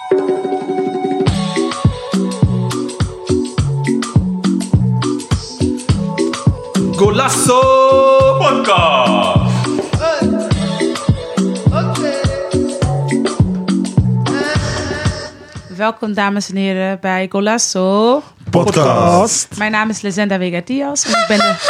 Golasso Podcast. Welkom dames en heren bij Golasso Podcast. Mijn naam is Lezenda Vega Diaz en ik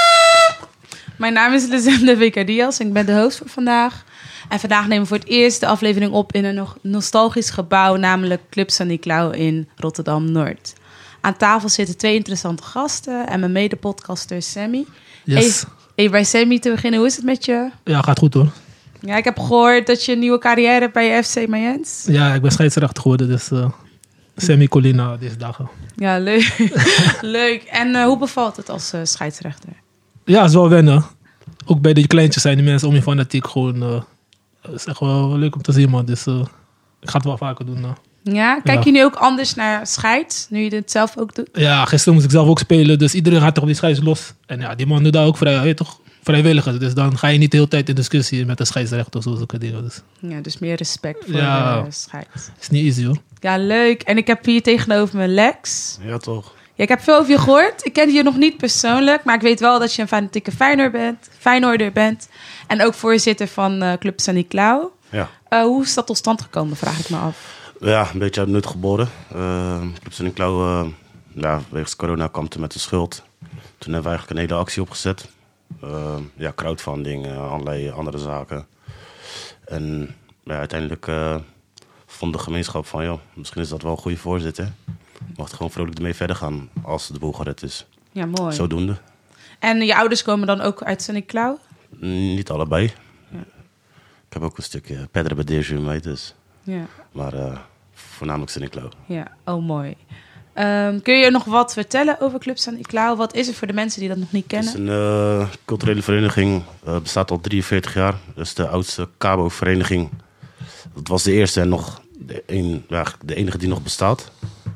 ben de host voor vandaag. En vandaag nemen we voor het eerst de aflevering op in een nog nostalgisch gebouw, namelijk Club Saint-Niclau in Rotterdam-Noord. Aan tafel zitten twee interessante gasten en mijn mede-podcaster Sammy. Yes. Even bij Sammy te beginnen, hoe is het met je? Ja, gaat goed hoor. Ja, ik heb gehoord dat je een nieuwe carrière hebt bij FC Mayens. Ja, ik ben scheidsrechter geworden, dus semi-colina deze dagen. Ja, leuk. Leuk. En hoe bevalt het als scheidsrechter? Ja, het is wel wennen. Ook bij de kleintjes zijn die mensen om je fanatiek gewoon... Het is echt wel leuk om te zien, man. Dus ik ga het wel vaker doen. Ja, kijk je nu ook anders naar scheid, nu je dit zelf ook doet? Ja, gisteren moest ik zelf ook spelen, dus iedereen gaat toch op die scheids los. En ja, die man doet daar ook vrijwilligers. Dus dan ga je niet de hele tijd in discussie met de scheidsrechter of zo, zulke dingen. Dus. Ja, dus meer respect voor de scheid. Is niet easy hoor. Ja, leuk. En ik heb hier tegenover me Lex. Ja, toch? Ja, ik heb veel over je gehoord. Ik ken je nog niet persoonlijk, maar ik weet wel dat je een fanatieke Feyenoorder bent. En ook voorzitter van Club Saint-Niclau. Ja. Hoe is dat tot stand gekomen, vraag ik me af. Ja, een beetje uit nut geboren. Club Saint-Niclau, wegens corona kwam het met de schuld. Toen hebben we eigenlijk een hele actie opgezet. Crowdfunding, allerlei andere zaken. En uiteindelijk vond de gemeenschap van, joh, misschien is dat wel een goede voorzitter. Mag gewoon vrolijk ermee verder gaan als de boel gered is. Ja, mooi. Zodoende. En je ouders komen dan ook uit Saint-Niclau? Niet allebei. Ja. Ik heb ook een stukje Pedre Badejo mee, dus. Ja. Maar voornamelijk Saint-Niclau. Ja, oh mooi. Kun je nog wat vertellen over Club Saint-Niclau? Wat is het voor de mensen die dat nog niet kennen? Het is een culturele vereniging. Bestaat al 43 jaar. Dat is de oudste Cabo-vereniging. Dat was de eerste en nog de enige die nog bestaat.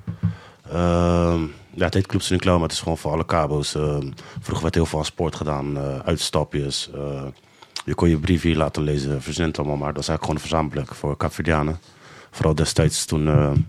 Het heet Club Saint-Niclau, maar het is gewoon voor alle Cabo's. Vroeger werd heel veel aan sport gedaan. Uitstapjes. Je kon je brief hier laten lezen. Verzint allemaal, maar dat is eigenlijk gewoon verzamelijk voor Kaapverdianen. Vooral destijds toen...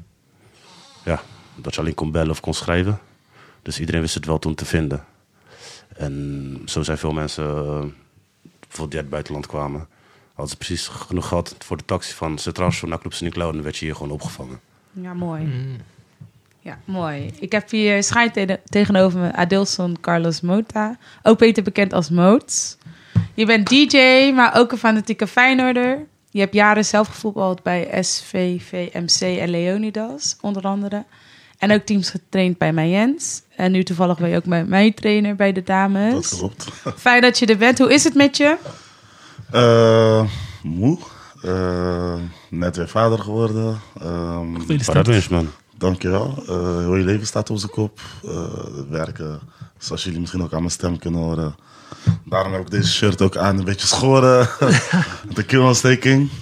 dat je alleen kon bellen of kon schrijven. Dus iedereen wist het wel toen te vinden. En zo zijn veel mensen, bijvoorbeeld die uit het buitenland kwamen, hadden ze precies genoeg gehad voor de taxi van Centraal naar Club Saint-Niclau en dan werd je hier gewoon opgevangen. Ja, mooi. Ja, mooi. Ik heb hier tegenover me Adilson Carlos Mota, ook beter bekend als Moots. Je bent DJ, maar ook een fanatieke Feyenoorder. Je hebt jaren zelf gevoetbald bij SVVMC en Leonidas, onder andere. En ook teams getraind bij Mayens. En nu toevallig ben je ook mijn trainer bij de dames. Dat klopt. Fijn dat je er bent. Hoe is het met je? Moe. Net weer vader geworden. Parabéns, man. Dankjewel. Heel je leven staat op zijn kop. Werken, zoals jullie misschien ook aan mijn stem kunnen horen. Daarom heb ik deze shirt ook aan. Een beetje schoren. De keelontsteking.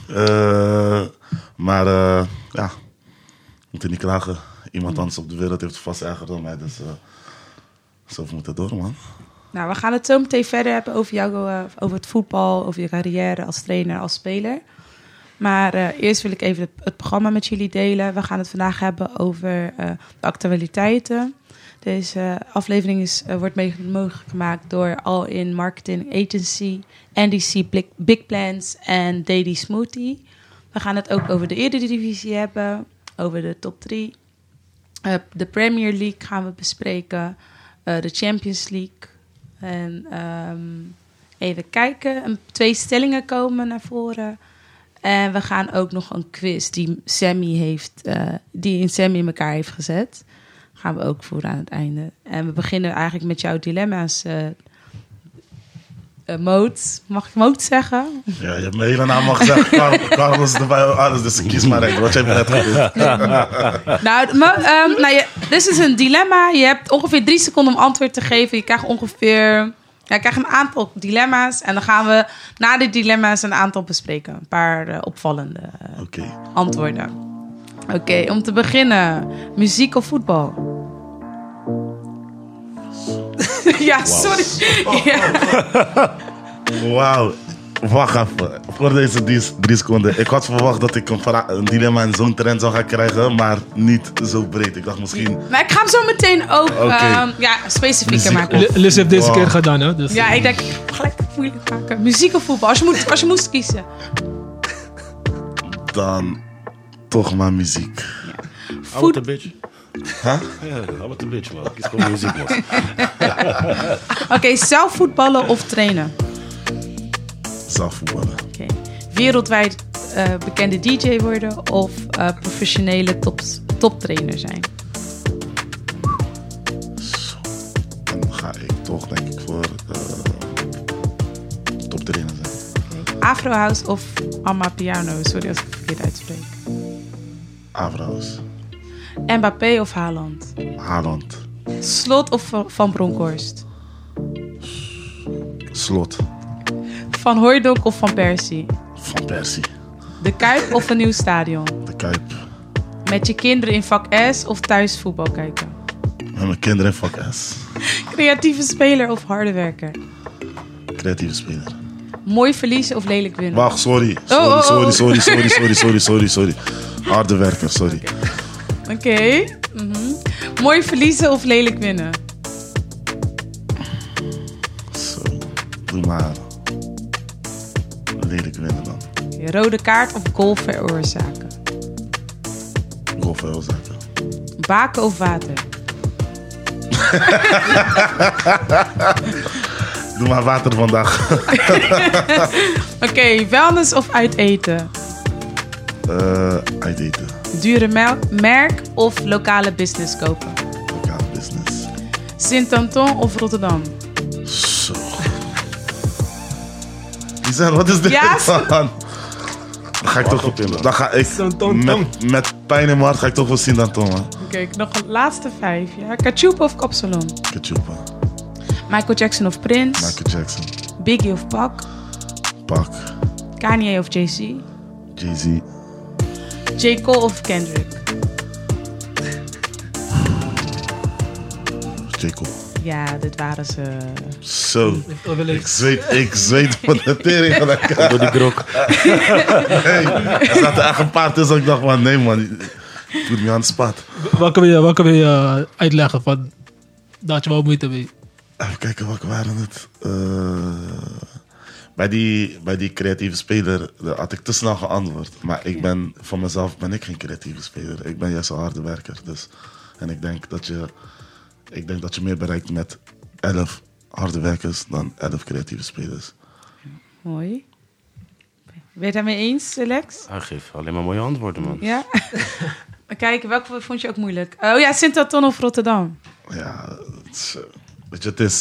Maar moet niet klagen. Iemand anders op de wereld heeft het vast erger dan mij. Dus zo moet het door, man. Nou, we gaan het zo meteen verder hebben over jou, over het voetbal, over je carrière als trainer, als speler. Maar eerst wil ik even het programma met jullie delen. We gaan het vandaag hebben over de actualiteiten. Deze aflevering wordt mogelijk gemaakt door All In Marketing Agency, NDC Big Plans en Daily Smoothie. We gaan het ook over de Eredivisie hebben, over de top 3. De Premier League gaan we bespreken, de Champions League. En even kijken, 2 stellingen komen naar voren. En we gaan ook nog een quiz die Sammy in elkaar heeft gezet. Gaan we ook voeren aan het einde. En we beginnen eigenlijk met jouw dilemma's. Moot. Mag ik Moot zeggen? Ja, je hebt mijn hele naam al gezegd. Carlos erbij, alles. Dus kies maar even. Wat jij net gedaan. Dit is een dilemma. Je hebt ongeveer 3 seconden om antwoord te geven. Je krijgt een aantal dilemma's. En dan gaan we na de dilemma's een aantal bespreken. Een paar opvallende antwoorden. Oké, om te beginnen. Muziek of voetbal? Ja, sorry. Ja. Wauw. Wacht even. Voor deze 3 seconden. Ik had verwacht dat ik een dilemma in zo'n trend zou gaan krijgen, maar niet zo breed. Ik dacht misschien... Maar ik ga hem zo meteen ook Oké. specifieker Muziek maken. Liz heeft deze Wow. keer gedaan, hè? Dus, Ja, ik denk, gelijk moeilijk maken. Muziek of voetbal? Als je moest kiezen. Dan toch maar muziek. Hou het een beetje. Huh? Ja, hou het een beetje, man. Kies gewoon muziek, man. Oké, zelf voetballen of trainen? Zelf voetballen. Oké. Wereldwijd bekende DJ worden of professionele toptrainer zijn? Zo. Dan ga ik toch denk ik voor toptrainer zijn. Afro House of Amapiano? Sorry als ik het verkeerd uitspreek. Avraus. Mbappé of Haaland? Haaland. Slot of Van Bronckhorst? Slot. Van Hooijdonk of Van Persie? Van Persie. De Kuip of een nieuw stadion? De Kuip. Met je kinderen in vak S of thuis voetbal kijken? Met mijn kinderen in vak S. Creatieve speler of harde werker? Creatieve speler. Mooi verliezen of lelijk winnen? Wacht, sorry. Oh. Sorry. Harde werker, sorry. Oké. Mooi verliezen of lelijk winnen? Zo. Doe maar. Lelijk winnen dan. Rode kaart of goal veroorzaken? Goal veroorzaken. Baken of water? Doe maar water vandaag. Oké, wellness of uit eten? Uit eten. Dure merk of lokale business kopen? Lokale business. Sint-Anton of Rotterdam? Zo. Lisanne, wat is dit? Ja, man? Dan ga ik toch dan ga ik met pijn in mijn hart ga ik toch wel zien dan Tom, man. Oké, nog een laatste 5. Ja? Kachupa of Kapsalon? Ketchup, Michael Jackson of Prince? Michael Jackson, Biggie of Pac? Pac, Kanye of Jay-Z? Jay-Z, J. Cole of Kendrick? J. Cole. Ja, dit waren ze. Zo. dat wil ik. Ik zweet van de tering gelijk. Door die grok. Nee, er zaten echt een paar tussen. Ik dacht van nee man, doe me aan de spot. Welke wil je uitleggen van... Daar had je wel moeite mee. Even kijken, welke waren het? Bij die creatieve speler had ik te snel geantwoord. Maar van mezelf ben ik geen creatieve speler. Ik ben juist een harde werker. Dus. En ik denk dat je meer bereikt met 11 harde werkers dan 11 creatieve spelers. Mooi. Ben je het daarmee eens, Lex? Hij geeft alleen maar mooie antwoorden, man. Ja? Kijk, welke vond je ook moeilijk? Oh ja, Sint-Anton of Rotterdam? Ja, weet je, het is...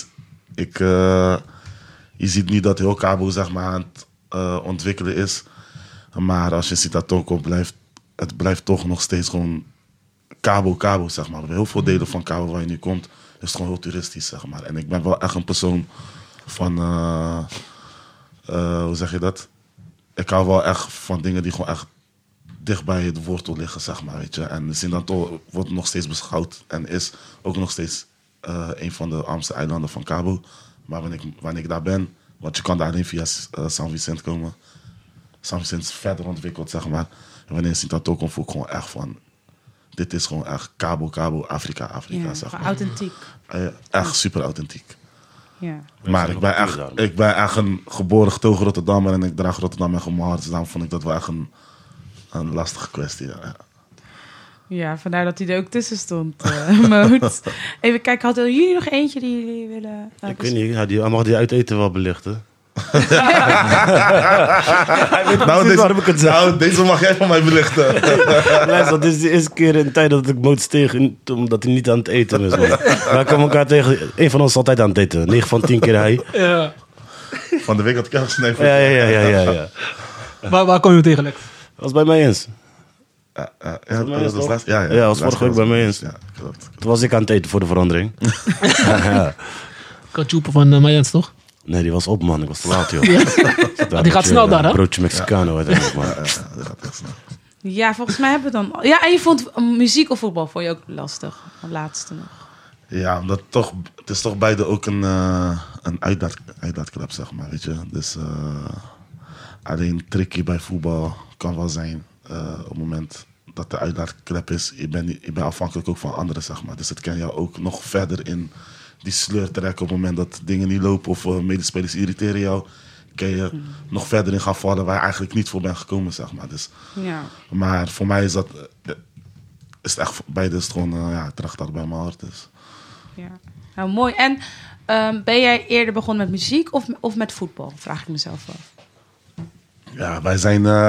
je ziet nu dat heel Cabo zeg maar, aan het ontwikkelen is. Maar als je ziet dat Toko het blijft toch nog steeds gewoon Cabo, zeg maar. Heel veel delen van Cabo waar je nu komt, is het gewoon heel toeristisch, zeg maar. En ik ben wel echt een persoon van... hoe zeg je dat? Ik hou wel echt van dingen die gewoon echt dicht bij het wortel liggen, zeg maar, weet je. En Sint-Anton wordt nog steeds beschouwd en is ook nog steeds een van de armste eilanden van Cabo. Maar wanneer ik daar ben, want je kan daar alleen via San Vicente komen. San Vicente is verder ontwikkeld, zeg maar. En wanneer Sint-Anton komt, voel ik gewoon echt van... Dit is gewoon echt Cabo, Afrika, Ja, zeg maar. authentiek. Echt super authentiek. Ja. Maar ik ben echt een geboren getogen Rotterdammer en ik draag Rotterdam echt op mijn hart. Dus daarom vond ik dat wel echt een lastige kwestie. Ja. Ja, vandaar dat hij er ook tussen stond, Moot. Even kijken, hadden jullie nog eentje die jullie willen... Ik weet niet, hij mag die uiteten wel belichten. Deze mag jij van mij belichten. Luister, dit is de eerste keer in de tijd dat ik Moot tegen, omdat hij niet aan het eten is. Man. Wij komen elkaar tegen. Een van ons is altijd aan het eten. 9 van 10 keer hij. Ja. Van de week had ik ergens snel. Ja. Waar kom je tegen, Lex? Was bij mij eens. Ja, was vorige week bij mij eens. Ja, klopt. Toen was ik aan het eten voor de verandering. Ja. Kachupa van Mayens, toch? Nee, die was op, man. Ik was te laat, joh. Die gaat snel daar, hè? Broodje Mexicano uiteindelijk, man. Ja, dat gaat echt snel. Ja, volgens mij hebben we dan... Ja, en je vond muziek of voetbal vond je ook lastig. Het laatste nog. Ja, omdat het is toch beide ook een uitlaatklep, zeg maar, weet je. Dus Alleen tricky bij voetbal kan wel zijn op het moment dat de uitlaatklep is. Je bent afhankelijk ook van anderen, zeg maar. Dus het kan jou ook nog verder in die sleur trekken op het moment dat dingen niet lopen of medespelers irriteren jou. Kan je nog verder in gaan vallen waar je eigenlijk niet voor bent gekomen, zeg maar. Dus, maar voor mij is dat is het echt beide is het gewoon het draagt dat bij mijn hart. Dus. Ja, nou mooi. En ben jij eerder begonnen met muziek of met voetbal? Vraag ik mezelf af. Ja, wij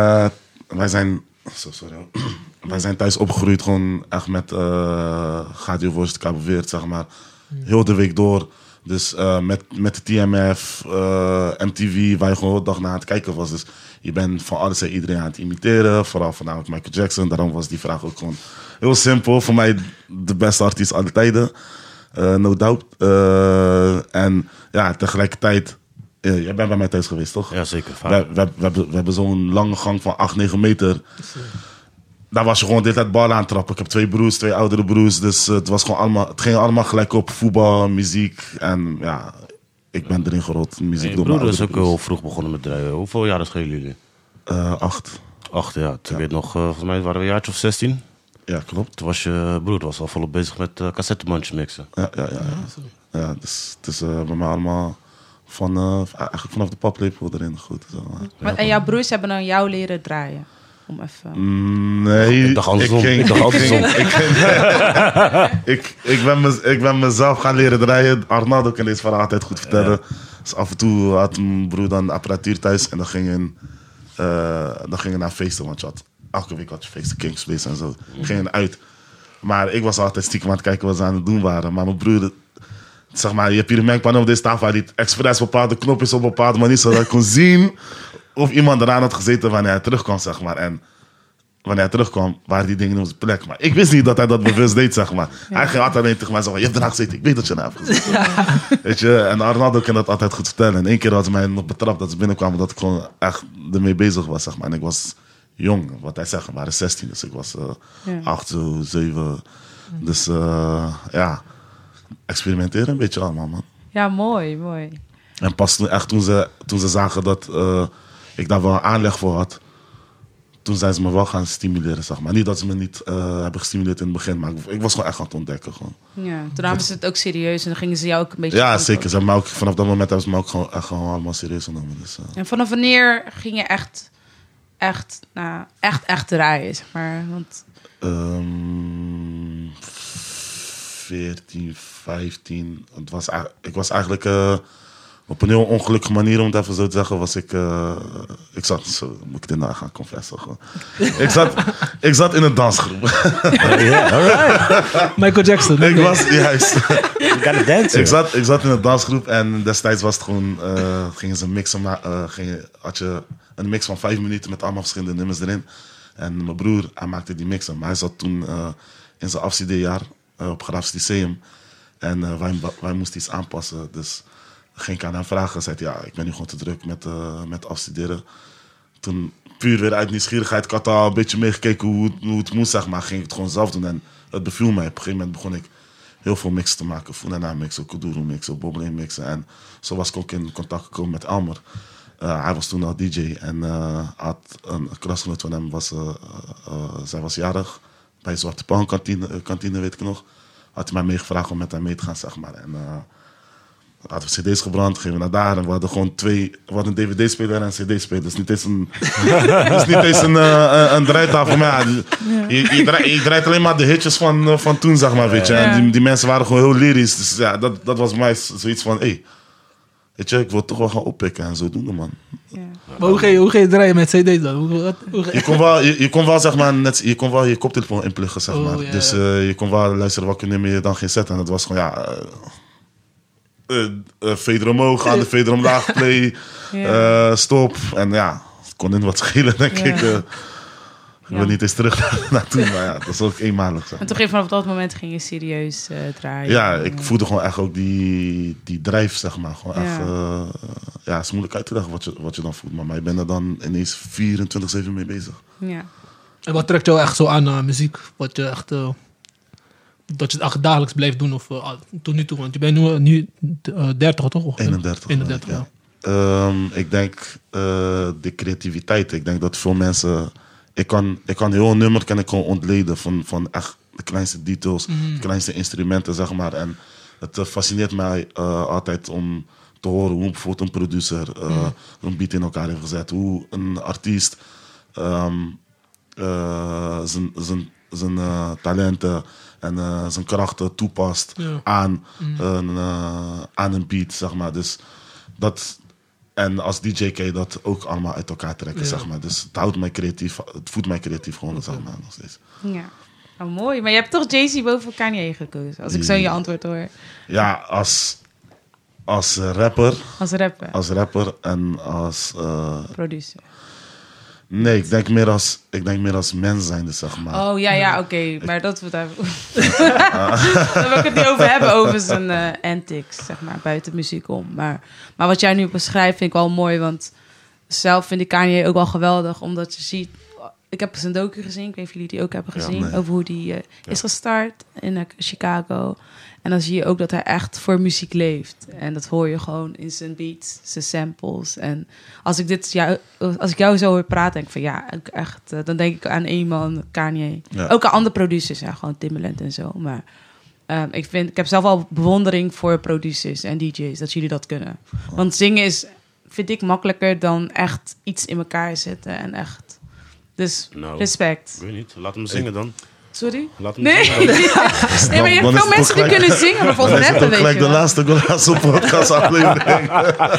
zijn thuis opgegroeid gewoon echt met Radio Worst Cabo Verde, zeg maar. Heel de week door. Dus met de TMF, MTV, waar je gewoon de dag na aan het kijken was. Dus je bent van alles en iedereen aan het imiteren. Vooral voornamelijk Michael Jackson. Daarom was die vraag ook gewoon heel simpel. Voor mij de beste artiest aller tijden. No doubt. En ja, tegelijkertijd... jij bent bij mij thuis geweest, toch? Ja, zeker. We hebben zo'n lange gang van 8-9 meter. Daar was je gewoon de hele tijd bal aan het trappen. Ik heb 2 broers, 2 oudere broers. Dus het ging allemaal gelijk op voetbal, muziek. En ja, ik ben erin gerold. Muziek door mijn broer is ook broers. heel vroeg begonnen met draaien. Hoeveel jaar schelen jullie? 8. 8, ja. Toen weet nog, volgens mij waren we een jaartje of 16. Ja, klopt. Toen was je broer al volop bezig met cassettebandjes mixen. Ja, dus het is bij mij allemaal eigenlijk vanaf de paplepel erin goed. Zo. En jouw broers hebben dan jou leren draaien? Om even... Nee, Ik dacht andersom. Ik ben mezelf gaan leren draaien. Arnaldo kan deze verhaal altijd goed vertellen. Ja. Dus af en toe had mijn broer dan apparatuur thuis en dan gingen naar feesten. Want elke week had je feesten, Kingsplace en zo. Gingen uit. Maar ik was altijd stiekem aan het kijken wat ze aan het doen waren. Maar mijn broer, zeg maar, je hebt hier een mengpan op deze tafel die expres bepaalde knopjes op een bepaalde manier, zodat ik kon zien of iemand eraan had gezeten wanneer hij terugkwam, zeg maar. En wanneer hij terugkwam, waren die dingen op zijn plek. Maar ik wist niet dat hij dat bewust deed, zeg maar. Ja. Hij ging altijd alleen tegen mij zeggen, je hebt eraan gezeten, ik weet dat je eraan hebt gezeten. Ja. Weet je, en Arnaldo kan dat altijd goed vertellen. En 1 keer had ze mij nog betrapt dat ze binnenkwamen dat ik gewoon echt ermee bezig was, zeg maar. En ik was jong, wat hij zegt, we waren 16, dus ik was 8, 7. Dus ja, experimenteren een beetje allemaal, man. Ja, mooi. En pas toen ze zagen dat ik daar wel aanleg voor had, toen zijn ze me wel gaan stimuleren, zeg maar. Niet dat ze me niet hebben gestimuleerd in het begin, maar ik was gewoon echt aan het ontdekken. Gewoon. Ja, toen namen ze het ook serieus en dan gingen ze jou ook een beetje... Ja, zeker. Ze ook, vanaf dat moment hebben ze me ook gewoon allemaal serieus genomen. Dus, En vanaf wanneer ging je echt draaien, zeg maar? Want... 14, 15. Ik was eigenlijk op een heel ongelukkige manier, om het even zo te zeggen, was ik zat, zo moet ik dit nou gaan confessen. Ik zat in een dansgroep. Michael Jackson. Ik was, juist. You gotta dance. Ik zat in een dansgroep en destijds was het gewoon, gingen ze mixen, had je een mix van 5 minuten met allemaal verschillende nummers erin. En mijn broer, hij maakte die mixen, maar hij zat toen in zijn afstudeerjaar op Graafs Lyceum. En wij moesten iets aanpassen. Dus ging ik aan hem vragen. Zei hij, ik ben nu gewoon te druk met afstuderen. Toen, puur weer uit nieuwsgierigheid, ik had al een beetje meegekeken hoe het moest, zeg maar. Ging ik het gewoon zelf doen. En het beviel mij. Op een gegeven moment begon ik heel veel mixen te maken. Funana mixen, Kuduro mixen, Bobbling mixen. En zo was ik ook in contact gekomen met Elmer. Hij was toen al DJ. En had een klasgenoot van hem, zij was jarig. Bij Zwarte Palm kantine, weet ik nog. Had hij mij meegevraagd om met hem mee te gaan, zeg maar. En hadden we cd's gebrand, gingen we naar daar. En we hadden gewoon we hadden een dvd-speler en een cd-speler. Dus niet eens een draaitafel. Maar je draait alleen maar de hitjes van toen, zeg maar, weet je. En die mensen waren gewoon heel lyrisch. Dus ja, dat was voor mij zoiets van, weet je, ik wil toch wel gaan oppikken en zo doen, man. Ja. Maar hoe ga je draaien met cd's dan? Je kon wel, zeg maar, je kon wel je koptelefoon inpluggen, zeg maar. Ja. Dus je kon wel luisteren welke nummer je dan ging zetten. En dat was gewoon, fader omhoog, aan de fader omlaag, play, stop. En ja, het kon in wat schelen, denk ik. Ik wil niet eens terug naartoe, maar ja, dat was ook eenmalig. Zeg maar. En toen ging vanaf dat moment ging je serieus draaien? Ja, ik voelde gewoon echt ook die drijf, zeg maar. Gewoon echt, het is moeilijk uit te leggen wat je dan voelt. Maar ik ben er dan ineens 24/7 mee bezig. Ja. En wat trekt jou echt zo aan muziek? Wat je echt... dat je het echt dagelijks blijft doen of tot nu toe? Want je bent nu 30, toch? Of, 31. 31, ja. Ik denk de creativiteit. Ik denk dat veel mensen... Ik kan heel een nummer gewoon ontleden van echt de kleinste details, de kleinste instrumenten, zeg maar. En het fascineert mij altijd om te horen hoe bijvoorbeeld een producer een beat in elkaar heeft gezet. Hoe een artiest zijn talenten en zijn krachten toepast aan een beat, zeg maar. Dus dat... En als DJ kan je dat ook allemaal uit elkaar trekken, zeg maar. Dus het houdt mij creatief, het voedt mij creatief gewoon, zeg maar, nog steeds. Ja, oh, mooi. Maar je hebt toch Jay-Z boven Kanye gekozen, als ik zo je antwoord hoor. Ja, als rapper. Als rapper. Als rapper en als... Producer. Nee, ik denk meer als mens zijnde, zeg maar. Oh, ja, oké. Maar dat we daar... Daar wil ik het niet over hebben, over zijn antics, zeg maar, buiten muziek om. Maar wat jij nu beschrijft vind ik wel mooi, want zelf vind ik Kanye ook wel geweldig, omdat je ziet... Ik heb zijn docu gezien, ik weet niet of jullie die ook hebben gezien, over hoe die is gestart in Chicago. En dan zie je ook dat hij echt voor muziek leeft. En dat hoor je gewoon in zijn beats, zijn samples. En als ik jou zo hoor praten, denk ik van ja, ook echt, dan denk ik aan Eman, Kanye. Ja. Ook aan andere producers, ja, gewoon Timbaland en zo. Maar ik heb zelf al bewondering voor producers en DJ's, dat jullie dat kunnen. Want zingen vind ik makkelijker dan echt iets in elkaar zetten en echt. Dus respect. Ik weet niet, laat hem zingen dan. Sorry? Laat hem zingen. Nee, maar je hebt veel mensen die kunnen zingen, bijvoorbeeld rappen, weet je gelijk de laatste podcast aflevering.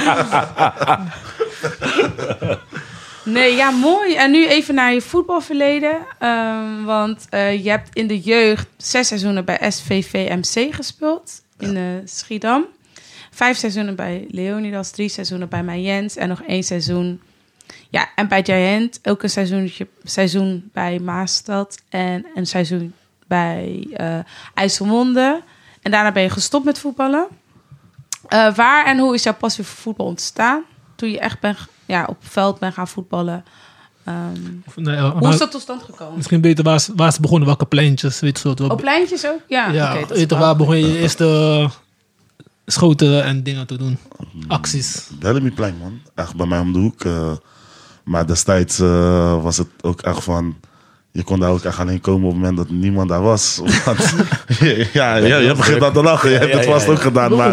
Nee, ja, mooi. En nu even naar je voetbalverleden. Want je hebt in de jeugd 6 seizoenen bij SVVMC gespeeld in Schiedam. 5 seizoenen bij Leonidas, 3 seizoenen bij Mayens en nog 1 seizoen... Ja, en bij Giant ook een seizoen bij Maastad en een seizoen bij IJsselmonde. En daarna ben je gestopt met voetballen. Waar en hoe is jouw passie voor voetbal ontstaan? Toen je echt op veld bent gaan voetballen. Hoe is dat tot stand gekomen? Misschien beter waar is het begonnen? Welke pleintjes? Weet je, op pleintjes ook? Ja, waar begon je eerste schoten en dingen te doen? Acties? Bellamyplein, man. Echt bij mij om de hoek. Maar destijds was het ook echt van... Je kon daar ook echt alleen komen op het moment dat niemand daar was. Want, je begint aan te lachen. Je hebt het vast ook gedaan. Maar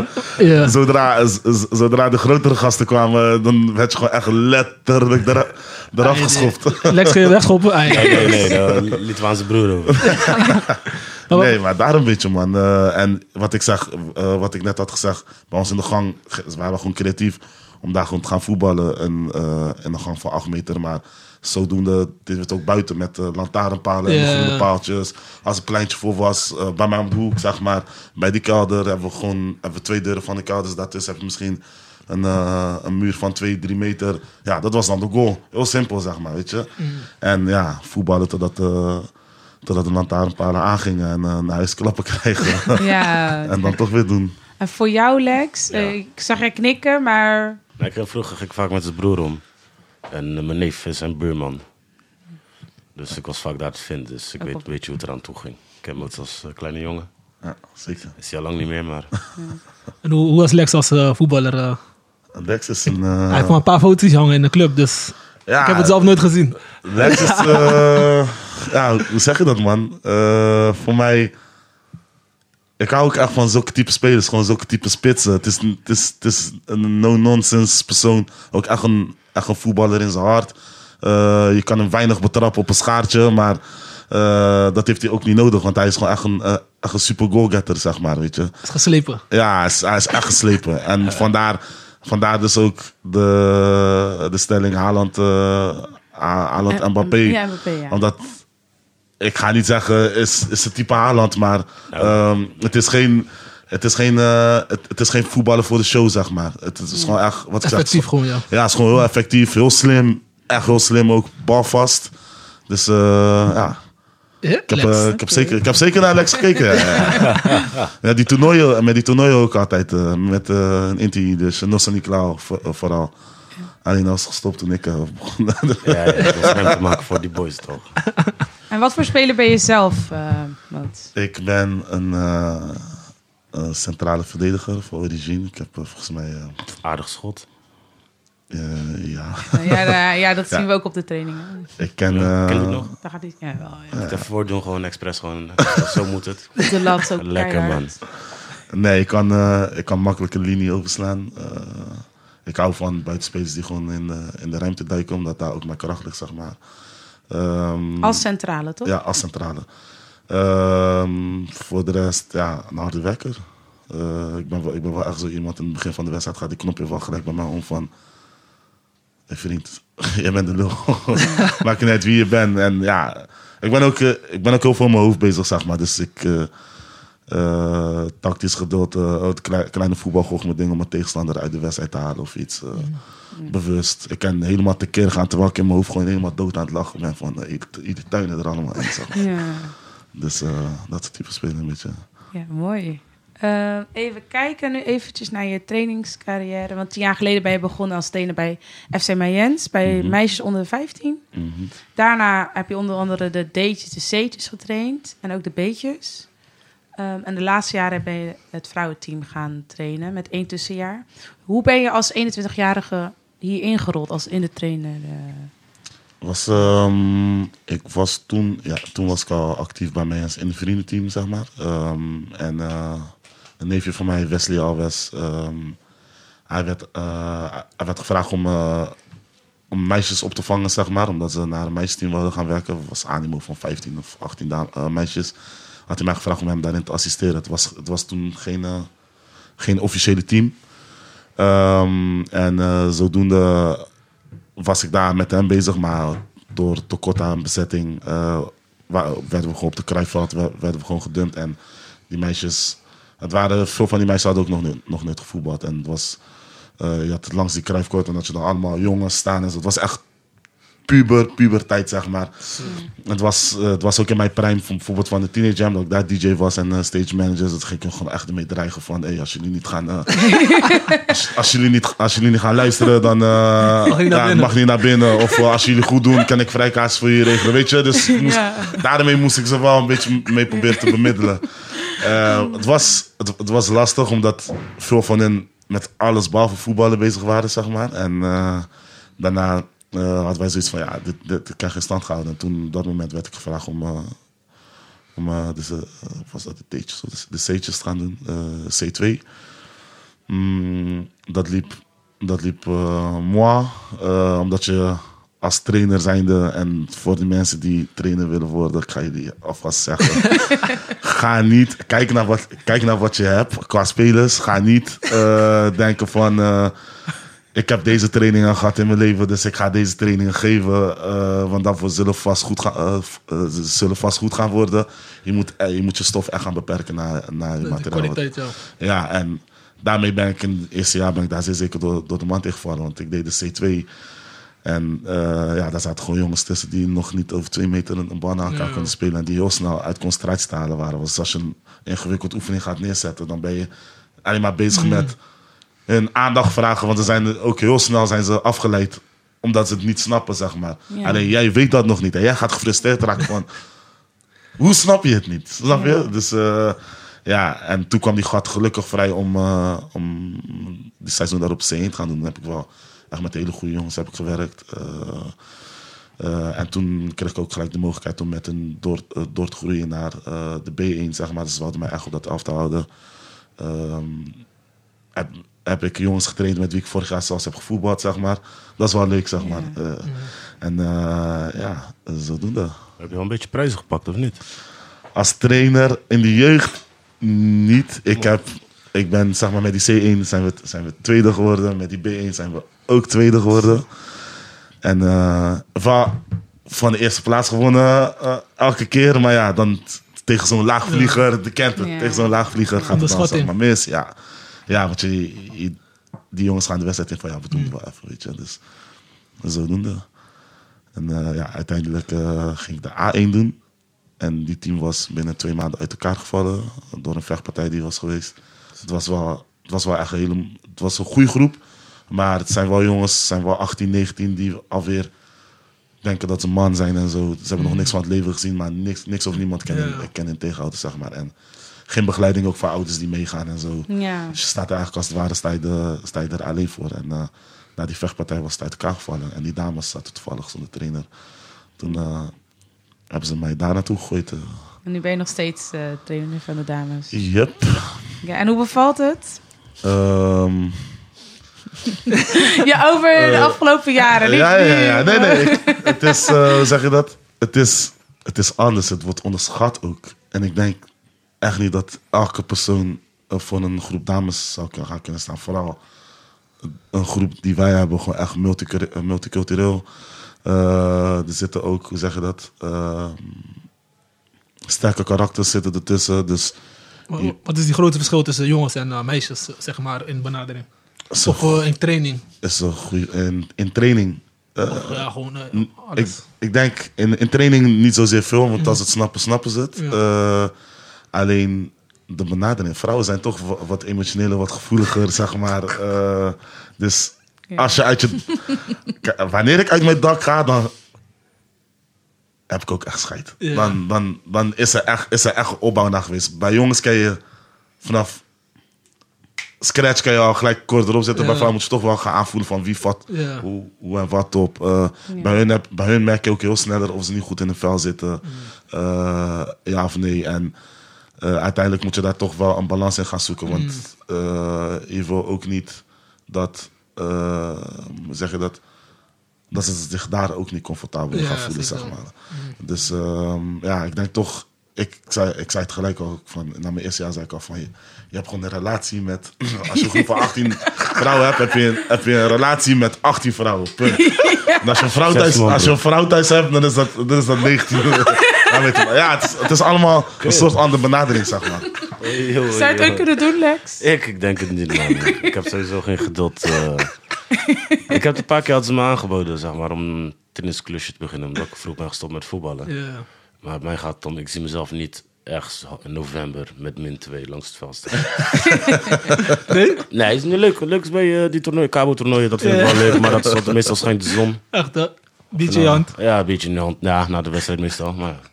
zodra de grotere gasten kwamen... dan werd je gewoon echt letterlijk eraf geschopt. Lex kun je wegschoppen? Nee, dat liet we aan zijn broer over. Nee, maar daarom weet je, man. En wat ik net had gezegd... Bij ons in de gang waren we gewoon creatief... om daar gewoon te gaan voetballen in een gang van 8 meter. Maar zodoende, dit werd ook buiten met lantaarnpalen en groene paaltjes. Als een pleintje voor was, bij mij om de hoek, zeg maar. Bij die kelder hebben we 2 deuren van de kelders. Daartussen heb je misschien een muur van 2-3 meter. Ja, dat was dan de goal. Heel simpel, zeg maar, weet je. En ja, voetballen totdat de lantaarnpalen aangingen en naar huis klappen krijgen. Ja. En dan toch weer doen. En voor jou, Lex, ik zag je knikken, maar... Vroeger ging ik vaak met zijn broer om. En mijn neef is zijn buurman. Dus ik was vaak daar te vinden. Dus ik weet hoe het eraan toe ging. Ik ken hem ook als kleine jongen. Ja, zeker. Is hij al lang niet meer, maar... En hoe was Lex als voetballer? Lex is een... Hij heeft maar een paar foto's hangen in de club, dus... Ja, ik heb het zelf nooit gezien. Lex is... hoe zeg je dat, man? Voor mij... Ik hou ook echt van zulke type spelers, gewoon zulke type spitsen. Het is een no-nonsense persoon. Ook echt een voetballer in zijn hart. Je kan hem weinig betrappen op een schaartje, maar dat heeft hij ook niet nodig. Want hij is gewoon echt een super goalgetter, zeg maar, weet je. Hij is geslepen. Ja, hij is echt geslepen. En vandaar dus ook de stelling Haaland en Mbappé. Ja, Mbappé, ja. Omdat... Ik ga niet zeggen, is het type Haaland, maar het is geen voetballen voor de show, zeg maar. Het is gewoon echt... Wat effectief gewoon, ja. Ja, het is gewoon heel effectief, heel slim. Echt heel slim ook, balvast. Dus ja... Ik heb zeker naar Lex gekeken. Ja, die toernooien ook altijd. Met Inti, dus Nossa Nicolau vooral. Alleen als gestopt toen ik begon. Dat is hem te maken voor die boys, toch? En wat voor speler ben je zelf? Ik ben een centrale verdediger voor origine. Ik heb volgens mij... aardig schot. Ja. Ja, dat zien we ook op de trainingen. Ik ken... Ken je het nog? Daar gaat iets. Ja, wel. Ja. Niet even voordoen, gewoon expres. Gewoon, zo moet het. De lat ook Lekker, keihard. man. Nee, ik kan makkelijk een linie overslaan. Ik hou van buitenspelers die gewoon in de ruimte duiken, omdat daar ook mijn kracht ligt, zeg maar. Als centrale, toch? Ja, als centrale. Voor de rest, ja, een harde wekker. Ik ben wel echt zo iemand, in het begin van de wedstrijd gaat die knopje wel gelijk bij mij om van... Hey vriend, jij bent de lul. Maakt niet uit wie je bent. En ja, ik ben ook heel veel in mijn hoofd bezig, zeg maar. Dus ik... tactisch geduld, kleine voetbalgoochelende dingen om een tegenstander uit de wedstrijd te halen of iets. Bewust. Ik kan helemaal tekeer gaan terwijl ik in mijn hoofd gewoon helemaal dood aan het lachen ben van ieder tuin er allemaal in. Zeg. Ja. Dus dat is het type spelen een beetje. Ja, mooi. Even kijken nu eventjes naar je trainingscarrière. Want 10 jaar geleden ben je begonnen als trainer bij FC Mayens. Bij meisjes onder de 15. Daarna heb je onder andere de D'tjes, de C'tjes getraind. En ook de B'tjes. En de laatste jaren ben je het vrouwenteam gaan trainen met 1 tussenjaar. Hoe ben je als 21-jarige hier ingerold als in de trainer? Toen was ik al actief bij mij in het vriendenteam, zeg maar. En een neefje van mij, Wesley Alves, hij werd gevraagd om meisjes op te vangen, zeg maar. Omdat ze naar een meisjesteam wilden gaan werken. Het was animo van 15 of 18 meisjes. Had hij mij gevraagd om hem daarin te assisteren. Het was toen geen officiële team. Zodoende was ik daar met hem bezig. Maar door tekort aan bezetting werden we gewoon op de Cruijffveld werden we gewoon gedumpt. En die meisjes... veel van die meisjes hadden ook nog nooit gevoetbald. En het was... je had langs die Cruijffcourt en dat je dan allemaal jongens staan en zo. Het was echt puberteit, zeg maar. Het was ook in mijn prime, bijvoorbeeld van de Teenage Jam, dat ik daar DJ was en stage managers. Dat ging ik gewoon echt ermee dreigen van, hey, als jullie niet gaan... als jullie niet gaan luisteren, dan mag je niet naar binnen. Of als jullie goed doen, kan ik vrijkaartjes voor je regelen, weet je. Dus daarmee moest ik ze wel een beetje mee proberen te bemiddelen. Het was lastig, omdat veel van hen met alles behalve voetballen bezig waren, zeg maar. En daarna... hadden wij zoiets van, ja, dit kan geen stand gehouden. En toen, op dat moment, werd ik gevraagd om was dat de T'tjes, de C'tjes te gaan doen, C2. Dat liep moi, omdat je als trainer zijnde, en voor de mensen die trainer willen worden, ik ga jullie alvast zeggen, ga niet, kijk naar wat je hebt qua spelers. Ga niet denken van... ik heb deze trainingen gehad in mijn leven, dus ik ga deze trainingen geven. Want daarvoor zullen vast goed gaan worden. Je moet je stof echt gaan beperken naar je materiaal. Kwaliteit, ja. Ja, en daarmee ben ik in het eerste jaar daar zeer zeker door de man tegengevallen. Want ik deed de C2. En daar zaten gewoon jongens tussen die nog niet over 2 meter een bal aan elkaar konden spelen. En die heel snel uit concentratie te halen waren. Dus als je een ingewikkeld oefening gaat neerzetten, dan ben je alleen maar bezig met... hun aandacht vragen, want ze zijn ook heel snel zijn ze afgeleid omdat ze het niet snappen, zeg maar. Ja. Alleen jij weet dat nog niet en jij gaat gefrustreerd raken van hoe snap je het niet? Snap je? Ja. Dus en toen kwam die gat gelukkig vrij om die seizoen daarop C1 te gaan doen. Dan heb ik wel echt met hele goede jongens heb ik gewerkt. En toen kreeg ik ook gelijk de mogelijkheid om met hen door te groeien naar de B1, zeg maar. Dus ze wilden mij echt op dat af te houden. Heb ik jongens getraind met wie ik vorig jaar zelfs heb gevoetbald, zeg maar. Dat is wel leuk, zeg maar. Zodoende. Heb je wel een beetje prijzen gepakt, of niet? Als trainer in de jeugd niet. Ik ben, zeg maar, met die C1 zijn we tweede geworden. Met die B1 zijn we ook tweede geworden. En van de eerste plaats gewonnen elke keer. Maar ja, dan tegen zo'n laagvlieger, de kent het. Tegen zo'n laagvlieger gaat het dan, zeg maar, mis. Ja, want die jongens gaan de wedstrijd in van, ja, we doen het wel even, weet je. Dus zodoende. En uiteindelijk ging ik de A1 doen. En die team was binnen 2 maanden uit elkaar gevallen door een vechtpartij die was geweest. Het was wel echt het was een goede groep. Maar het zijn wel jongens, zijn wel 18, 19 die alweer denken dat ze man zijn en zo. Ze hebben nog niks van het leven gezien, maar niks of niemand kan hen tegenhouden, zeg maar. En geen begeleiding ook voor ouders die meegaan en zo. Ja. Dus je staat er eigenlijk als het ware sta je er alleen voor. En na die vechtpartij was het uit elkaar gevallen. En die dames zaten toevallig zonder trainer. Toen hebben ze mij daar naartoe gegooid. En nu ben je nog steeds trainer van de dames. Yep. Ja, en hoe bevalt het? Ja, over de afgelopen jaren. Niet Ja. nu. Nee. Het is, hoe zeg je dat? Het is anders. Het wordt onderschat ook. En ik denk echt niet dat elke persoon voor een groep dames zou gaan kunnen staan. Vooral een groep die wij hebben, gewoon echt multicultureel. Er zitten ook, hoe zeg je dat? Sterke karakters zitten ertussen. Dus Wat is die grote verschil tussen jongens en meisjes, zeg maar, in benadering? Of in training? is een goeie, in training. Of, ja, gewoon alles. Ik denk in training niet zozeer veel, want als het snappen ze het. Ja. Alleen de benadering. Vrouwen zijn toch wat emotioneler, wat gevoeliger, zeg maar. Dus als je uit je... Wanneer ik uit mijn dak ga, dan heb ik ook echt scheid. Ja. Dan is er echt opbouw naar geweest. Bij jongens kan je vanaf scratch kan je al gelijk kort erop zetten. Ja. Bij vrouwen moet je toch wel gaan aanvoelen van wie vat Ja. hoe en wat op. Bij hun merk je ook heel sneller of ze niet goed in hun vel zitten. Ja of nee. En uiteindelijk moet je daar toch wel een balans in gaan zoeken. Want je wil ook niet dat... hoe zeg je dat? Dat ze zich daar ook niet comfortabel gaan voelen, zeker. zeg maar. Dus ja, ik denk toch... Ik zei het gelijk al, na mijn eerste jaar zei ik al van... Je hebt gewoon een relatie met... Als je een groep van 18 vrouwen hebt, heb je een relatie met 18 vrouwen. Punt. En als je een vrouw thuis hebt, dan is dat 19. Ja, het is allemaal een soort andere benadering, zeg maar. Zou je het ook kunnen doen, Lex? Ik denk het niet, man. Ik heb sowieso geen geduld. Ik heb het een paar keer hadden ze me aangeboden, zeg maar, om een tennisklusje te beginnen. Omdat ik vroeg ben gestopt met voetballen. Ja. Maar bij mij gaat het om, ik zie mezelf niet ergens in november met -2 langs het veld staan. Nee? Nee, is niet leuk. Leuk is bij die toernooien, Cabo-toernooien, dat vind ik wel leuk. Maar dat is wat, meestal schijnt de zon. Echt, hè? Beetje in je hand. Ja, een beetje in de hand. Ja, na de wedstrijd meestal.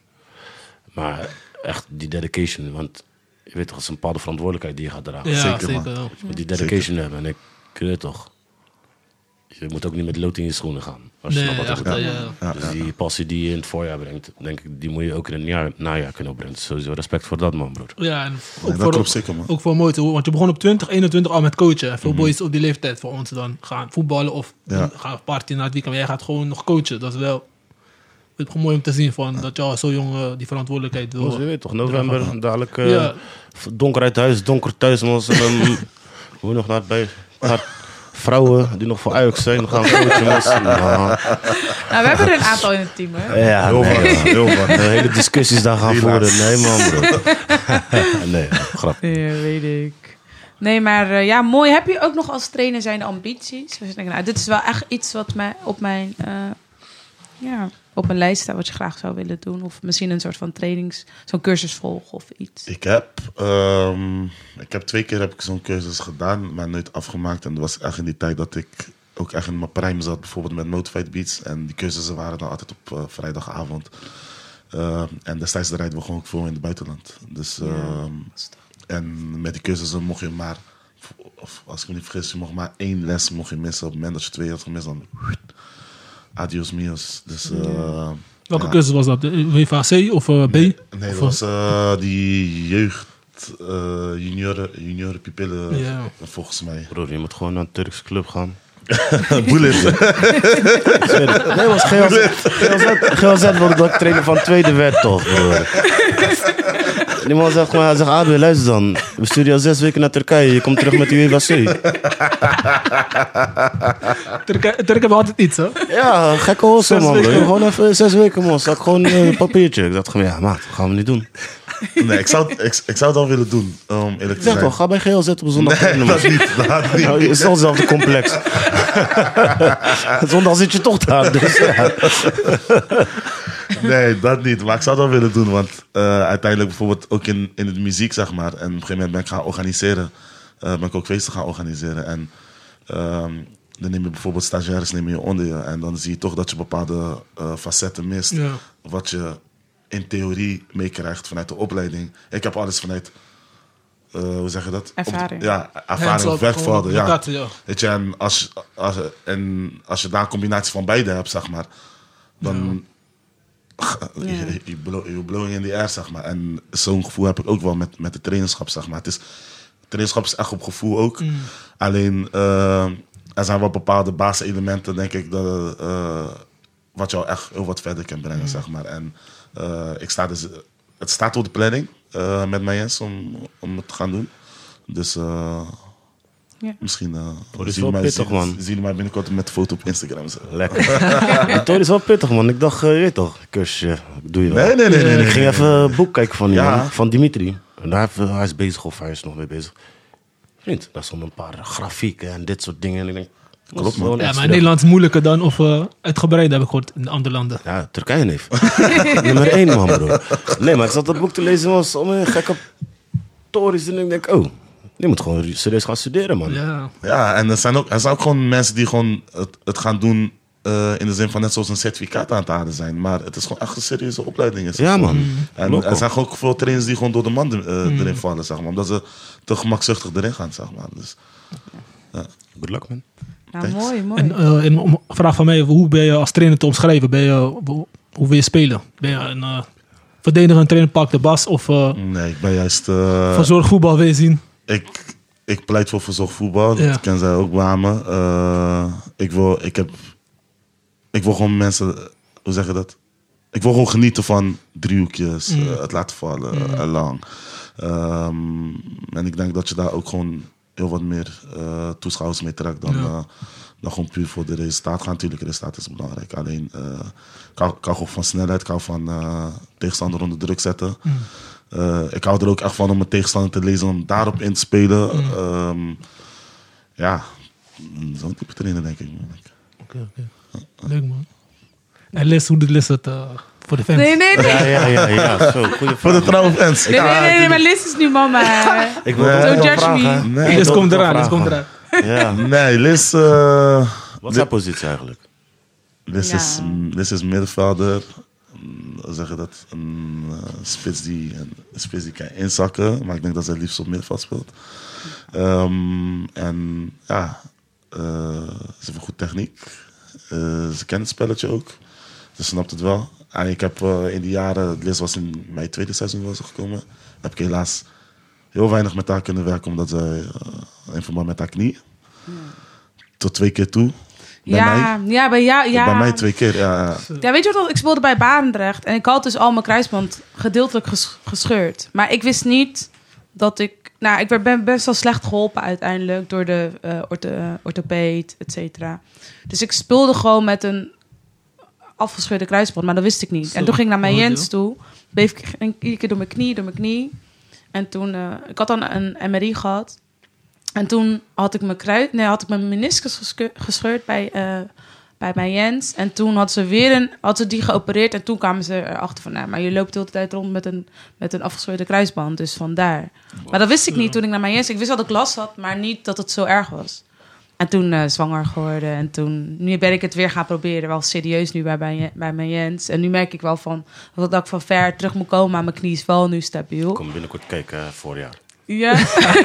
Maar echt die dedication, want je weet toch, het is een bepaalde verantwoordelijkheid die je gaat dragen. Ja, Zeker, zeker. man. wel. Je moet die dedication hebben. En ik weet toch, je moet ook niet met lood in je schoenen gaan. Als je Nee, snapt wat ik echt, bedoel. ja. Dus die passie die je in het voorjaar brengt, denk ik, die moet je ook in het najaar kunnen opbrengen. Dus sowieso respect voor dat, man, broer. Ja, en Ja, dat klopt zeker, man. ook voor mooi te horen. Want je begon op 20, 21 al met coachen. En veel boys op die leeftijd voor ons dan gaan voetballen of gaan partyen na het weekend. Maar jij gaat gewoon nog coachen. Dat is wel gewoon mooi om te zien van dat je al zo jong die verantwoordelijkheid wil. Dus je weet toch, november, dadelijk Ja. donker uit huis, donker thuis. Man, en dan hoe nog naar vrouwen die nog voor Ajax zijn, gaan coachen. Man. Nou, we hebben er een aantal in het team, hè? Ja, Heel nee, wat, man. heel wat. De hele discussies daar gaan Relax. voeren. Nee, man, bro. Nee, grap. Ja, weet ik. Nee, maar ja, mooi. Heb je ook nog als trainer zijn ambities? Als je denkt, nou, dit is wel echt iets wat mij op mijn lijst staat, wat je graag zou willen doen. Of misschien een soort van zo'n cursus volgen of iets. Ik heb 2 keer zo'n cursus gedaan, maar nooit afgemaakt. En dat was echt in die tijd dat ik ook echt in mijn prime zat, bijvoorbeeld met Motivate Beats. En die cursussen waren dan altijd op vrijdagavond. En destijds rijden we gewoon ook veel in het buitenland. Dus, en met die cursussen mocht je maar, of als ik me niet vergis, je mocht maar 1 les missen. Op het moment dat je 2 had gemist, dan adios mios. Dus, Welke ja. cursus was dat? De WVAC of B? Nee, dat was die jeugd, junioren pupillen, Ja. volgens mij. Broer, je moet gewoon naar een Turkse club gaan. Bullet. Nee, was GLZ wilde dat ik trainer van tweede werd, toch, broer. Die man zegt, maar, hij zegt, Adel, luister dan. We sturen jou 6 weken naar Turkije. Je komt terug met die WVC. Turken hebben altijd iets, hè? Ja, gekke hossel, 6 man, bro. weken. Gewoon even 6 weken, man. Zag gewoon een papiertje. Ik dacht gewoon, ja, maat, gaan we niet doen. Nee, ik zou het wel willen doen, om eerlijk te Zeg zijn. toch, ga bij GLZ op zondag Nee, trainen, man. dat niet. Nou, het is wel hetzelfde complex. Zondag zit je toch daar, dus ja. Nee, dat niet. Maar ik zou het wel willen doen, want uiteindelijk bijvoorbeeld ook in de muziek, zeg maar. En op een gegeven moment ben ik gaan organiseren. Ben ik ook feesten gaan organiseren. En dan neem je bijvoorbeeld stagiaires onder je. En dan zie je toch dat je bepaalde facetten mist. Ja. Wat je in theorie meekrijgt vanuit de opleiding. Ik heb alles vanuit hoe zeg je dat? Ervaring. Ervaring op werkvelden. Ja. Dat, ja. Weet je, en als je daar een combinatie van beide hebt, zeg maar, dan je blowing in the air, zeg maar. En zo'n gevoel heb ik ook wel met de trainerschap, zeg maar. Trainerschap is echt op gevoel ook. Alleen, er zijn wel bepaalde basiselementen, denk ik, dat, wat jou echt heel wat verder kan brengen, zeg maar. En het staat op de planning met Mayens om het te gaan doen. Dus misschien is wel pittig, man. Zien jullie mij binnenkort met foto op Instagram. Zo. Lekker. Dat is wel pittig, man. Ik dacht, je weet toch, kusje, doe je wel. Nee. Ik ging even een boek kijken van die man, van Dimitri. En hij is bezig, of hij is nog mee bezig. Vriend, daar stonden een paar grafieken en dit soort dingen. En ik denk, klopt, man. Ja, maar in Nederland is moeilijker dan of uitgebreid, heb ik gehoord, in andere landen. Ja, Turkije, neef. Nummer 1, man, bro. Nee, maar ik zat dat boek te lezen, was om een gekke tories. En ik denk, je moet gewoon serieus gaan studeren, man. Ja, en er zijn ook gewoon mensen die gewoon het gaan doen in de zin van net zoals een certificaat aan het halen zijn. Maar het is gewoon echt een serieuze opleiding. Is ja, man. En er zijn gewoon ook veel trainers die gewoon door de man erin vallen, zeg maar. Omdat ze te gemakzuchtig erin gaan, zeg maar. Dus, ja. Good luck, man. Nou, mooi. En een vraag van mij, hoe ben je als trainer te omschrijven? Hoe wil je spelen? Ben je een verdediger, een trainer, pak de bas? Of nee, ik ben juist... verzorgd voetbal wil je zien? Ik pleit voor verzorgd voetbal. Ja. Dat kennen zij ook bij me. Ik wil gewoon mensen... Hoe zeg je dat? Ik wil gewoon genieten van driehoekjes. Het laten vallen. Lang. En ik denk dat je daar ook gewoon heel wat meer toeschouwers mee trekt dan gewoon puur voor de resultaat gaan. Natuurlijk, de resultaat is belangrijk. Alleen, ik hou gewoon van snelheid. Ik hou van tegenstander onder druk zetten. Ik hou er ook echt van om een tegenstander te lezen, om daarop in te spelen. Zo'n type trainer, denk ik. Oké. Leuk, man. En Liz, hoe doet Liz het voor de fans? Nee. Ja. Zo, goeie vraag. Voor de trouwe fans. Nee, maar Liz is nu mama. Ik wil Don't judge me. Nee, Liz komt eraan. Ja. Nee, Liz... Wat is haar positie eigenlijk? Liz is middenvelder. Hoe zeg je dat? Een spits die kan inzakken. Maar ik denk dat zij liefst op middenveld speelt. Ze heeft een goede techniek. Ze kent het spelletje ook. Ze snapt het wel. En ik heb in die jaren... Liz was in mijn tweede seizoen was gekomen. Heb ik helaas heel weinig met haar kunnen werken. Omdat zij in verband met haar knie. Tot 2 keer toe. Bij mij 2 keer, ja. Ja, weet je wat? Ik speelde bij Barendrecht. En ik had dus al mijn kruisband gedeeltelijk gescheurd. Maar ik wist niet dat ik... Nou, ik ben best wel slecht geholpen uiteindelijk door de orthopeed, et cetera. Dus ik speelde gewoon met een afgescheurde kruisband, maar dat wist ik niet. Zo, en toen ging ik naar mijn Jens toe. Bleef ik iedere keer door mijn knie. En toen... ik had dan een MRI gehad. En toen had ik mijn meniscus gescheurd bij mijn Jens. En toen had ze die geopereerd. En toen kwamen ze erachter van... maar je loopt de hele tijd rond met een afgescheurde kruisband. Dus vandaar. Maar dat wist ik niet toen ik naar mijn Jens... Ik wist dat ik last had, maar niet dat het zo erg was. En toen zwanger geworden. En nu ben ik het weer gaan proberen. Wel serieus nu bij mijn Jens. En nu merk ik wel van... dat ik van ver terug moet komen. Maar mijn knie is wel nu stabiel. Ik kom binnenkort kijken voorjaar. Ja.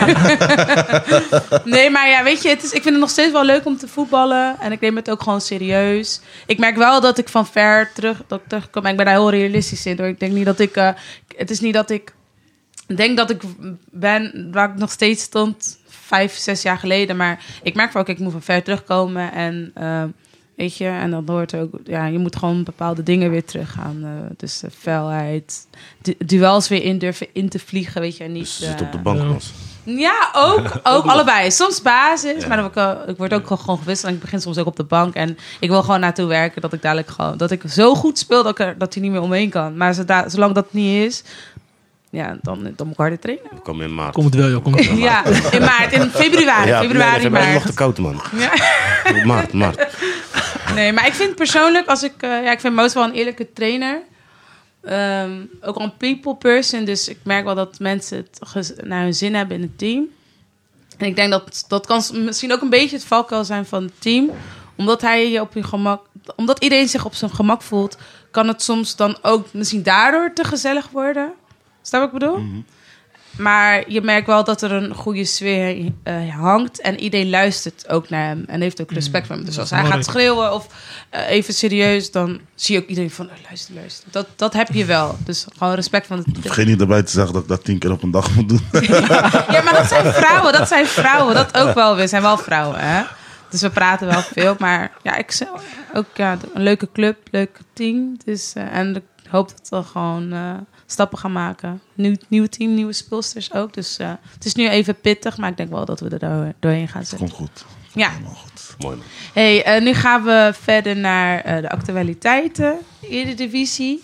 Nee, maar ja, weet je, ik vind het nog steeds wel leuk om te voetballen. En ik neem het ook gewoon serieus. Ik merk wel dat ik van ver terugkom. Maar ik ben daar heel realistisch in. Hoor. Ik denk niet dat ik... het is niet dat ik... denk dat ik ben waar ik nog steeds stond 5-6 jaar geleden. Maar ik merk wel, ik moet van ver terugkomen. En weet je, en dan hoort ook... Ja, je moet gewoon bepaalde dingen weer teruggaan. Dus felheid, duels weer durven in te vliegen, weet je. Niet, Dus je zit op de bank, man. Ja, ook allebei. Soms basis, maar ik word ook gewoon gewisseld. En ik begin soms ook op de bank. En ik wil gewoon naartoe werken dat ik dadelijk gewoon... dat ik zo goed speel dat hij niet meer omheen kan. Maar zolang dat niet is... Ja, dan moet ik harder trainen. We komen in maart. Kom het wel, joh. Kom het wel. Ja, in maart. In februari. Ja, februari, maart. maart. Nog te koud, man. Ja. Maart. Nee, maar ik vind persoonlijk, ik vind Moos wel een eerlijke trainer. Ook wel een people person. Dus ik merk wel dat mensen het naar hun zin hebben in het team. En ik denk dat kan misschien ook een beetje het valkuil zijn van het team. Omdat hij je op je gemak... Omdat iedereen zich op zijn gemak voelt... kan het soms dan ook misschien daardoor te gezellig worden. Snap wat ik bedoel? Mm-hmm. Maar je merkt wel dat er een goede sfeer hangt. En iedereen luistert ook naar hem. En heeft ook respect voor hem. Dus als hij gaat schreeuwen of even serieus... dan zie je ook iedereen van, luister. Dat heb je wel. Dus gewoon respect van het... Vergeet niet erbij te zeggen dat ik dat 10 keer op een dag moet doen. Ja, maar dat zijn vrouwen. Dat ook wel. We zijn wel vrouwen, hè? Dus we praten wel veel. Maar ja, ik zeg ook een leuke club, leuk team. Dus, en ik hoop dat we gewoon stappen gaan maken. Nieuw team, nieuwe speelsters ook. Dus het is nu even pittig, maar ik denk wel dat we er doorheen gaan zetten. Komt goed. Ja. Goed. Mooi man. Hey, nu gaan we verder naar de actualiteiten. Eredivisie.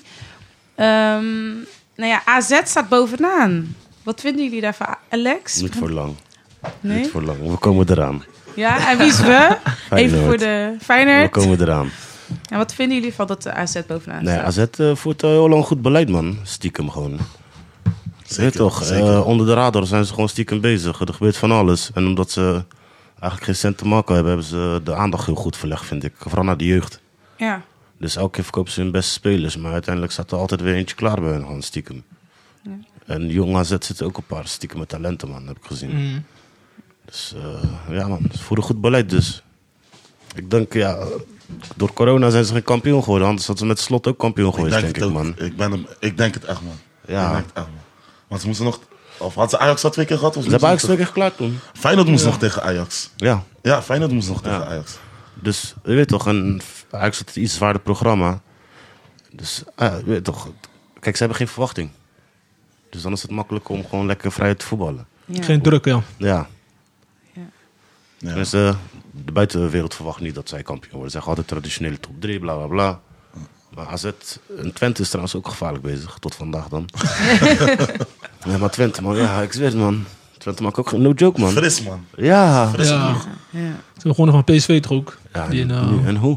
AZ staat bovenaan. Wat vinden jullie daarvan, Alex? Niet voor lang. Nee? Niet voor lang. We komen eraan. Ja, en wie is we? Even Feyenoord. voor de We Feyenoord. komen eraan. En wat vinden jullie van dat de AZ bovenaan Nee, staat? AZ voert heel lang goed beleid, man. Stiekem gewoon. Zeker, toch? zeker. Onder de radar zijn ze gewoon stiekem bezig. Er gebeurt van alles. En omdat ze eigenlijk geen cent te maken hebben ze de aandacht heel goed verlegd, vind ik. Vooral naar de jeugd. Ja. Dus elke keer verkopen ze hun beste spelers. Maar uiteindelijk staat er altijd weer eentje klaar bij hen, gewoon stiekem. Ja. En jong AZ zitten ook een paar stiekem met talenten, man, heb ik gezien. Dus ja, man. Ze voeren goed beleid, dus. Ik denk, ja, door corona zijn ze geen kampioen geworden. Anders hadden ze met Slot ook kampioen geweest, denk ik, man. Ik denk het echt, man. Ja. Ik denk het echt, man. Want ze moesten nog... Of had ze Ajax al 2 keer gehad? Of Ze hebben Ajax 2 keer geklaard toen. Feyenoord moest nog tegen Ajax. Ja. Ja, Feyenoord moest nog tegen Ja. Ajax. Dus, je weet toch, Ajax had een iets zwaarder programma. Dus, je weet toch, kijk, ze hebben geen verwachting. Dus dan is het makkelijk om gewoon lekker vrij te voetballen. Ja. Geen druk, ja. Ja. Ja. Tenminste, de buitenwereld verwacht niet dat zij kampioen worden. Ze zeggen altijd traditionele top 3, bla bla bla. Maar AZ en Twente is trouwens ook gevaarlijk bezig, tot vandaag dan. Ja, maar Twente, man, ja, ik zweer het, man. Twente maakt ook geen no joke, man. Fris, man. Ja. Fris Ja. genoeg. Ja. Ze hebben gewoon van PSV toch ook. Ja, Die en hoe?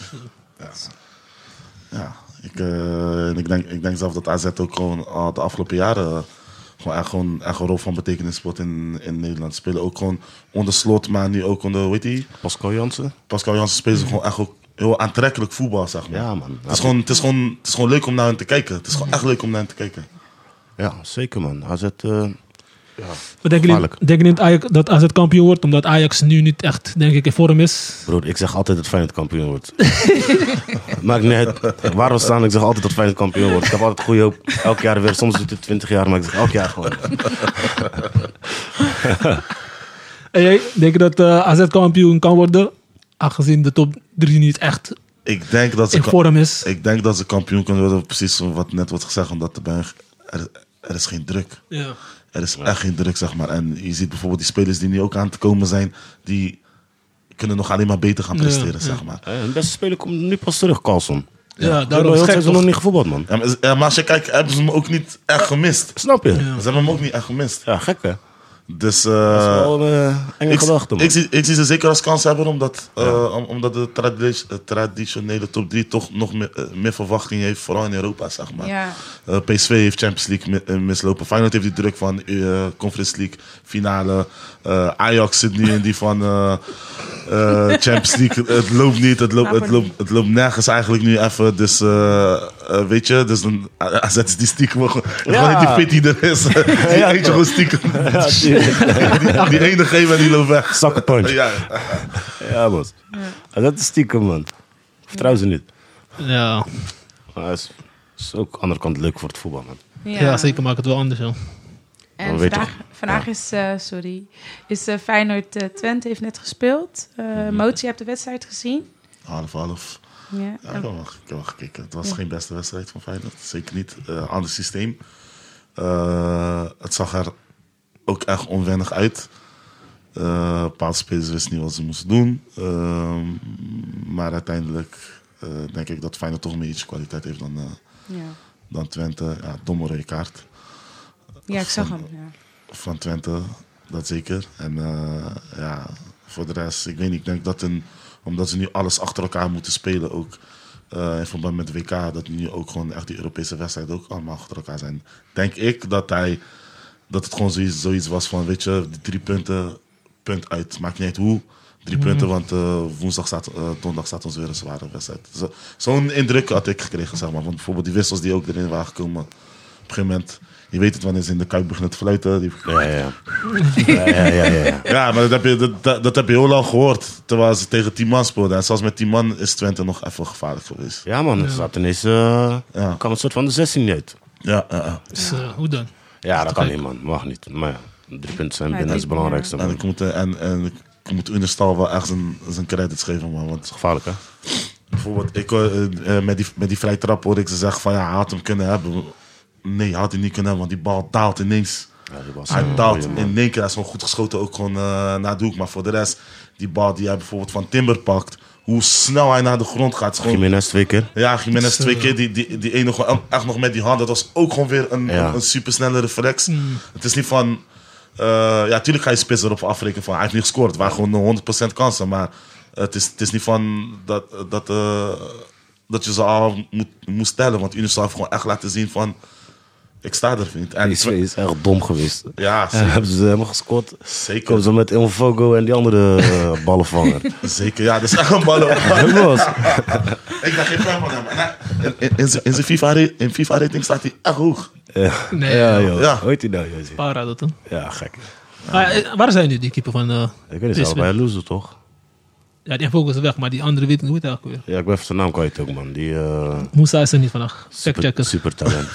Ja, ik denk zelf dat AZ ook gewoon al de afgelopen jaren gewoon echt een rol van betekenis speelt in Nederland. Ze spelen ook gewoon onder Slot, maar nu ook onder, hoe heet die? Pascal Jansen? Pascal Jansen spelen ze gewoon echt ook heel aantrekkelijk voetbal, zeg maar. Ja, man. Het is gewoon leuk om naar hen te kijken. Het is gewoon echt leuk om naar hen te kijken. Ja, zeker, man. AZ, Wat denken jullie dat AZ kampioen wordt? Omdat Ajax nu niet echt, denk ik, in vorm is. broer, ik zeg altijd dat Feyenoord kampioen wordt. Maakt niet uit waar we staan, ik zeg altijd dat Feyenoord kampioen wordt. Ik heb altijd goede hoop. Elk jaar weer, soms duurt het 20 jaar, maar ik zeg elk jaar gewoon. En jij, denk je dat AZ kampioen kan worden? Aangezien de top 3 niet echt Ik denk dat ze in vorm is. Ik denk dat ze kampioen kunnen worden, precies wat net wordt gezegd, omdat er is geen druk. Ja. Er is echt geen druk, zeg maar. En je ziet bijvoorbeeld die spelers die nu ook aan te komen zijn, die kunnen nog alleen maar beter gaan presteren, zeg maar. Hun beste speler komt nu pas terug, Carlson. Ja, Daarom daarom is het hebben gek ze nog toch? niet gevoetbald, man. Maar als je kijkt, hebben ze hem ook niet echt gemist. Snap je? Ja. Ze hebben hem ook niet echt gemist. Ja, gek hè? Dus Dat is wel een enge ik, gedachte, man. ik zie ze zeker als kans hebben, omdat de traditionele top 3 toch nog meer verwachting heeft, vooral in Europa, zeg maar. Ja. PSV heeft Champions League mislopen. Feyenoord heeft die druk van Conference League finale. Ajax zit nu in die van Champions League. Het loopt niet. Het loopt nergens eigenlijk nu even. Dus weet je, dus dan zet die stiekem gewoon niet die fit die er is. Eentje gewoon stiekem. Die ene geven en die loopt weg. Zakkenpunch. Ja. Ja, man. Ja, dat is stiekem, man. Vertrouw ze niet. Ja. Maar het is ook aan de andere kant leuk voor het voetbal, man. Ja, zeker maakt het wel anders, ja. En Dan weet vandaag is Feyenoord Twente heeft net gespeeld. Motie, je hebt de wedstrijd gezien? Half. Ja. Ja, ik heb wel gekeken. Het was geen beste wedstrijd van Feyenoord. Zeker niet. Ander systeem. Het zag er ook echt onwennig uit. Bepaalde spelers wisten niet wat ze moesten doen. Maar uiteindelijk denk ik dat Feyenoord toch meer iets kwaliteit heeft dan Twente. Ja, domme rode kaart Ja, ik zag hem. Ja. van Twente. Dat zeker. En ja, voor de rest, ik weet niet. Ik denk dat omdat ze nu alles achter elkaar moeten spelen ook. In verband met de WK, dat nu ook gewoon echt die Europese wedstrijden ook allemaal achter elkaar zijn. Denk ik dat het gewoon zoiets was van, weet je, die 3 punten, punt uit. Maakt niet uit hoe. 3 punten, want donderdag staat ons weer een zware wedstrijd. Zo'n indruk had ik gekregen, zeg maar. Want bijvoorbeeld die wissels die ook erin waren gekomen. Op een gegeven moment, Je weet het wanneer ze in de Kuip beginnen te fluiten. Ja. Ja, maar dat heb je heel lang gehoord. Terwijl ze tegen 10 man speelden. En zelfs met 10 man is Twente nog even gevaarlijk geweest. Ja, man. Het staat ineens... kwam een soort van de 16 niet uit. Ja. Dus, hoe dan? Ja, dat kan niet, man. Mag niet. Maar ja, 3 punten zijn binnen. Dat is het belangrijkste, man. En ik moet Unestal wel echt zijn credits geven, man. Want Gevaarlijk, hè? bijvoorbeeld, met die vrije trap hoorde ik ze zeggen van ja, hij had hem kunnen hebben. Nee, hij had hem niet kunnen hebben, want die bal daalt ineens. Ja, die was Hij een daalt goeie, man. in één keer. Hij is gewoon goed geschoten, ook gewoon naar de hoek. Maar voor de rest, die bal die hij bijvoorbeeld van Timber pakt, hoe snel hij naar de grond gaat. Is gewoon, Jiménez 2 keer. ja, Jiménez 2 keer. Die ene gewoon echt nog met die hand. Dat was ook gewoon weer een supersnelle reflex. Het is niet van... ja, tuurlijk ga je spits erop afrekenen van hij heeft niet gescoord. Het waren gewoon 100% kansen. Maar het is niet van dat je ze al moet stellen. Want Unistal heeft gewoon echt laten zien van... Ik sta er, vriend. En Die 2 is echt dom geweest. ja, Ja, hebben ze helemaal gescoord. zeker. Komen ze met Ilfogo en die andere ballenvanger. Zeker, ja. Dat is echt een ballen. Ik dacht geen fan van hem. En in zijn FIFA-rating staat hij echt hoog. Nee, Ja, joh. Ja. Hoe heet hij nou, Jozie? Para dat dan. Ja, gek. Maar, waar zijn nu die keeper van... Ik weet niet, ze bij loser, toch? Ja, die Fogo is weg, maar die andere weet ik niet hoe het eigenlijk weer. Ja, ik ben even zijn naam kwijt ook, man. Die Moussa is er niet vandaag. Fact-checken. super talent.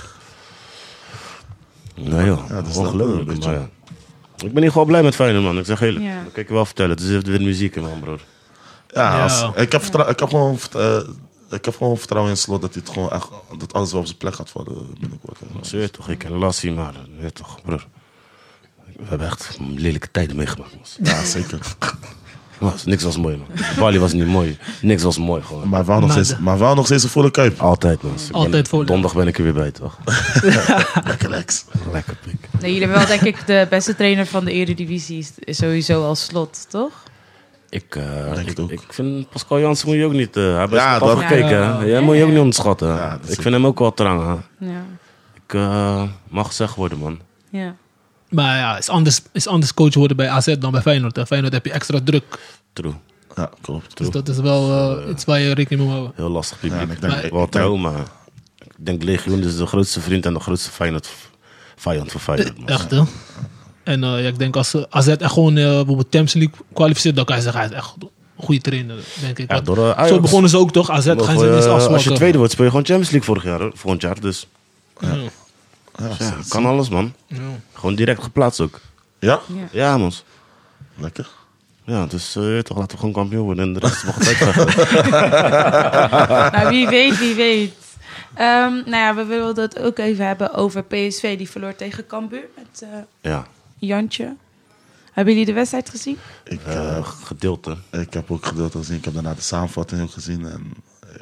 Nou joh, Ja, dat is ongelooflijk. een beetje. Maar ja. Ik ben hier gewoon blij met Feyenoord, man. Ik zeg eerlijk. Ja. Dat kan ik je wel vertellen. Het is weer muziek in, man, broer. Ja, Ja. ik heb gewoon vertrouwen in Slot dat hij het gewoon echt, dat alles wel op zijn plek gaat vallen binnenkort. Ze weet toch, ik ken Lassie, maar weet toch, broer. We hebben echt lelijke tijden meegemaakt, man. Ja, zeker. Niks was mooi, man. Bali was niet mooi. Niks was mooi, gewoon. Maar wel nog steeds een volle kuip. Altijd, man. Altijd vol. Donderdag ben ik er weer bij, toch? Lekker Lex. Lekker pik. Nee, jullie hebben wel denk ik de beste trainer van de Eredivisie is sowieso als Slot, toch? Ik het ook. vind Pascal Jansen moet je ook niet... hij heeft Ja, ja, dat- afgekeken, Ja. hè. Jij moet je ook niet onderschatten. Ja, dat is ik vind hem ook wel trang, hè. Ja. Ik mag gezegd worden, man. Ja. Maar ja, is anders coach worden bij AZ dan bij Feyenoord. Bij Feyenoord heb je extra druk. True. Ja, klopt. Dus dat is wel iets waar je rekening mee moet houden. Heel lastig Ja, publiek. en ik denk, Wel trouw, maar ik denk Legioen is de grootste vriend en de grootste vijand voor Feyenoord. man. Echt, hè? En ja, ik denk als AZ echt gewoon bijvoorbeeld Champions League kwalificeert, dan kan je zeggen, hij is echt een goede trainer, denk ik. Ja, Want door, Ajax. zo begonnen ze ook, toch? AZ gaan ze eens afsmaken. als je tweede wordt, speel je gewoon Champions League volgend jaar. Dus Ja. ja, kan alles, man. Ja. Gewoon direct geplaatst ook. Ja? Ja, man. Lekker. Ja, dus toch laten we gewoon kampioen worden en de rest mag het uitvechten. Nou, wie weet. Nou ja, we wilden het ook even hebben over PSV. Die verloor tegen Cambuur met Ja, Jantje. Hebben jullie de wedstrijd gezien? gedeelte. Ik heb ook gedeelte gezien. Ik heb daarna de samenvatting ook gezien. En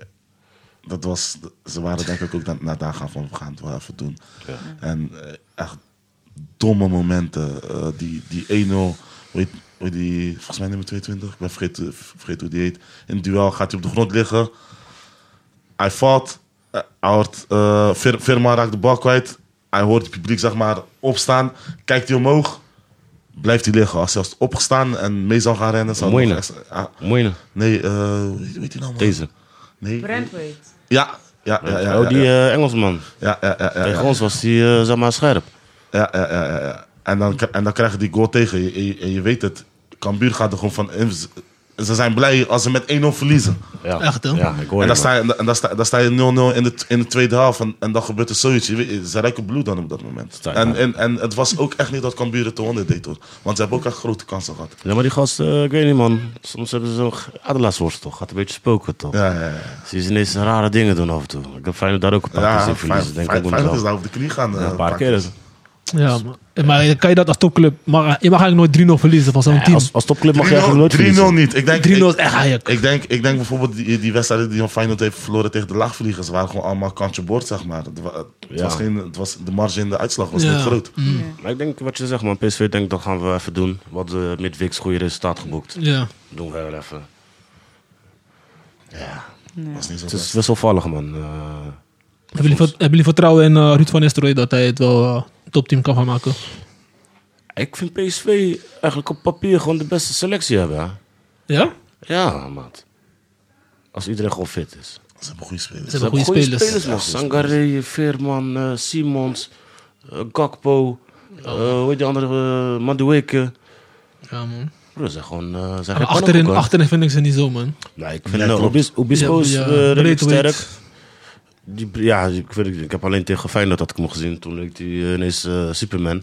ze waren denk ik ook naar daar gaan van we gaan het wel even doen. Ja. En echt domme momenten. Die 1-0, volgens mij nummer 22, ik ben vergeten hoe die heet. In het duel gaat hij op de grond liggen. Hij valt. Veerman raakt de bal kwijt. Hij hoort het publiek zeg maar opstaan. Kijkt hij omhoog. Blijft hij liggen. Als hij was opgestaan en mee zou gaan rennen. Zou Mooi, nog hè? extra- Mooi, nee, hoe heet hij nou man? deze. Nee. Brentwaite. Ja. Oh, die Engelsman. Ja. Tegen ons was die, zeg maar, scherp. Ja. En dan krijg je die goal tegen. En je weet het. Cambuur gaat er gewoon van in. Ze zijn blij als ze met 1-0 verliezen. Ja. Echt, hè? Ja, ik hoor En je, dan sta je 0-0 in de tweede helft. En dan gebeurt er zoiets. Je weet, ze ruiken bloed dan op dat moment. Sta je En het was ook echt niet dat Cambuur het te 100 deed, hoor. Want ze hebben ook echt grote kansen gehad. Ja, maar die gast, ik weet niet, man. Soms hebben ze zo'n adelaarsworst, toch? Gaat een beetje spoken, toch? Ja. Zie je ineens rare dingen doen af en toe. Ik heb Feyenoord daar ook een paar keer zien verliezen. Denk ik ook Feyenoord is mezelf. daar op de knie gaan. Ja, een paar keer. Ja, maar kan je dat als topclub... je mag eigenlijk nooit 3-0 verliezen van zo'n team. Als topclub mag je 3-0 eigenlijk nooit 3-0 verliezen. niet. Ik denk, 3-0 is echt Ajax. Ik denk bijvoorbeeld die wedstrijden die Feyenoord heeft verloren tegen de laagvliegers. waren gewoon allemaal kantje boord, zeg maar. De marge in de uitslag was niet groot. Maar ik denk wat je zegt, man. PSV denkt, dat gaan we even doen. Wat midweeks goede resultaat geboekt. Ja. Doen we wel even. Ja, Was niet zo het is best. wisselvallig, man. Hebben jullie vertrouwen in Ruud van Nistelrooy dat hij het wel topteam kan gaan maken? Ik vind PSV eigenlijk op papier gewoon de beste selectie hebben, hè? Ja? Ja, maat. Als iedereen gewoon fit is. Ze hebben goede spelers. Ze hebben goede spelers. man. Sangaré, Veerman, Simons, Gakpo, hoe heet die andere, Madueke. Ja, man. Bro, dat zijn gewoon... zijn Maar geen pannenkoeken. achterin vind ik ze niet zo, man. Nee, ik vind Ja, klopt. Obispo is Ja, redelijk breedweight. sterk. Ik heb alleen tegen Feyenoord dat ik hem gezien. Toen leek hij ineens Superman.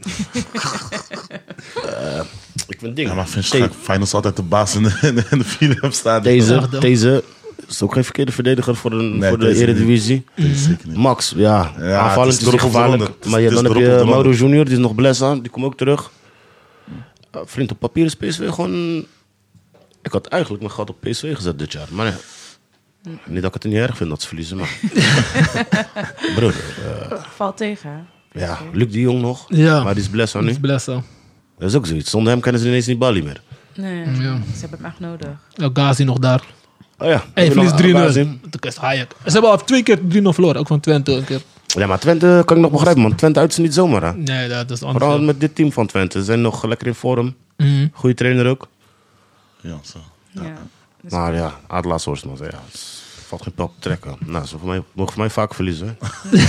Ik vind dingen. Ja, maar vind je gek? Feyenoord is altijd de baas in de Philips-stadion. Deze is ook geen verkeerde verdediger voor de deze Eredivisie. Nee, zeker niet. Max, ja, Ja, aanvallend het is is hij erop gevaarlijk. of eronder. Maar Het is dan heb erop of je eronder. Mauro Junior, die is nog blessa. Die komt ook terug. Vriend, op papier is PSV gewoon... Ik had eigenlijk mijn gat op PSV gezet dit jaar. Maar ja, niet dat ik het niet erg vind dat ze verliezen, maar... Broer, Valt tegen, hè? ja, Luc de Jong nog. Ja. Maar die is blessa Dat nu. is Blessa. Dat is ook zoiets. Zonder hem kennen ze ineens niet Bali meer. Nee, Ja. ze hebben hem echt nodig. El Ghazi nog daar. Oh ja. Hey, Heb je nog verlies 3-0. Abazi? Toen is Hayek. Ze hebben al 2 keer 3-0 verloren. Ook van Twente een keer. Ja, maar Twente kan ik nog begrijpen, man. Twente uit ze niet zomaar, hè. Nee, dat is Vooral anders. met dit team van Twente. Ze zijn nog lekker in vorm. Goeie trainer ook. Ja, zo. Ja. Dus Maar ja, Adelaars Horst, man. Ja, het valt geen pap te trekken. Nou, ze mogen voor mij vaak verliezen, hè.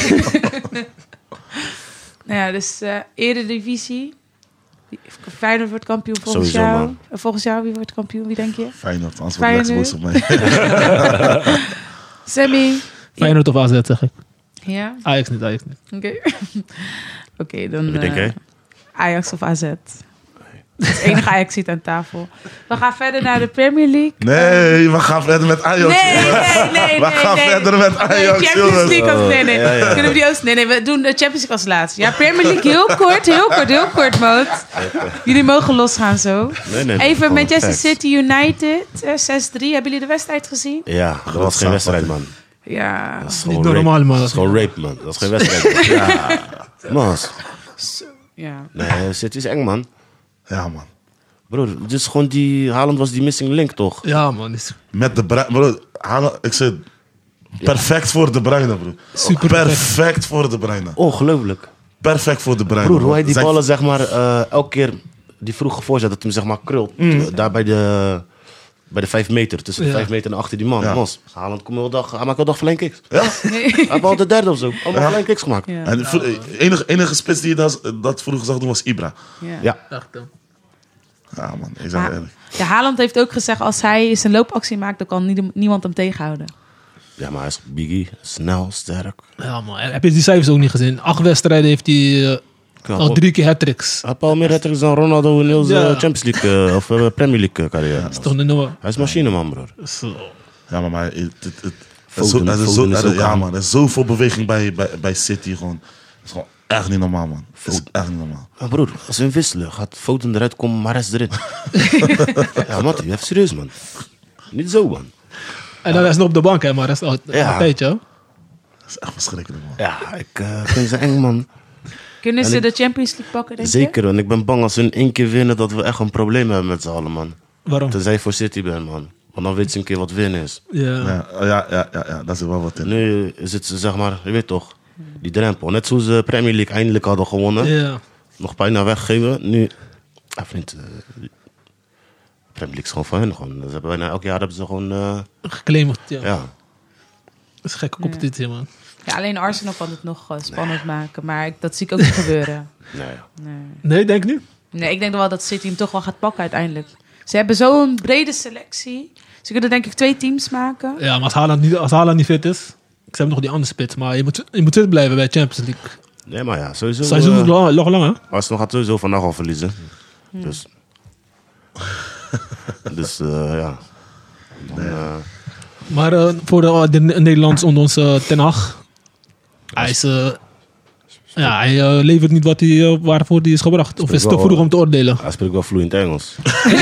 Nou ja, dus Eredivisie. Feyenoord wordt kampioen volgens Sowieso, jou. man. Volgens jou, wie wordt kampioen? Wie denk je? Feyenoord, anders wordt Lex Feyenoord. boos op mij. Sammy? Feyenoord of AZ, zeg ik. Ja? Ajax niet. Oké. Oké, dan Wie denk jij? Ajax of AZ. Dat is het enige Ajax zit aan tafel. We gaan verder naar de Premier League. Nee, we gaan verder met Ajax. Nee. We gaan verder met Ajax, Nee, Champions jongens. League als... Nee. Ja, ja. Kunnen we die ook... Nee, we doen de Champions League als laatste. Ja, Premier League heel kort, Moot. Jullie mogen losgaan zo. Nee. Even gewoon Manchester facts. City United, 6-3. Hebben jullie de wedstrijd gezien? Ja, dat was geen wedstrijd, man. Ja. Dat is Niet gewoon normaal, rape. man. Dat is gewoon rape, man. Dat is geen wedstrijd. Ja. Man. Ja. Nee, City is eng, man. Ja, man. Broer, het is gewoon die... Haaland was die missing link, toch? Ja, man. Is Met de Bruyne, bro. Ik zeg, perfect voor de Bruyne, bro. Super Perfect voor de Bruyne. Ongelooflijk. Perfect voor de Bruyne. Broer, hoe hij die Zijn- ballen, zeg maar, elke keer die vroege voorzet, dat hem, zeg maar, krult. Daar bij de 5 meter, tussen de Ja. 5 meter en achter die man. Ja. Mos, Haaland komt wel dag, hij maakt wel dag flank kicks. Ja? Hij heeft al de derde of zo. Allemaal flank kicks gemaakt. Ja. En de enige spits die dat vroeger zag doen was Ibra. Ja. echt, Ja, man. Ik zeg Maar- eerlijk. Ja, Haaland heeft ook gezegd, als hij zijn loopactie maakt, dan kan niemand hem tegenhouden. Ja, maar hij is biggie, snel, sterk. Ja, man. Heb je die cijfers ook niet gezien? 8 wedstrijden heeft hij al 3 keer hat-tricks. Hij heeft al meer hattricks dan Ronaldo in heel zijn Ja. Champions League of Premier League carrière. Dat is toch een nummer? Hij is machine, man, broer. Zo. Ja, maar er Foden is ook ja, aan. man. Er is zoveel beweging bij City gewoon. Het is gewoon echt niet normaal, man. Het is echt niet normaal. Maar broer, als we hem wisselen, gaat Foden eruit komen, maar rest erin. Ja, Mattie, even serieus, man. Niet zo, man. En dan is hij nog op de bank, hè, maar dat is al Ja. een tijdje. Hoor. Dat is echt verschrikkelijk, man. Ja, ik vind ze eng, man. Kunnen ze de Champions League pakken, denk je? Zeker, en ik ben bang als we in 1 keer winnen, dat we echt een probleem hebben met z'n allen, man. Waarom? Tenzij je voor City bent, man. Want dan weet ze een keer wat winnen is. Ja. Ja, daar zit wel wat in. Nu is het, zeg maar, je weet toch, die drempel. Net zoals de Premier League eindelijk hadden gewonnen. Ja. Nog bijna weggegeven. Nu, vriend, de Premier League is gewoon van hun. Gewoon. Ze hebben bijna elk jaar hebben ze gewoon, Geclaimd, ja. ja. Dat is een gekke competitie, man. Ja, alleen Arsenal kan het nog spannend maken, maar dat zie ik ook niet gebeuren. Nee. Nee, denk niet. Nee, ik denk wel dat City hem toch wel gaat pakken uiteindelijk. Ze hebben zo'n brede selectie. Ze kunnen denk ik 2 teams maken. Ja, maar als Haaland niet fit is... Ik heb nog die andere spits, maar je moet fit blijven bij Champions League. Nee, maar ja, sowieso. Seizoen is nog lang, hè? Arsenal gaat sowieso vandaag al verliezen. Dus, ja. Dan, Maar voor de Nederlands onder ons Ten Hag... Hij is... hij levert niet wat hij, waarvoor hij is gebracht. Of is het te vroeg om te oordelen? hij spreekt wel vloeiend Engels.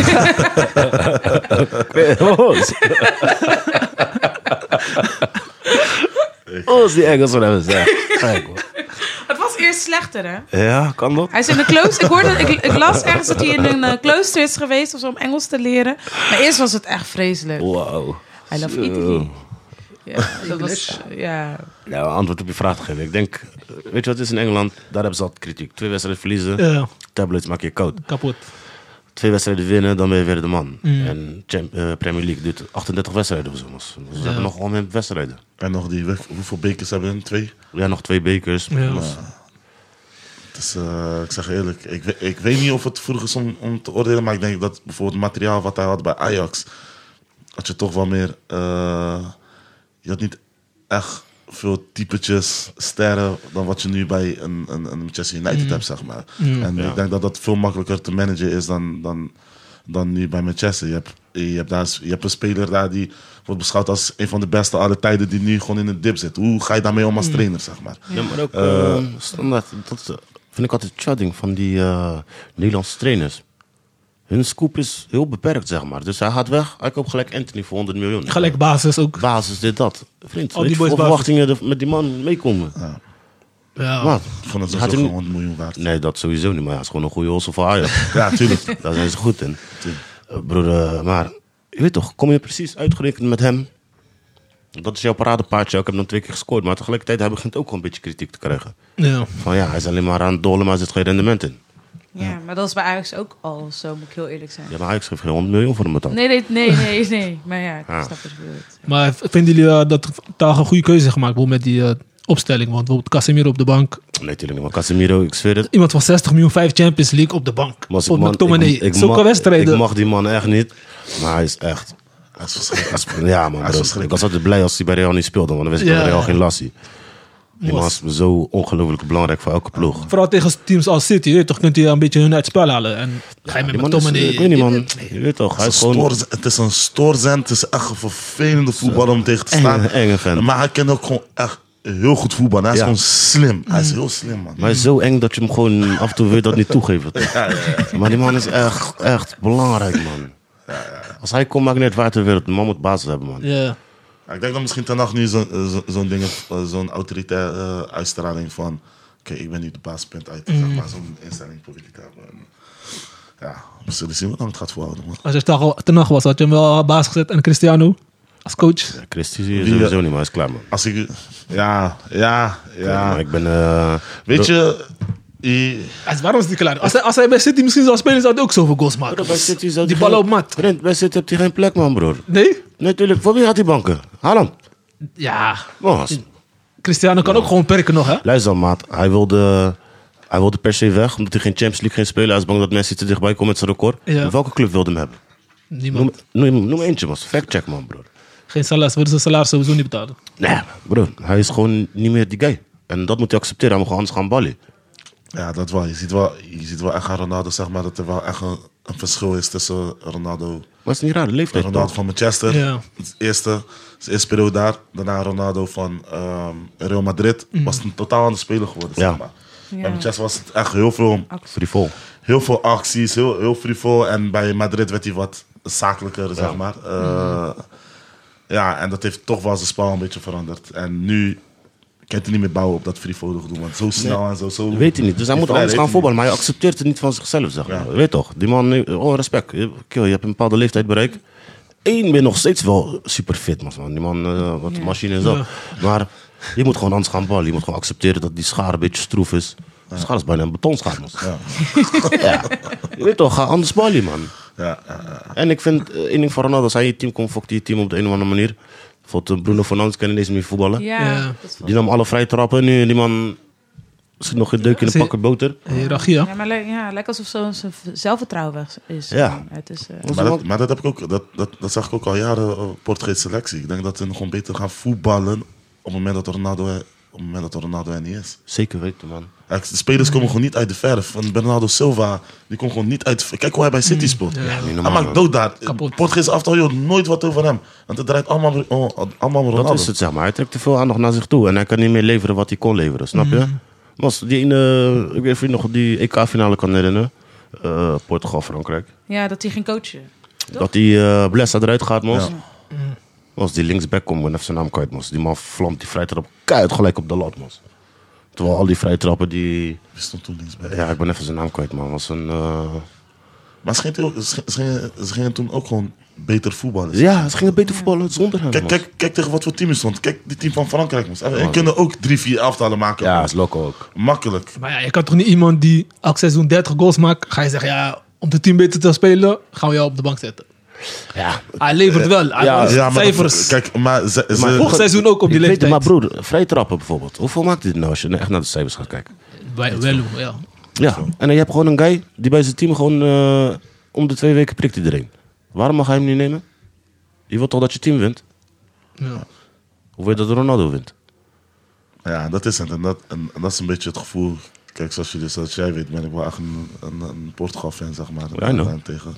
Oh, is die Engels van hem zeggen. Het was eerst slechter, hè? Ja, kan dat? Hij is in een klooster. Ik las ergens dat hij in een klooster is geweest of zo om Engels te leren. Maar eerst was het echt vreselijk. Wow. I love Zo. Italy. Ja, dat was... Ja. Nou, antwoord op je vraag te geven. Ik denk, weet je wat het is in Engeland? Daar hebben ze altijd kritiek. 2 wedstrijden verliezen, Ja, tablets maak je koud. kapot. 2 wedstrijden winnen, dan ben je weer de man. En Premier League duurt 38 wedstrijden of zo. Dus ze hebben nog wel meer wedstrijden. En nog hoeveel bekers hebben we? 2? Ja, nog 2 bekers. Ja. Dus Dus ik zeg eerlijk, ik weet niet of het vroeg is om te oordelen, maar ik denk dat bijvoorbeeld het materiaal wat hij had bij Ajax, had je toch wel meer, je had niet echt veel typetjes, sterren, dan wat je nu bij een Manchester United hebt, zeg maar. En ik denk dat dat veel makkelijker te managen is dan nu bij Manchester. Je hebt een speler daar die wordt beschouwd als een van de beste aller tijden die nu gewoon in de dip zit. Hoe ga je daarmee om als trainer, zeg maar? Ja, maar ook standaard, dat vind ik altijd chudding van die Nederlandse trainers. Hun scoop is heel beperkt, zeg maar. Dus hij gaat weg, hij koopt gelijk Anthony voor 100 miljoen. Gelijk basis ook. Basis, dit, dat. Vriend, Al weet die je boys hoeveel basis. verwachtingen met die man meekomen? Ja. Wat? Ik vond het Gaat sowieso hij gewoon 100 miljoen waard. Nee, dat sowieso niet. Maar hij is gewoon een goede hossel voor Ajax. Ja, tuurlijk. Daar zijn ze goed in. Broer, maar je weet toch, kom je precies uitgerekend met hem. Dat is jouw paradepaardje. Ik heb dan 2 keer gescoord. Maar tegelijkertijd hij begint ook wel een beetje kritiek te krijgen. Ja. Van ja, hij is alleen maar aan het dollen, maar er zit geen rendement in. Ja, maar dat is bij Ajax ook al zo, moet ik heel eerlijk zijn. Ja, maar Ajax geeft geen 100 miljoen voor hem betaald. Nee. Maar ja, ik Ja. snap wat je bedoelt. Maar vinden jullie dat Taag een goede keuze heeft gemaakt bijvoorbeeld met die opstelling? Want bijvoorbeeld Casemiro op de bank. Nee, natuurlijk niet. Maar Casemiro, ik zweer het. Iemand van 60 miljoen, 5 Champions League op de bank. Maar als Bijvoorbeeld man- McTominay. Zulke mag- wedstrijden. Ik mag die man echt niet. Maar hij is echt... Hij is verschrikkelijk. Ja, man. Hij is Bro. verschrikkelijk. Ik was altijd blij als hij bij Real niet speelde. Want dan wist ik Ja. dat Real geen lassie. Die man Was. is zo ongelooflijk belangrijk voor elke ploeg. Vooral tegen teams als City. Je weet toch, kunt hij een beetje hun uit het spel halen. En ga je met Die man is, McTominay. ik weet niet, man. Je weet toch, hij is gewoon... Het is een stoorzend. Het is echt een vervelende voetballer om tegen te staan. Enge fan. Maar hij kan ook gewoon echt heel goed voetballen. Hij is Ja. gewoon slim. Hij is heel slim, man. Maar hij is zo eng dat je hem gewoon af en toe wil dat niet toegeven. Maar die man is echt belangrijk, man. Als hij komt, maakt niet uit waar ter wereld. De man moet basis hebben, man. Ja. Ja, ik denk dat misschien Ten Hag nu zo'n ding heeft, zo'n autoritaire uitstraling van... Oké, ik ben nu de baas, punt uit. Zeg maar, zo'n instelling politiek hebben. En, ja, we zullen zien hoe lang het gaat volhouden, man. Als je ten nacht was, had je hem wel baas gezet. En Cristiano als coach. Ja, Christy zie je sowieso niet, maar hij is klaar, man. Als ik... Ja. Maar ik ben... Weet je... Waarom is hij klaar? Als hij bij City misschien zou spelen, zou hij ook zoveel goals maken. Bij City zou Die hij ballen geen- op mat. Vriend, bij City hebt hij geen plek, man, broer. Nee? Natuurlijk, voor wie gaat hij banken? Haaland. Ja. Mos. Cristiano kan ook gewoon perken nog, hè? Luister dan, maat. Hij wilde per se weg, omdat hij geen Champions League ging spelen. Hij is bang dat Messi te dichtbij komt met zijn record. Ja. Welke club wilde hem hebben? Niemand. Noem eentje, man. Fact check, man, broer. Geen salaris. Willen ze salaris sowieso niet betalen. Nee, broer. Hij is gewoon niet meer die guy. En dat moet hij accepteren. Hij moet gewoon anders gaan ballen. Ja, dat wel. Je ziet wel echt aan Ronaldo, zeg maar, dat er wel echt een verschil is tussen Ronaldo... Maar het is niet raar, de leeftijd. Ronaldo toch? van Manchester, Ja. zijn eerste periode daar. Daarna Ronaldo van Real Madrid. Was een totaal andere speler geworden, Ja. zeg maar. Bij Manchester was het echt heel veel acties, heel frivol. En bij Madrid werd hij wat zakelijker, zeg maar. Ja, en dat heeft toch wel zijn spel een beetje veranderd. En nu kan hij niet meer bouwen op dat frivole gedoe. Want zo snel en zo... Dat weet hij niet. Dus hij moet anders gaan voetballen. Maar hij accepteert het niet van zichzelf, zeg maar. Ja. Je weet toch? Die man, respect. Kill, je hebt een bepaalde leeftijd bereikt. Ben je nog steeds wel super fit, man. Die man, wat machine en zo. Ja. Maar je moet gewoon anders gaan ballen. Je moet gewoon accepteren dat die schaar een beetje stroef is. De schaar is bijna een betonschaar, man. Ja. Ja. Je weet toch, ga anders ballen, man. Ja. En ik vind, één ding van Ronaldo, als hij je team komt, fokt hij je team op de een of andere manier. Bijvoorbeeld Bruno Fernandes kan ineens meer voetballen. Ja, Ja. dat is Die nam alle vrije trappen. Nu die man schiet nog een deuk in de pakken boter. Hiërarchie, ja. Ja, maar lijkt alsof zo'n zelfvertrouwen weg is. Ja. Het is, Maar dat heb ik ook, dat zag ik ook al jaren op Portugese selectie. Ik denk dat ze nog gewoon beter gaan voetballen op het moment dat Ronaldo er niet is. Zeker weten, man. De spelers komen gewoon niet uit de verf. Van Bernardo Silva, die komt gewoon niet uit. Kijk hoe hij bij City speelt. Ja. Niet Hij normaal, maakt man. dood daar. Kapot. Portugese aftal, joh, nooit wat over hem. Want het draait allemaal om Ronaldo. Dat is het, zeg maar. Hij trekt te veel aandacht naar zich toe. En hij kan niet meer leveren wat hij kon leveren, snap je? Was die ene, ik weet of je nog die EK-finale kan herinneren. Portugal-Frankrijk. ja, dat hij ging coachen. Dat die Blessa eruit gaat, mos. Ja. Als die linksback komt, en even zijn naam kwijt, mos. Die man vlamt die vrije trap keihard gelijk op de lat, mos. Terwijl al die vrije trappen die... Wie stond toen linksbij? Ja, ik ben even zijn naam kwijt, man. Was een... Maar ze gingen toen ook gewoon beter voetballen. Ja, ze gingen beter voetballen zonder hem, mos. Kijk tegen wat voor team er stond. Kijk, die team van Frankrijk moest. En kunnen ook 3-4 elftallen maken. Ja, bro. is loco ook. Makkelijk. Maar ja, je kan toch niet iemand die elk seizoen 30 goals maakt, ga je zeggen, ja, om het team beter te spelen, gaan we jou op de bank zetten. Ja, Hij levert wel. Hij Ja, heeft Ja, maar cijfers. kijk, maar Vorig seizoen ook op die ik weet het, leeftijd. maar broer, vrije trappen bijvoorbeeld. Hoeveel maakt dit nou als je echt naar de cijfers gaat kijken? Wel, ja. Ja, en je hebt gewoon een guy die bij zijn team gewoon om de 2 weken prikt iedereen. Waarom mag hij hem niet nemen? Je wilt toch dat je team wint? Ja. Of wil je dat Ronaldo wint? Ja, dat is het. En dat is een beetje het gevoel. Kijk, zoals jij weet, ben ik wel echt een Portugal-fan, zeg maar. I know. Tegen.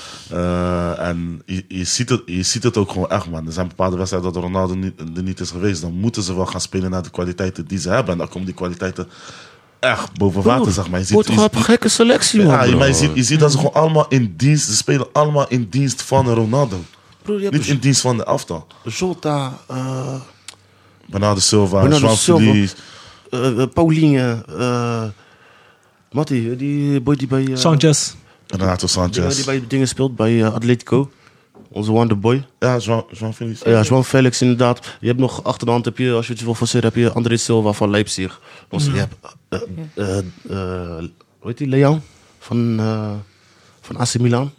En je ziet het ook gewoon echt, man. Er zijn bepaalde wedstrijden dat Ronaldo er niet is geweest. Dan moeten ze wel gaan spelen naar de kwaliteiten die ze hebben. En dan komen die kwaliteiten echt boven water, zeg maar. Je ziet, Portugal een gekke selectie, man. ja, maar je ziet dat ze gewoon allemaal in dienst... Ze spelen allemaal in dienst van Ronaldo. Broer, je hebt Niet in dienst van de aftal. Jota, Bernardo Silva, Bernardo João Silva. Feliz. Paulinho, Matti, die boy die bij... Sanchez. Renato die Sanchez. bij dingen speelt, bij Atletico. Onze wonderboy. Ja, João Feliz. Ja, João Felix inderdaad. Je hebt nog achter de hand, als je het wil forceren, heb je André Silva van Leipzig. Je hebt, hoe heet die, Leão van AC Milan.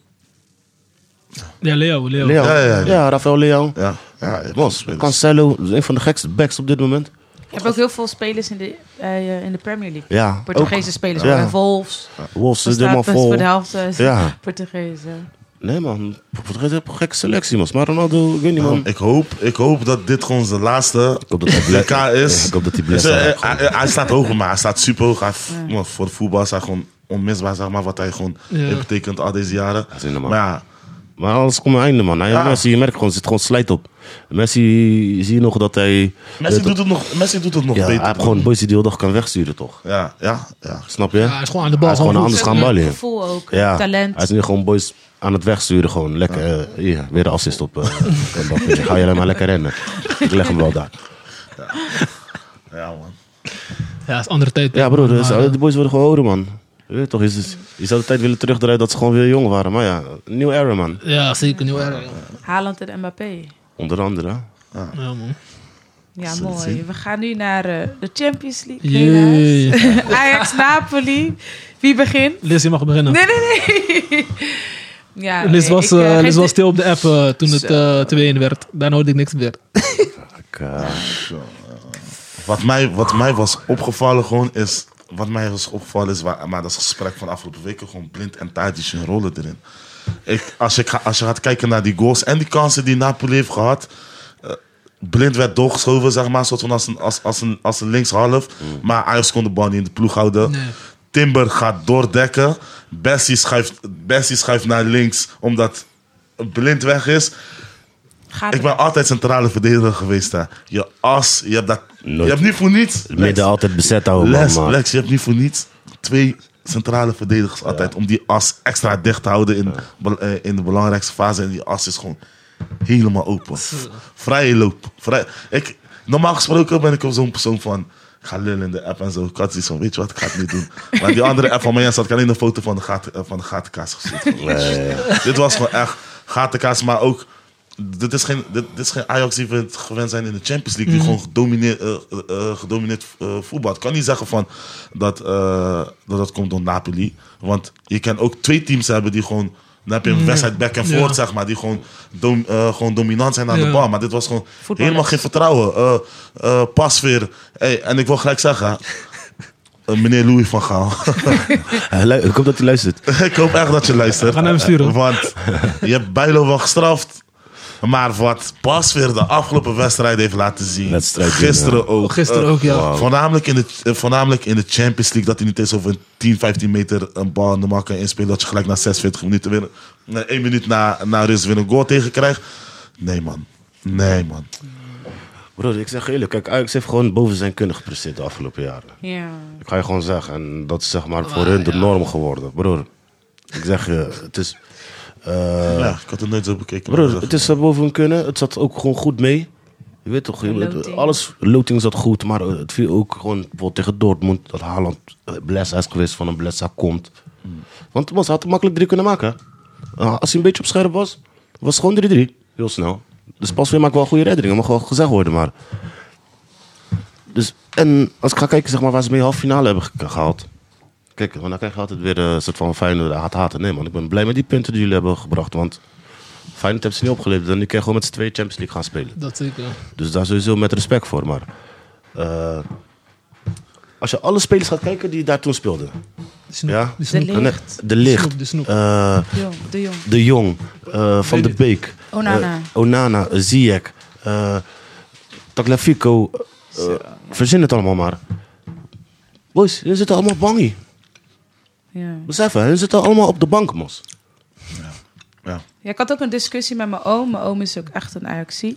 Ja, Leo. Leão. Ja. Ja, Rafael Leão. Ja, Mos, Cancelo, is een van de gekste backs op dit moment. Je hebt ook heel veel spelers in de Premier League. Ja, Portugese spelers. Ja. Wolves. Wolves Dat is helemaal staat best vol. voor de helft Ja. Portugezen. Nee man, Portugal heeft een gekke selectie man. Maar Ronaldo, ik weet niet man. Ik hoop dat dit gewoon zijn laatste Ik hoop dat hij WK is. Ik hoop dat hij Dus, blessed hij staat hoog, maar hij staat super hoog. Voor het voetbal is hij gewoon onmisbaar, zeg maar, wat hij gewoon heeft betekend al deze jaren. Dat is normaal. Maar ja, Maar alles komt een einde man. Messi, je merkt gewoon, er zit gewoon slijt op. Messi, zie je nog dat hij... Messi doet het nog Ja, hij beter. heeft gewoon boys die de hele dag kan wegsturen toch? Ja. Snap je? Ja, hij is gewoon aan de bal. Hij is gewoon goed. anders gaan ballen. Gevoel ook. Ja, Talent. hij is nu gewoon boys aan het wegsturen gewoon. Lekker, hier, weer de assist op. Ga je maar lekker rennen. Ik leg hem wel daar. Ja, man. Ja, het is andere tijd. Ja broer, Maar, de boys worden gewoon ouder man. Je weet toch, je zou de tijd willen terugdraaien dat ze gewoon weer jong waren. Maar ja, een nieuwe era man. Ja, zeker. Nieuw erg. Haaland en Mbappé. Onder andere. Ja, man. Ja, mooi. We gaan nu naar de Champions League. Jee. helaas. Ajax-Napoli. Wie begint? Liz, je mag beginnen. Nee. Ja, Liz was, geef Liz dit- was stil op de app toen het 2-1 werd. Daarna hoorde ik niks meer. Wat mij was opgevallen gewoon is... maar dat is het gesprek van de afgelopen weken... gewoon Blind en Tadic hun rollen erin. Als je gaat kijken naar die goals en die kansen die Napoli heeft gehad... Blind werd doorgeschoven, zeg maar, soort van als een linkshalf. Maar Ajax kon de bal niet in de ploeg houden. Nee. Timber gaat doordekken. Bessie schuift naar links, omdat Blind weg is. Gaat Ik ben altijd centrale verdediger geweest. Hè. Je as, je hebt niet voor niets. Midden altijd bezet houden man. Lex, je hebt niet voor niets 2 centrale verdedigers altijd. Om die as extra dicht te houden in de belangrijkste fase. En die as is gewoon helemaal open. Vrije loop. Normaal gesproken ben ik op zo'n persoon van... Ik ga lullen in de app en zo. Ik had zoiets van, weet je wat, ik ga het niet doen. Maar die andere app van mij had ik alleen een foto van de gatenkaas gezien. Dit was gewoon echt gatenkaas, maar ook... Dit is geen Ajax die we gewend zijn in de Champions League. Die gewoon gedomineerd voetbal. Ik kan niet zeggen van dat komt door Napoli. Want je kan ook 2 teams hebben die gewoon... Dan heb je een wedstrijd back en forth, zeg maar. Die gewoon dominant zijn aan de bal. Maar dit was gewoon helemaal geen vertrouwen. Pas weer. Hey, en ik wil gelijk zeggen... meneer Louis van Gaal. Ik hoop dat hij luistert. Ik hoop echt dat je luistert. We gaan hem sturen. Want je hebt Bijlo wel gestraft. Maar wat Pas weer de afgelopen wedstrijd heeft laten zien. Wedstrijd, Gisteren ja. ook. Gisteren ook, ja. Wow. Voornamelijk in de Champions League. Dat hij niet eens over 10, 15 meter een bal normaal kan inspelen. Dat je gelijk na 46 minuten weer... 1 minuut na rust weer een goal tegen krijgt. Nee, man. Broer, ik zeg eerlijk, kijk, Ajax heeft gewoon boven zijn kunnen gepresteerd de afgelopen jaren. Ja. Ik ga je gewoon zeggen. En dat is zeg maar voor hun de norm geworden. Broer, ik zeg je, het is... Ja, ik had het nooit zo bekeken. Broer, het is boven hun kunnen. Het zat ook gewoon goed mee. Je weet toch, Loting. alles, loting zat goed. Maar het viel ook gewoon bijvoorbeeld tegen Dortmund. Dat Haaland blessa is geweest van een blessa komt. Want hij had het makkelijk 3 kunnen maken. Als hij een beetje op scherp was het gewoon 3-3. Heel snel. Dus pas weer maakt wel goede reddingen. Mag wel gezegd worden, maar... Dus, en als ik ga kijken zeg maar, waar ze mee halve finale hebben gehaald. Kijk, want dan krijg je altijd weer een soort van Feyenoord haten. Nee man, ik ben blij met die punten die jullie hebben gebracht. Want Feyenoord heeft ze niet opgeleverd. En die kan gewoon met z'n 2 Champions League gaan spelen. Dat zeker. Dus daar sowieso met respect voor. Maar als je alle spelers gaat kijken die daar toen speelden. Ja? Die Snoep. De Ligt. De Ligt. De Snoep. De Jong. Van de Beek. Onana. Onana, Ziyech. Tagliafico. Verzin het allemaal maar. Boys, jullie zitten allemaal bangie. Ja. Besef, jullie zitten allemaal op de bank, mos. Ja. Ja, ik had ook een discussie met mijn oom. Mijn oom is ook echt een Ajaxiet.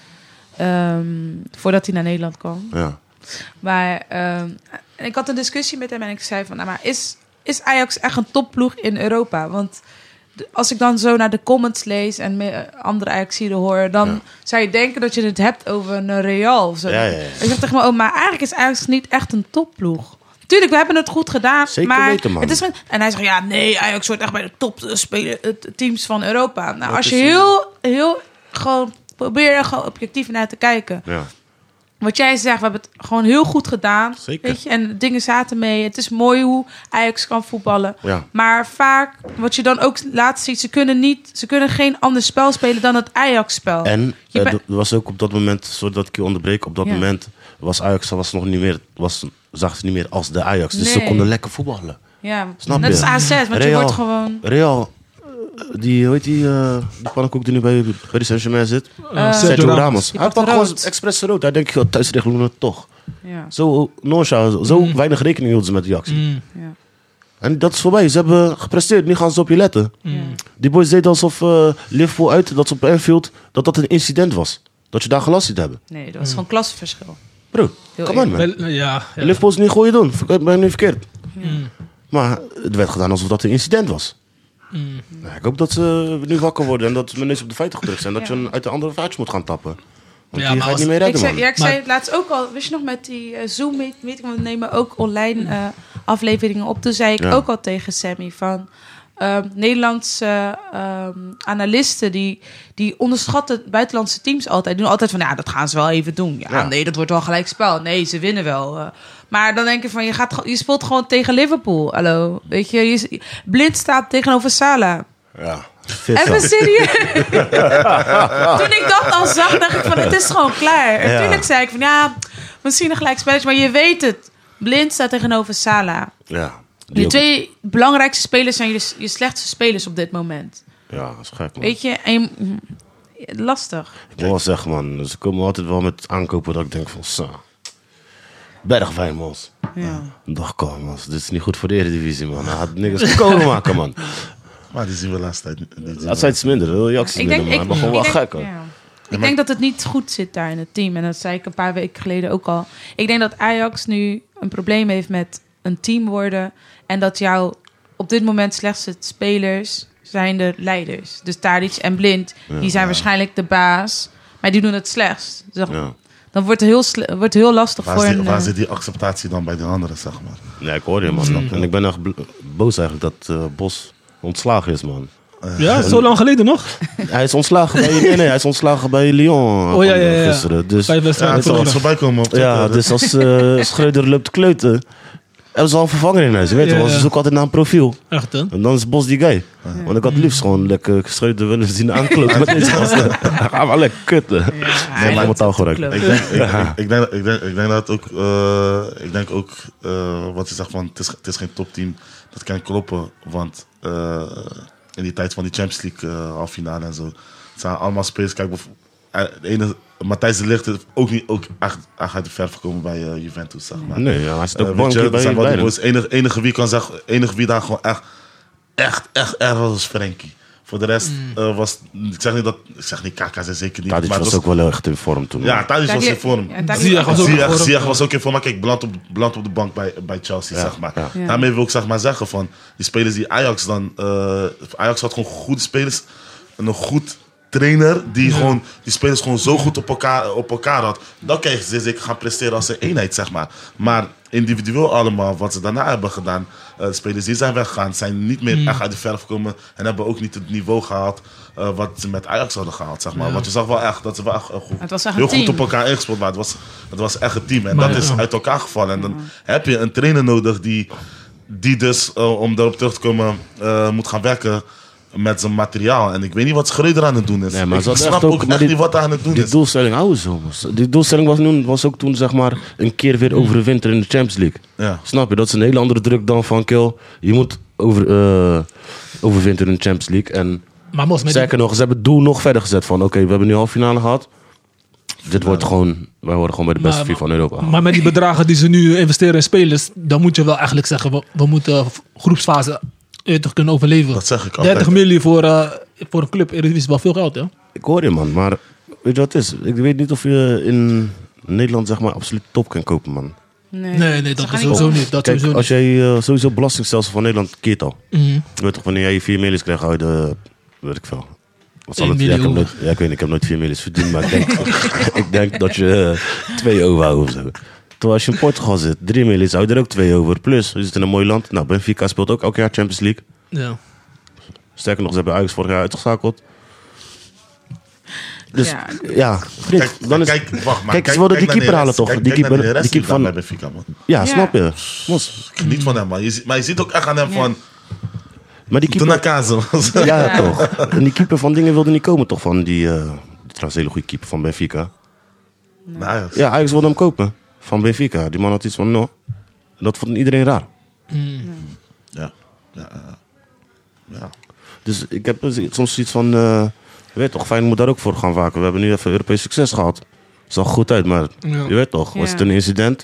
Voordat hij naar Nederland kwam. Ja. Maar ik had een discussie met hem en ik zei van... Nou, maar is Ajax echt een topploeg in Europa? Want als ik dan zo naar de comments lees en andere Ajaxiden hoor... dan zou je denken dat je het hebt over een Real of zo. Ja. Ik zeg tegen mijn oom, maar eigenlijk is Ajax niet echt een topploeg. Tuurlijk, we hebben het goed gedaan. Zeker maar weten, man. Het is en hij zegt, ja, nee, Ajax hoort echt bij de top teams van Europa. Nou, Dat als je is heel gewoon probeer er gewoon objectief naar te kijken. Ja. Wat jij zegt, we hebben het gewoon heel goed gedaan. Zeker. Weet je? En dingen zaten mee. Het is mooi hoe Ajax kan voetballen. Ja. Maar vaak, wat je dan ook laatst ziet... ze kunnen geen ander spel spelen dan het Ajax-spel. En Je er was ook op dat moment, zodat ik je onderbreek, op dat Ja. moment was Ajax nog niet meer, zag ze niet meer als de Ajax. Dus ze Nee. konden lekker voetballen. Ja, Snap net je? als AZ, want je wordt gewoon... Real, die, hoe heet die pannenkoek die nu bij Paris Saint-Germain zit? Sergio Ramos. Die Hij pakt pakt gewoon rood. expres rood. Hij denkt, thuis regelen we het toch. Ja, Zo nonchalant, zo weinig rekening hielden ze met die actie. ja. En dat is voorbij. Ze hebben gepresteerd. Nu gaan ze op je letten. Die boys deden alsof Liverpool uit, dat ze op Anfield, dat een incident was. Dat je daar gelast ziet hebben. Nee, dat was gewoon klassenverschil. Bro, Heel come on man. Ja. Liverpool is niet goeie doen. Ben je nu verkeerd. Maar het werd gedaan alsof dat een incident was. Nou, ik hoop dat ze nu wakker worden en dat we ineens op de feiten gedrukt zijn. Dat je uit de andere vaartjes moet gaan tappen. Want Ja, die maar gaat als- niet meer redden, man. Ik zei het laatst ook al, wist je nog, met die Zoom-meeting, we nemen ook online afleveringen op. Toen zei ik Ja. ook al tegen Sammy van... Nederlandse analisten die onderschatten buitenlandse teams altijd. Doen altijd van, ja, dat gaan ze wel even doen. Ja. Nee, dat wordt wel gelijk spel. Nee, ze winnen wel. Maar dan denk je van, je speelt gewoon tegen Liverpool. Hallo, weet je, Blind staat tegenover Salah. Ja. Even serieus. Toen ik dat al zag, dacht ik van, het is gewoon klaar. En Ja. toen zei ik van, ja, misschien een gelijk spelletje, maar je weet het. Blind staat tegenover Salah. Ja. De twee belangrijkste spelers zijn je slechtste spelers op dit moment. Ja, dat is gek, man. Weet je? En lastig. Ik wil wel zeggen, man. Ze komen altijd wel met aankopen dat ik denk van... Sa. Bergwijn, man. Ja. Dag, kom, man. Dit is niet goed voor de Eredivisie, man. Hij had niks komen maken, man. Maar die zien we laatst tijd. Dat zijn iets minder. De reacties Ik minder, denk, man. Maar gewoon wel gek, hoor. ja. Ik denk dat het niet goed zit daar in het team. En dat zei ik een paar weken geleden ook al. Ik denk dat Ajax nu een probleem heeft met een team worden. En dat jouw op dit moment slechtste spelers zijn de leiders. Dus Tadic en Blind, die zijn waarschijnlijk de baas. Maar die doen het slechtst. Dus Ja. dan wordt het heel lastig voor een... Waar zit die acceptatie dan bij de anderen, zeg maar? Nee, ik hoor je, man. En ik ben echt boos eigenlijk dat Bos ontslagen is, man. Ja, zo lang geleden nog. Hij is ontslagen bij, hij is ontslagen bij Lyon Oh, ja. gisteren. Dus, 5 Ja, wedstrijden het zal verloren. voorbij komen op ja, Twitter. dus als Schreuder loopt te kleuten, hebben ze al een vervanger in huis. Je weet Ja, wel, ze ja. zoeken altijd naar een profiel. Echt, hè? En dan is Bos die guy. Want ik had liefst gewoon lekker Schreuder willen zien aankloten met deze gasten. Gaan we lekker kutten. Nee, maar taal gebruiken. Ik denk dat ook, ik denk ook wat je zegt van het is geen topteam, dat kan kloppen, want in die tijd van die Champions League halffinale en zo, het zijn allemaal spelers. Kijk, de ene Matthijs de Ligt heeft ook echt uit de verf gekomen bij Juventus, zeg maar. Nee, ja, hij zit ook Weet bankje je, dat bij zijn wel die Bayern. boys. Enige wie kan zeggen, enige wie daar gewoon echt erg was, is Frenkie. Voor de rest was, ik zeg niet Kaka, zei zeker niet. Tadic maar was het ook wel echt in vorm toen. ja, Tadic was in vorm. Ziyech was ook in vorm. Ziyech was ook in vorm, maar kijk, beland op de bank bij Chelsea, Ja, zeg maar. ja. Ja. Daarmee wil ik zeg maar zeggen van, die spelers die Ajax dan... Ajax had gewoon goede spelers en een goed trainer die gewoon die spelers gewoon zo goed op elkaar had. Dan kan je zeker gaan presteren als een eenheid, zeg maar. Maar individueel allemaal, wat ze daarna hebben gedaan, de spelers die zijn weggegaan, zijn niet meer echt uit de verf gekomen en hebben ook niet het niveau gehaald wat ze met Ajax hadden gehaald, zeg maar. Ja. Want je zag wel echt dat ze wel echt goed, Het was echt heel een team. goed op elkaar ingespeeld waren. Het was echt een team en Maar dat is ja. uit elkaar gevallen. En dan heb je een trainer nodig die dus, om daarop terug te komen, moet gaan werken met zijn materiaal. En ik weet niet wat Schreuder aan het doen is. Nee, maar Ik ze had snap echt ook ook- echt maar die- niet wat hij aan het doen Die is. doelstelling houden ze, man. Die doelstelling was ook toen, zeg maar, een keer weer over de winter in de Champions League. Ja. Snap je? Dat is een hele andere druk dan van, kill, je moet overwinteren in de Champions League. En Maar Mos, met die, zeker nog, ze hebben het doel nog verder gezet van, oké, we hebben nu halve finale gehad. Dit wordt gewoon, wij worden gewoon bij de beste vier van Europa. maar met die bedragen die ze nu investeren in spelers, dan moet je wel eigenlijk zeggen, we moeten groepsfase toch kunnen overleven. Dat zeg ik altijd. 30 miljoen voor een club, Eredivisie is wel veel geld, hè? Ik hoor je, man, maar weet je wat het is? Ik weet niet of je in Nederland, zeg maar, absoluut top kan kopen, man. Nee, dat Ze is gaan sowieso niet niet. Dat Kijk, sowieso als niet. jij sowieso het belastingstelsel van Nederland keert al. Mhm. Je weet toch, wanneer jij 4 miljoen krijgt, hou je de, weet ik veel. Wat zal 1 het? Ja, ik heb miljoen. nooit, ja, ik weet niet, ik heb nooit 4 miljoen verdiend, maar ik denk, ik denk dat je 2 overhoudt of zo. Terwijl als je in Portugal zit, 3 miljoen, hou je er ook 2 over. Plus, je zit in een mooi land. Nou, Benfica speelt ook elk jaar Champions League. Ja. Sterker nog, ze hebben Ajax vorig jaar uitgeschakeld. Dus Ja. ja, vriend, dan is, wacht maar. kijk, ze wilden die naar de keeper halen rest. toch? Kijk Die naar keeper, de rest die keeper van van, bij Benfica, man. ja, Ja. snap je? Mos. Ik geniet van hem, man. Maar je ziet ook echt aan hem Ja. van... Maar die Toen naar keeper, Kazen. ja, Ja. toch. En die keeper van dingen wilde niet komen toch van die trouwens hele goede keeper van Benfica. Nou, ja. Ja, Ajax wilde hem kopen van Benfica. Die man had iets van no. Dat vond iedereen raar. Ja. Dus ik heb soms zoiets van, je weet toch, Feyenoord moet daar ook voor gaan waken. We hebben nu even Europees succes gehad. Het zag goed uit, maar Ja. je weet toch, was Ja. het een incident?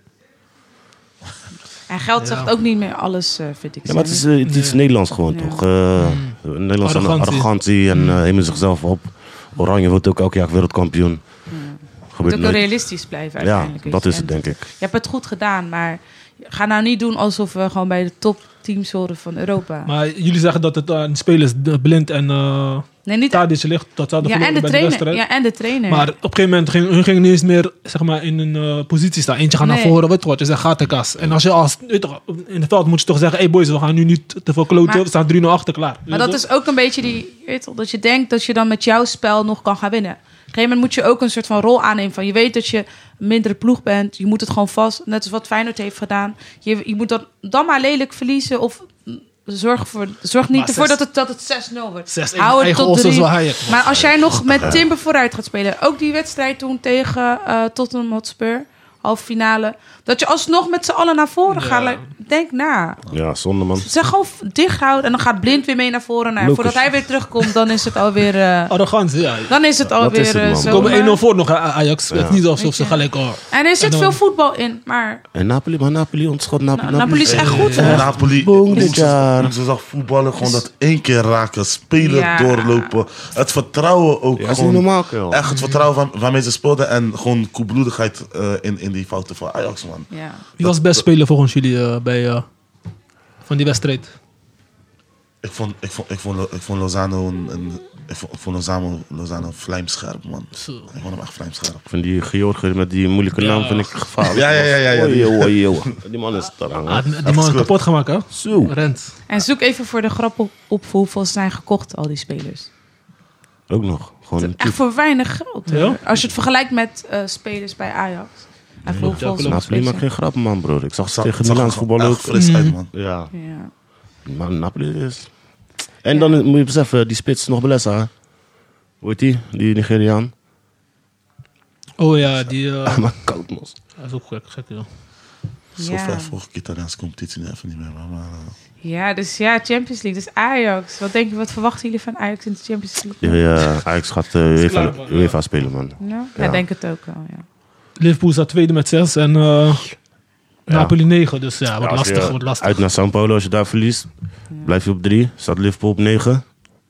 En geld zegt ook niet meer alles, vind ik. Ja, maar het is iets Nederlands gewoon Ja. toch. Nederlandse Arrogantie. arrogantie en hemen zichzelf op. Oranje wordt ook elk jaar wereldkampioen. Je moet Gebeurt ook nooit. realistisch blijven Ja, uiteindelijk. weet dat je. is het En denk ik. Je hebt het goed gedaan, maar ga nou niet doen alsof we gewoon bij de topteams horen van Europa. Maar jullie zeggen dat het aan de spelers Blind en Nee, niet. Tadic ligt. Dat ze hadden Ja, en verloren de bij de trainer. wedstrijd. Ja, en de trainer. Maar op een gegeven moment gingen niet eens meer zeg maar, in een positie staan. Eentje gaat naar Nee. voren, weet je wat, je zegt gaat de kas. En als je weet je toch, in het veld moet je toch zeggen, hey boys, we gaan nu niet te veel kloten. Maar- We staan 3-0 achter, klaar. Maar dat is ook een beetje die, weet je toch, dat je denkt dat je dan met jouw spel nog kan gaan winnen. Op een gegeven moment moet je ook een soort van rol aannemen van je weet dat je een mindere ploeg bent. Je moet het gewoon vast, net als wat Feyenoord heeft gedaan. Je moet dan maar lelijk verliezen of zorg niet Maar ervoor 6 dat het 6-0 wordt. 6-1 Hou het eigen tot os is 3. wel Hayek. Maar als jij nog met Timber vooruit gaat spelen, ook die wedstrijd toen tegen Tottenham Hotspur, halve finale, dat je alsnog met z'n allen naar voren Ja. gaat. Denk na. Ja, zonde man. Zeg gewoon dicht houden en dan gaat Blind weer mee naar voren. Nou, Lucas. voordat hij weer terugkomt, dan is het alweer. Arrogantie, ja. Dan is het alweer is het, man. Ze zo. komen 1-0 voor nog, Ajax. Het is niet alsof Weet ze je. gelijk... En er zit En dan- veel voetbal in, maar En Napoli ontschot Napoli is echt goed. En Hè? Napoli, Boom, dit jaar. hoe ze zag voetballen, gewoon dat 1 keer raken, spelen, Ja. doorlopen. Het vertrouwen ook Ja, dat is gewoon. niet normaal, joh. Echt het vertrouwen waarmee ze speelden en gewoon koelbloedigheid in die fouten van Ajax, man. Ja. Wie was het best speler volgens jullie van die wedstrijd? Ik vond Lozano ik vond Lozano vlijmscherp, man. Zo. Ik vond hem echt vlijmscherp. Ik vind die Georgië met die moeilijke naam Ja. vind ik gevaarlijk. Ja. Oei. Die man is te lang. Ah, hè. die man gescoord. kapot gemaakt, hè? Zo. Rent. En zoek even voor de grap op hoeveel ze zijn gekocht, al die spelers. Ook nog. Gewoon een Echt voor weinig geld. Hoor. Ja? Als je het vergelijkt met spelers bij Ajax. En voor hoeveel ze klopt. Napoli spelen. maakt geen grap, man, bro. Ik zag ze Zag- tegen zag Milaans er voetbal echt ook. fris uit, man. Ja, Ja. maar Napoli is... En dan moet je beseffen, die spits is nog Belessa, hè? Hoe heet die Nigeriaan? Oh ja, die Maar koud, mos. dat is ook gek, ja. Zo Ja. ver volg ik Italiaanse competitie nu even niet meer. Maar Ja, dus ja, Champions League. Dus Ajax. Wat verwachten jullie van Ajax in de Champions League? Ja, Ajax gaat klaar, man. UEFA spelen, man. Ja, Ja. denk het ook wel, ja. Liverpool staat tweede met 6 en Napoli 9. Dus ja, Ja, als je wordt lastig. Uit naar São Paulo, als je daar verliest, blijf je op 3. Staat Liverpool op 9.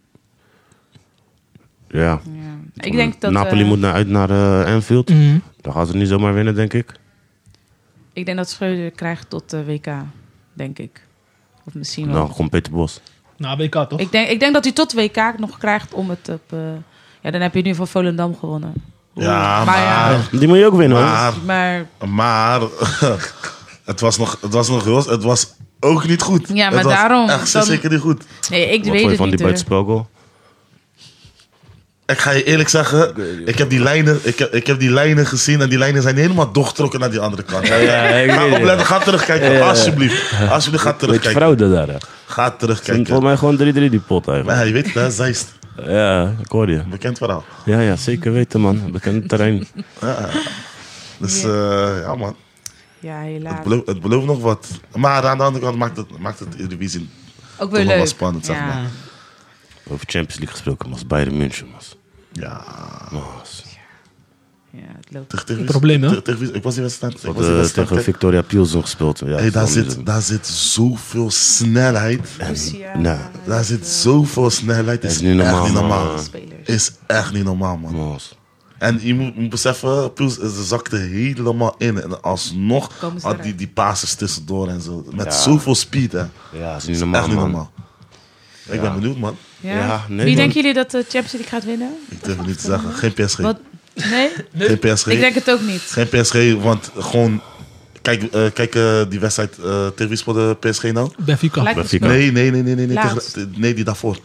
Ja. Ja. Ik denk dat, Napoli moet uit naar Anfield. Mhm. Dan gaan ze niet zomaar winnen, denk ik. ik denk dat Schreuder krijgt tot de WK, denk ik. Of misschien wel. Dan gewoon Peter Bos. Nou, WK toch? Ik denk dat hij tot WK nog krijgt om het op... ja, dan heb je nu van Volendam gewonnen. Ja, ja, maar- Die moet je ook winnen, hoor. maar het was nog heel, het was ook niet goed. Ja, maar het was daarom, echt dan- zeker niet goed. nee, ik Wat weet vond je het van die niet. hoor. buitenspelgoal? Ik ga je eerlijk zeggen, ik heb die lijnen gezien en die lijnen zijn helemaal doorgetrokken naar die andere kant. ik Ga weet het. opletten, ga terugkijken, alsjeblieft. Alsjeblieft, ga Beetje terugkijken. fraude daar, hè. Ga terugkijken. Volgens mij gewoon 3-3 die pot eigenlijk. Maar je weet het, hè, Zeist. Ja, ik hoor je. Bekend verhaal. Ja, zeker weten, man. Bekend terrein. Dus ja, man. Ja, helaas. Het belooft nog wat. Maar aan de andere kant maakt het Eredivisie Ook toch weer wel leuk. wat spannend, zeg maar. Over Champions League gesproken, mas. Bayern München, mas. Ja. Mas. Ja, het loopt. Tegen wie? Probleem, hè? Tegen wie? Ik was die wedstrijd. Tegen Victoria Pilsen gespeeld. Ja, Hey, daar zit zoveel snelheid. Nou, Daar zit zoveel snelheid. Is niet normaal, echt niet normaal. man. Spelers. Is echt niet normaal, man. mas. En je moet beseffen, Pils zakte helemaal in. En alsnog Komen ze had eruit. die passes tussendoor en zo. Met zoveel speed, hè. Ja, is niet Is normaal, echt niet man. normaal. Ik ben benieuwd, man. Ja. Ja, nee, Wie man. denken jullie dat de Champions League gaat winnen? Ik durf het niet te zeggen. Geen PSG. Wat? Nee? Geen PSG. Ik denk het ook niet. Geen PSG, want gewoon... Kijk die wedstrijd tegen wie speelde PSG nou? Benfica. Gelijk Benfica. gespeeld. Nee. Laatst. Nee, die daarvoor.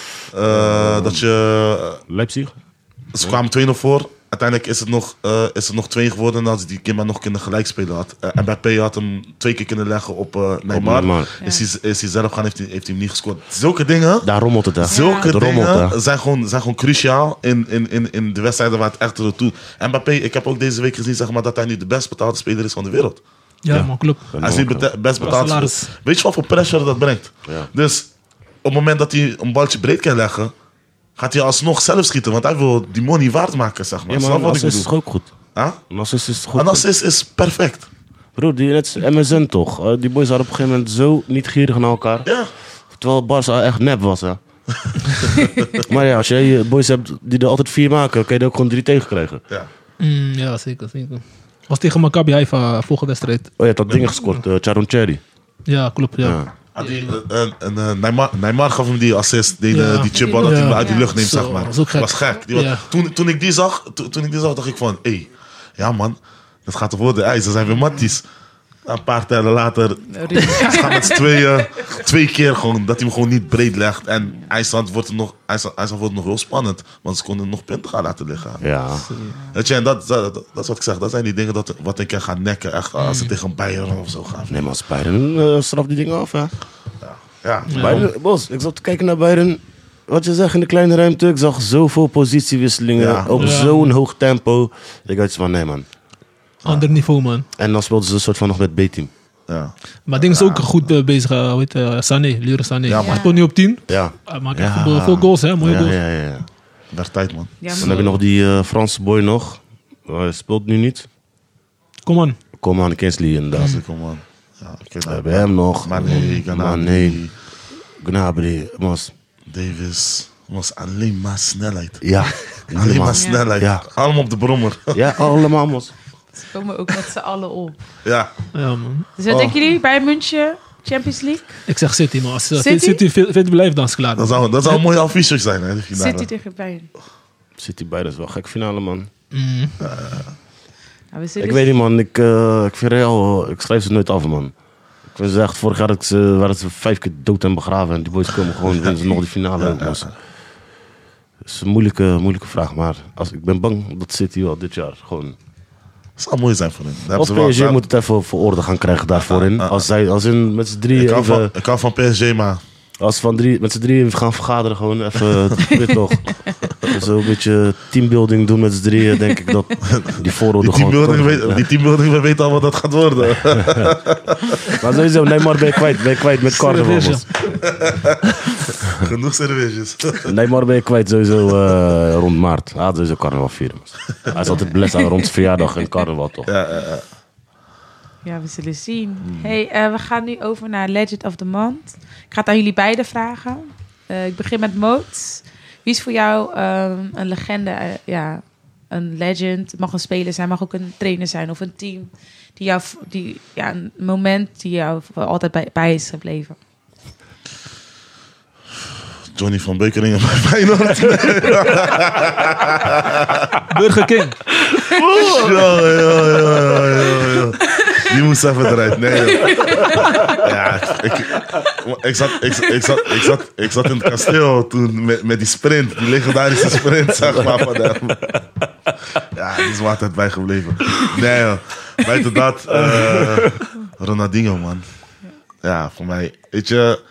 Dat je... Leipzig? Ze kwamen 2-0 voor. Uiteindelijk is het nog 2 geworden. En als die keer nog kunnen gelijk spelen had. Mbappé had hem 2 keer kunnen leggen op Neymar. Neymar. Is hij zelf gaan, heeft hij hem niet gescoord. Zulke dingen... Daar rommelt het, hè. Zulke Het rommelt, hè. dingen zijn gewoon cruciaal in de wedstrijden waar het echt toe doet. Mbappé, ik heb ook deze week gezien zeg maar, dat hij nu de best betaalde speler is van de wereld. Ja, man, klopt. Hij is nu best betaald. salaris. Weet je wat voor pressure dat brengt? Ja. Dus op het moment dat hij een baltje breed kan leggen, gaat hij alsnog zelf schieten. Want hij wil die money waard maken, zeg maar. Ja, Snap maar wat ik assist is bedoel? ook goed. Huh? Een assist is goed. Een assist is perfect. Bro, die net MSN toch? Die boys waren op een gegeven moment zo niet gierig naar elkaar. Ja. Terwijl Barca echt nep was, hè. Maar ja, als jij boys hebt die er altijd 4 maken, kan je er ook gewoon 3 tegen krijgen. Ja. Ja, zeker. Was tegen Maccabi Haifa vorige wedstrijd. Oh, je hebt dat ding gescoord, Charon Cherry. Ja, klopt, ja. Ja. Neymar gaf hem die assist, die chipbal dat hij hem uit die lucht neemt, Zo, zeg maar. dat is ook gek. was gek. Ja. Toen ik die zag, dacht ik van, ja man, dat gaat er worden. Ze zijn weer matties. Een paar tijden later, ze gaan met z'n tweeën 2 keer gewoon, dat hij hem gewoon niet breed legt. En IJsland wordt nog heel spannend, want ze konden nog punten gaan laten liggen. Ja. Weet je, en dat is wat ik zeg, dat zijn die dingen wat ik ga nekken, echt, als ze tegen Bayern of zo gaan. Nee, maar als Bayern straf die dingen af, hè. Ja. Bayern, Bos, ik zat te kijken naar Bayern. Wat je zegt in de kleine ruimte, ik zag zoveel positiewisselingen Ja. op zo'n hoog tempo. Ik had iets van, nee man. Ander niveau, man. En dan speelden ze een soort van nog met B-team. Ja. Maar ding is ook goed bezig. Hoe heet Sané, Leroy Sané. Ja, man. Hij speelt nu op 10. Ja. Hij maakt echt veel goals, hè. Mooie goals. Ja. Werd tijd, man. Ja, Dan heb je nog die Franse boy nog. Hij speelt nu niet. Kom aan. Kom aan, Kingsley inderdaad. Kom man. Ja, kijk We naar hebben hem nog. Mané, Mané, Gnabry, Mas. Davis. Was alleen maar snelheid. Ja. Alleen maar snelheid. Ja. Allemaal op de brommer. Ja, allemaal Mas. Ze komen ook met z'n allen op. Ja. Ja, man. Dus wat denken jullie bij München, Champions League? Ik zeg City, man. Als City? City fit blijft, dan is het klaar. Dat zou een mooie affiche zijn, hè, de finale. City tegen Bayern. City bij, dat is wel gek finale, man. Nou, we zullen Ik weet niet, man. Ik vind Real, ik schrijf ze nooit af, man. Ik vind ze echt, vorig jaar waren ze 5 keer dood en begraven. En die boys komen gewoon, winnen ze nog die finale ook, man. Het is een moeilijke vraag, maar ik ben bang dat City wel dit jaar gewoon... Dat zou mooi zijn voor hen. Daar hebben Als ze wel PSG gedaan. moet het even voor orde gaan krijgen daarvoor in. Als in met z'n drieën even... Ik hou van PSG, maar Als we met z'n drieën gaan vergaderen, gewoon even, weet toch, zo een beetje teambuilding doen met z'n drieën, denk ik dat die voorronde die gewoon... teambuilding, we weten al wat dat gaat worden. Maar sowieso, Neymar ben je kwijt met carnaval. Bos. Genoeg servetjes. Neymar ben je kwijt sowieso rond maart. Hij had sowieso carnaval vieren. Hij is altijd blessed aan rond zijn verjaardag en carnaval toch. Ja, we zullen zien. Hey, we gaan nu over naar Legend of the Month. Ik ga het aan jullie beiden vragen. Ik begin met Moot. Wie is voor jou een legende, een legend? Het mag een speler zijn, mag ook een trainer zijn of een team. Een moment die jou voor altijd bij is gebleven. Johnny van Beukeringen bij Feyenoord. Burger King. Ja. Die moest even eruit. Nee, joh. Ja, ik zat in het kasteel toen met die sprint. Die legendarische sprint, zeg maar, van hem. Ja, die is me altijd bijgebleven. Nee, joh. Buiten dat, Ronaldinho, man. Ja, voor mij. Weet je,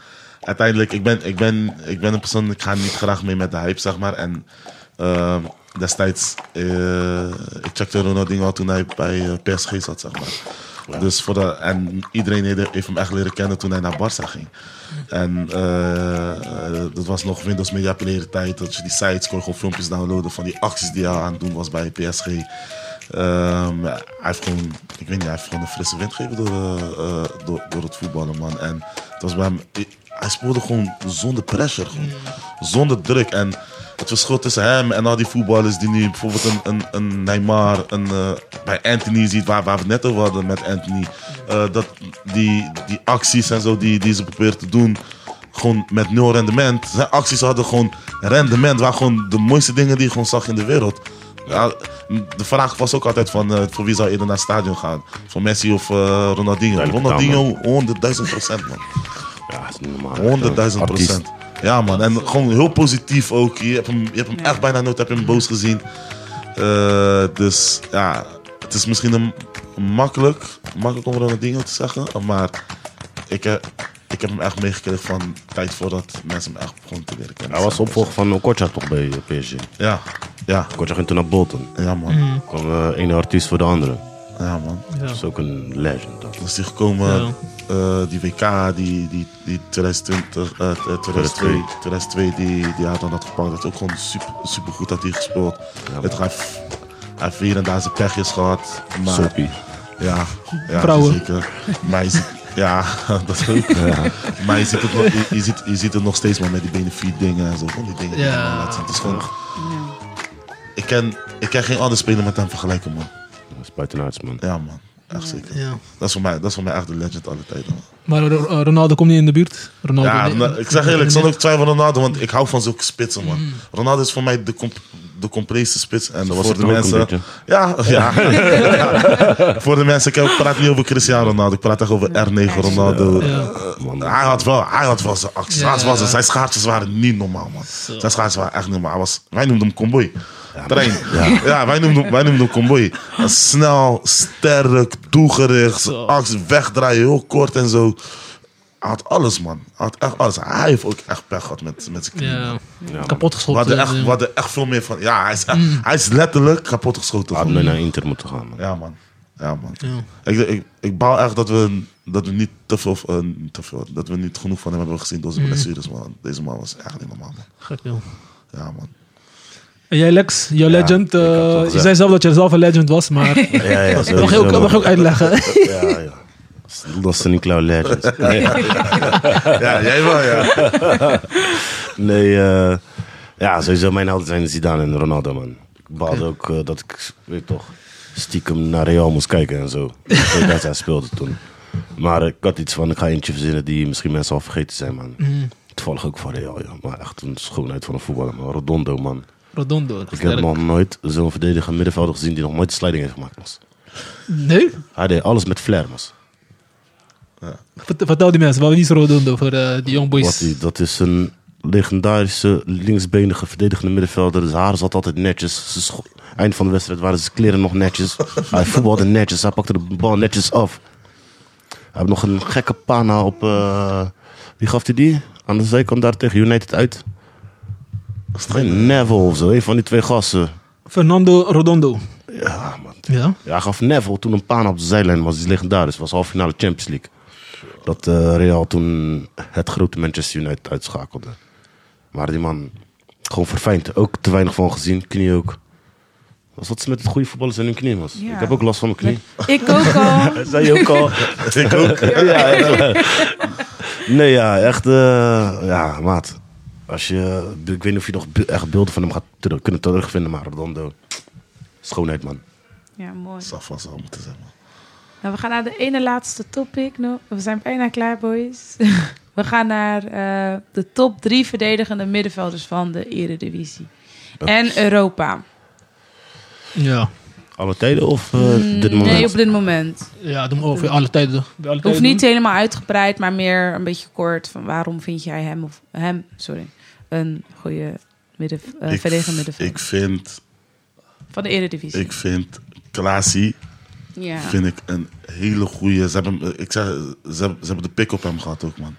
uiteindelijk, ik ben een persoon, ik ga niet graag mee met de hype, zeg maar. En destijds, ik checkte Ronaldinho al toen hij bij PSG zat, zeg maar. Ja. Dus en iedereen heeft hem echt leren kennen toen hij naar Barça ging. En dat was nog Windows Media Player tijd. Dat je die sites kon gewoon filmpjes downloaden van die acties die hij aan het doen was bij PSG. Hij heeft gewoon, ik weet niet, hij heeft gewoon een frisse wind gegeven door het voetballen, man. En het was bij hem, hij speelde gewoon zonder pressure, gewoon, zonder druk. En het verschil tussen hem en al die voetballers die nu bijvoorbeeld een Neymar, bij Anthony ziet, waar we het net over hadden met Anthony. Dat die acties en zo die ze proberen te doen, gewoon met nul rendement. Zijn acties hadden gewoon rendement, waren gewoon de mooiste dingen die je gewoon zag in de wereld. Ja, de vraag was ook altijd van voor wie zou eerder naar het stadion gaan? Voor Messi of Ronaldinho? Ronaldinho 100.000%, man. Ja, dat is niet normaal. 100.000%. Ja, man. En gewoon heel positief ook. Je hebt hem echt bijna nooit boos gezien. Dus ja, het is misschien makkelijk om Ronaldinho te zeggen. Maar ik heb hem echt meegekregen van tijd voordat mensen hem echt begonnen te leren kennen. Hij was opvolger van Okocha toch bij PSG? Ja. Okocha ging toen naar Bolton. Ja, man. Kwam de ene artiest voor de andere. Ja, man. Dat is ook een legend. Dat. Dus die gekomen, die WK, die 2020, 2002, die hij dan had gepakt. Dat ook gewoon super goed had hij gespeeld. Ja, hij heeft hier en daar zijn pechjes gehad. Maar, Soapy. Ja, Vrouwen. Zeker. Maar ja, dat ook. Ja. Maar je ziet het nog steeds maar met die benefiet dingen en zo. Van die dingen die hij laat zien. Het is gewoon... Ik ken geen andere speler met hem vergelijken, man. Dat is buitenuits, man. Ja, man. Echt zeker. Ja. Dat is voor mij echt de legend alle tijden, man. Maar Ronaldo komt niet in de buurt. Ik zeg eerlijk, ik zal ook twijfelen van Ronaldo, want ik hou van zulke spitsen, man. Ronaldo is voor mij de compleetste spits. En Zo was voor het de ook mensen... een beetje. Ja. Voor de mensen, ik praat niet over Cristiano Ronaldo, ik praat echt over R9 Ronaldo. Hij had wel zijn acties. Zijn schaartjes waren niet normaal, man. Zijn schaartjes waren echt niet normaal. Wij noemden hem Comboy. Trein. Ja, wij noemden hem Comboy. Snel, sterk, doelgericht, acties wegdraaien, heel kort en zo. Hij had alles, man. Hij had echt alles. Hij heeft ook echt pech gehad met zijn knieën. Ja. Kapot geschoten. We hadden echt veel meer van... Ja, hij is letterlijk kapot geschoten. Hij had nu naar Inter moeten gaan, man. Ja, man. Ja. Ik baal echt dat we niet te veel... dat we niet genoeg van hem hebben gezien door zijn blessures, man. Deze man was echt niet normaal, man. Gek, joh. Ja, man. En jij, Lex, jouw legend. Je zei zelf dat je zelf een legend was, maar... Ja, mag je ook uitleggen? Ja. Dat is een Cloud Legend. Ja, jij wel, ja. Nee, sowieso mijn helden zijn Zidane en Ronaldo, man. Ik baalde ook dat ik, weet toch, stiekem naar Real moest kijken en zo. Dat hij speelde toen. Maar ik had iets van, ik ga eentje verzinnen die misschien mensen al vergeten zijn, man. Toevallig ook van Real, ja. Maar echt een schoonheid van een voetballer, man. Redondo, man. Ik heb nog nooit zo'n verdediger middenvelder gezien die nog nooit de sliding heeft gemaakt, was. Nee? Hij deed alles met flair, was. Ja. Vertel die mensen, wie is Redondo voor die young boys? Dat is een legendarische linksbenige verdedigende middenvelder. Zijn haar zat altijd netjes. Eind van de wedstrijd waren zijn kleren nog netjes. Hij voetbalde netjes, hij pakte de bal netjes af. Hij heeft nog een gekke pana op... wie gaf hij die? Aan de zijkant daar tegen United uit. Geen Neville of zo, een van die twee gasten. Fernando Redondo. Ja, man. Ja? Ja, hij gaf Neville toen een pana op de zijlijn, was die legendarisch. Was halve finale Champions League. Dat Real toen het grote Manchester United uitschakelde. Maar die man, gewoon verfijnd. Ook te weinig van gezien, knie ook. Was wat ze met het goede voetballers in hun knie, was. Ja. Ik heb ook last van mijn knie. Ik ook al. Zei je ook al? Ik ook. Nee, ja, echt. Ja, maat. Ik weet niet of je nog echt beelden van hem gaat kunnen terugvinden, maar Redondo. Schoonheid, man. Ja, mooi. Dat zou vast wel moeten zijn, man. Nou, we gaan naar de ene laatste topic nog. We zijn bijna klaar, boys. We gaan naar de top 3 verdedigende middenvelders van de Eredivisie. En Europa. Ja. Alle tijden of dit moment? Nee, op dit moment. Ja, doen we over alle tijden. Hoeft niet helemaal uitgebreid, maar meer een beetje kort. Van waarom vind jij hem een goede verdedigende middenvelder? Ik vind... Van de Eredivisie. Ik vind Klaasie... Ja. Vind ik een hele goede... Ze hebben de pick op hem gehad ook, man.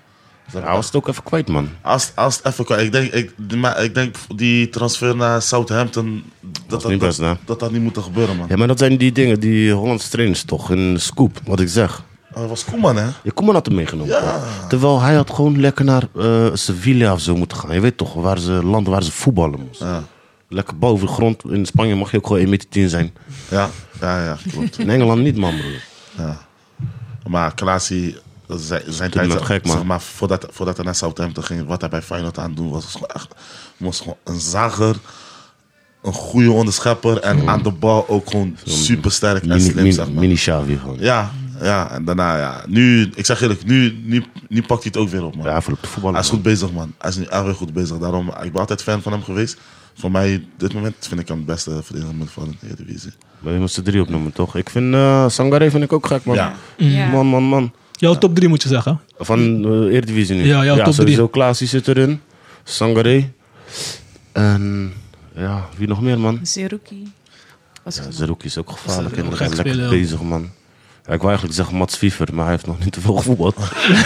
Hij was het ook even kwijt, man. Als het even kan. Ik denk die transfer naar Southampton... is niet best, hè? dat niet moet gebeuren, man. Ja, maar dat zijn die dingen, die Hollandse trainers toch, in Scoop, wat ik zeg. Dat was Koeman, hè? Je Koeman had hem meegenomen. Ja. Toch? Terwijl hij had gewoon lekker naar Sevilla of zo moeten gaan. Je weet toch, landen waar ze voetballen moesten. Ja. Lekker boven de grond. In Spanje mag je ook gewoon 1,10 meter zijn. Ja, klopt. In Engeland niet, man, broer. Ja. Maar Klaasie, zijn tijd, me gek, man. zeg maar, voordat hij naar Southampton ging, wat hij bij Feyenoord aan het doen was gewoon een zager, een goede onderschepper en aan de bal ook gewoon super sterk en slim, zeg maar. Mini Xavi gewoon. Ja, en daarna, ja. Nu, ik zeg eerlijk, nu pakt hij het ook weer op, man. Ja, hij voelt op de voetballen. Hij is goed bezig, man. Hij is nu echt weer goed bezig. Daarom, ik ben altijd fan van hem geweest. Voor mij, op dit moment, vind ik hem het beste verdediger middenvelder in de Eredivisie. Maar je moest er 3 opnoemen, toch? Ik vind Sangaré vind ik ook gek, man. Ja. Ja. Man. Jouw top 3 moet je zeggen. Van Eredivisie nu. Ja, jouw top 3. Sowieso Klaasie zit erin. Sangaré. En ja, wie nog meer, man? Zerouki. Zerouki is ook gevaarlijk. Dat is En een gek lekker speler, bezig, man. Ja, ik wou eigenlijk zeggen Mats Wiever, maar hij heeft nog niet te veel gevoetbald.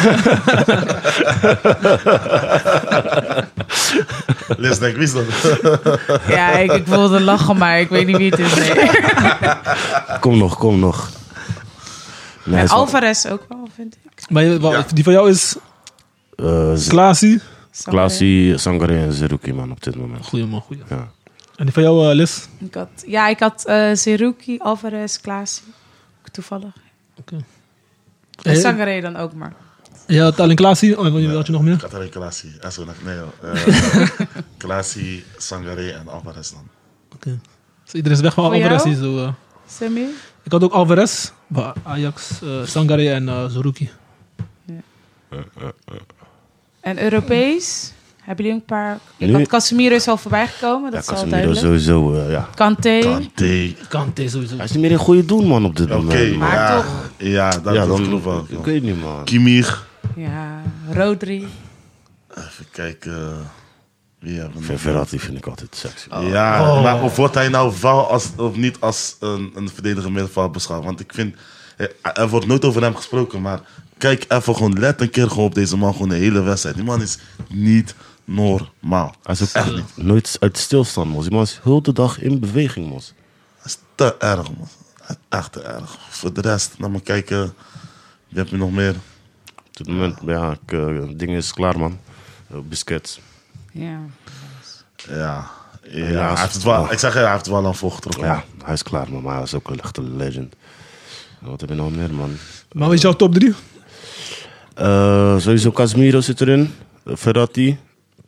Liz, denk, wie is dat? Ja, ik wilde lachen, maar ik weet niet wie het is. Nee. Kom nog. Nee, En hij is wel- Alvarez ook wel, vind ik. Maar die van jou is Klaasie. Klaasie, Sangaré en Zerouki, man, op dit moment. Goeie man, goeie. Ja. En die van jou, Liz? Ik had Zerouki, Alvarez, Klaasie. Toevallig. En Sangaré dan ook maar. Je had alleen Klaasie. Oh, wat had je nog meer? Ik had alleen Klaasie. Nee, joh. Klaasie, Sangaré en Alvarez dan. Oké. Dus iedereen is weg van Voor Alvarez. jou? hier Zo, Samir? ik had ook Alvarez, bij Ajax, Sangaré en Zerouki. En Europees? Hebben jullie een paar... Ik Nu- had Casemiro is al voorbij gekomen, dat Ja, is al Casemiro duidelijk. sowieso, ja. Kanté. Kanté sowieso. Hij is niet meer een goede doen, man, op dit moment. Oké, man. Maar ja. toch. Ja, dat Ja, klopt dan, wel. ik weet niet, man. Kimmich. Ja, Rodri. Even kijken. Wie hebben we nog? Verratti vind ik altijd sexy. Ja, maar of wordt hij nou wel of niet als een verdediger middenveld beschouwd? Want ik vind, er wordt nooit over hem gesproken, maar kijk even gewoon, let een keer gewoon op deze man, gewoon de hele wedstrijd. Die man is niet normaal. Hij is ook nooit uit stilstand, mos. Die man is heel de dag in beweging, mos. Dat is te erg, man. Echt te erg. Voor de rest, laat maar kijken. Wie heb je nog meer? Op dit moment, ja, het ding is klaar, man. Busquets. Ja. Ja, Ja, hij heeft het wel, ik zeg hij heeft het wel aan volgetrokken. Ja, hij is klaar, man. Maar hij is ook een echte legend. Wat heb je nog meer, man? Maar wat is jouw top 3? Sowieso Casemiro zit erin. Verratti.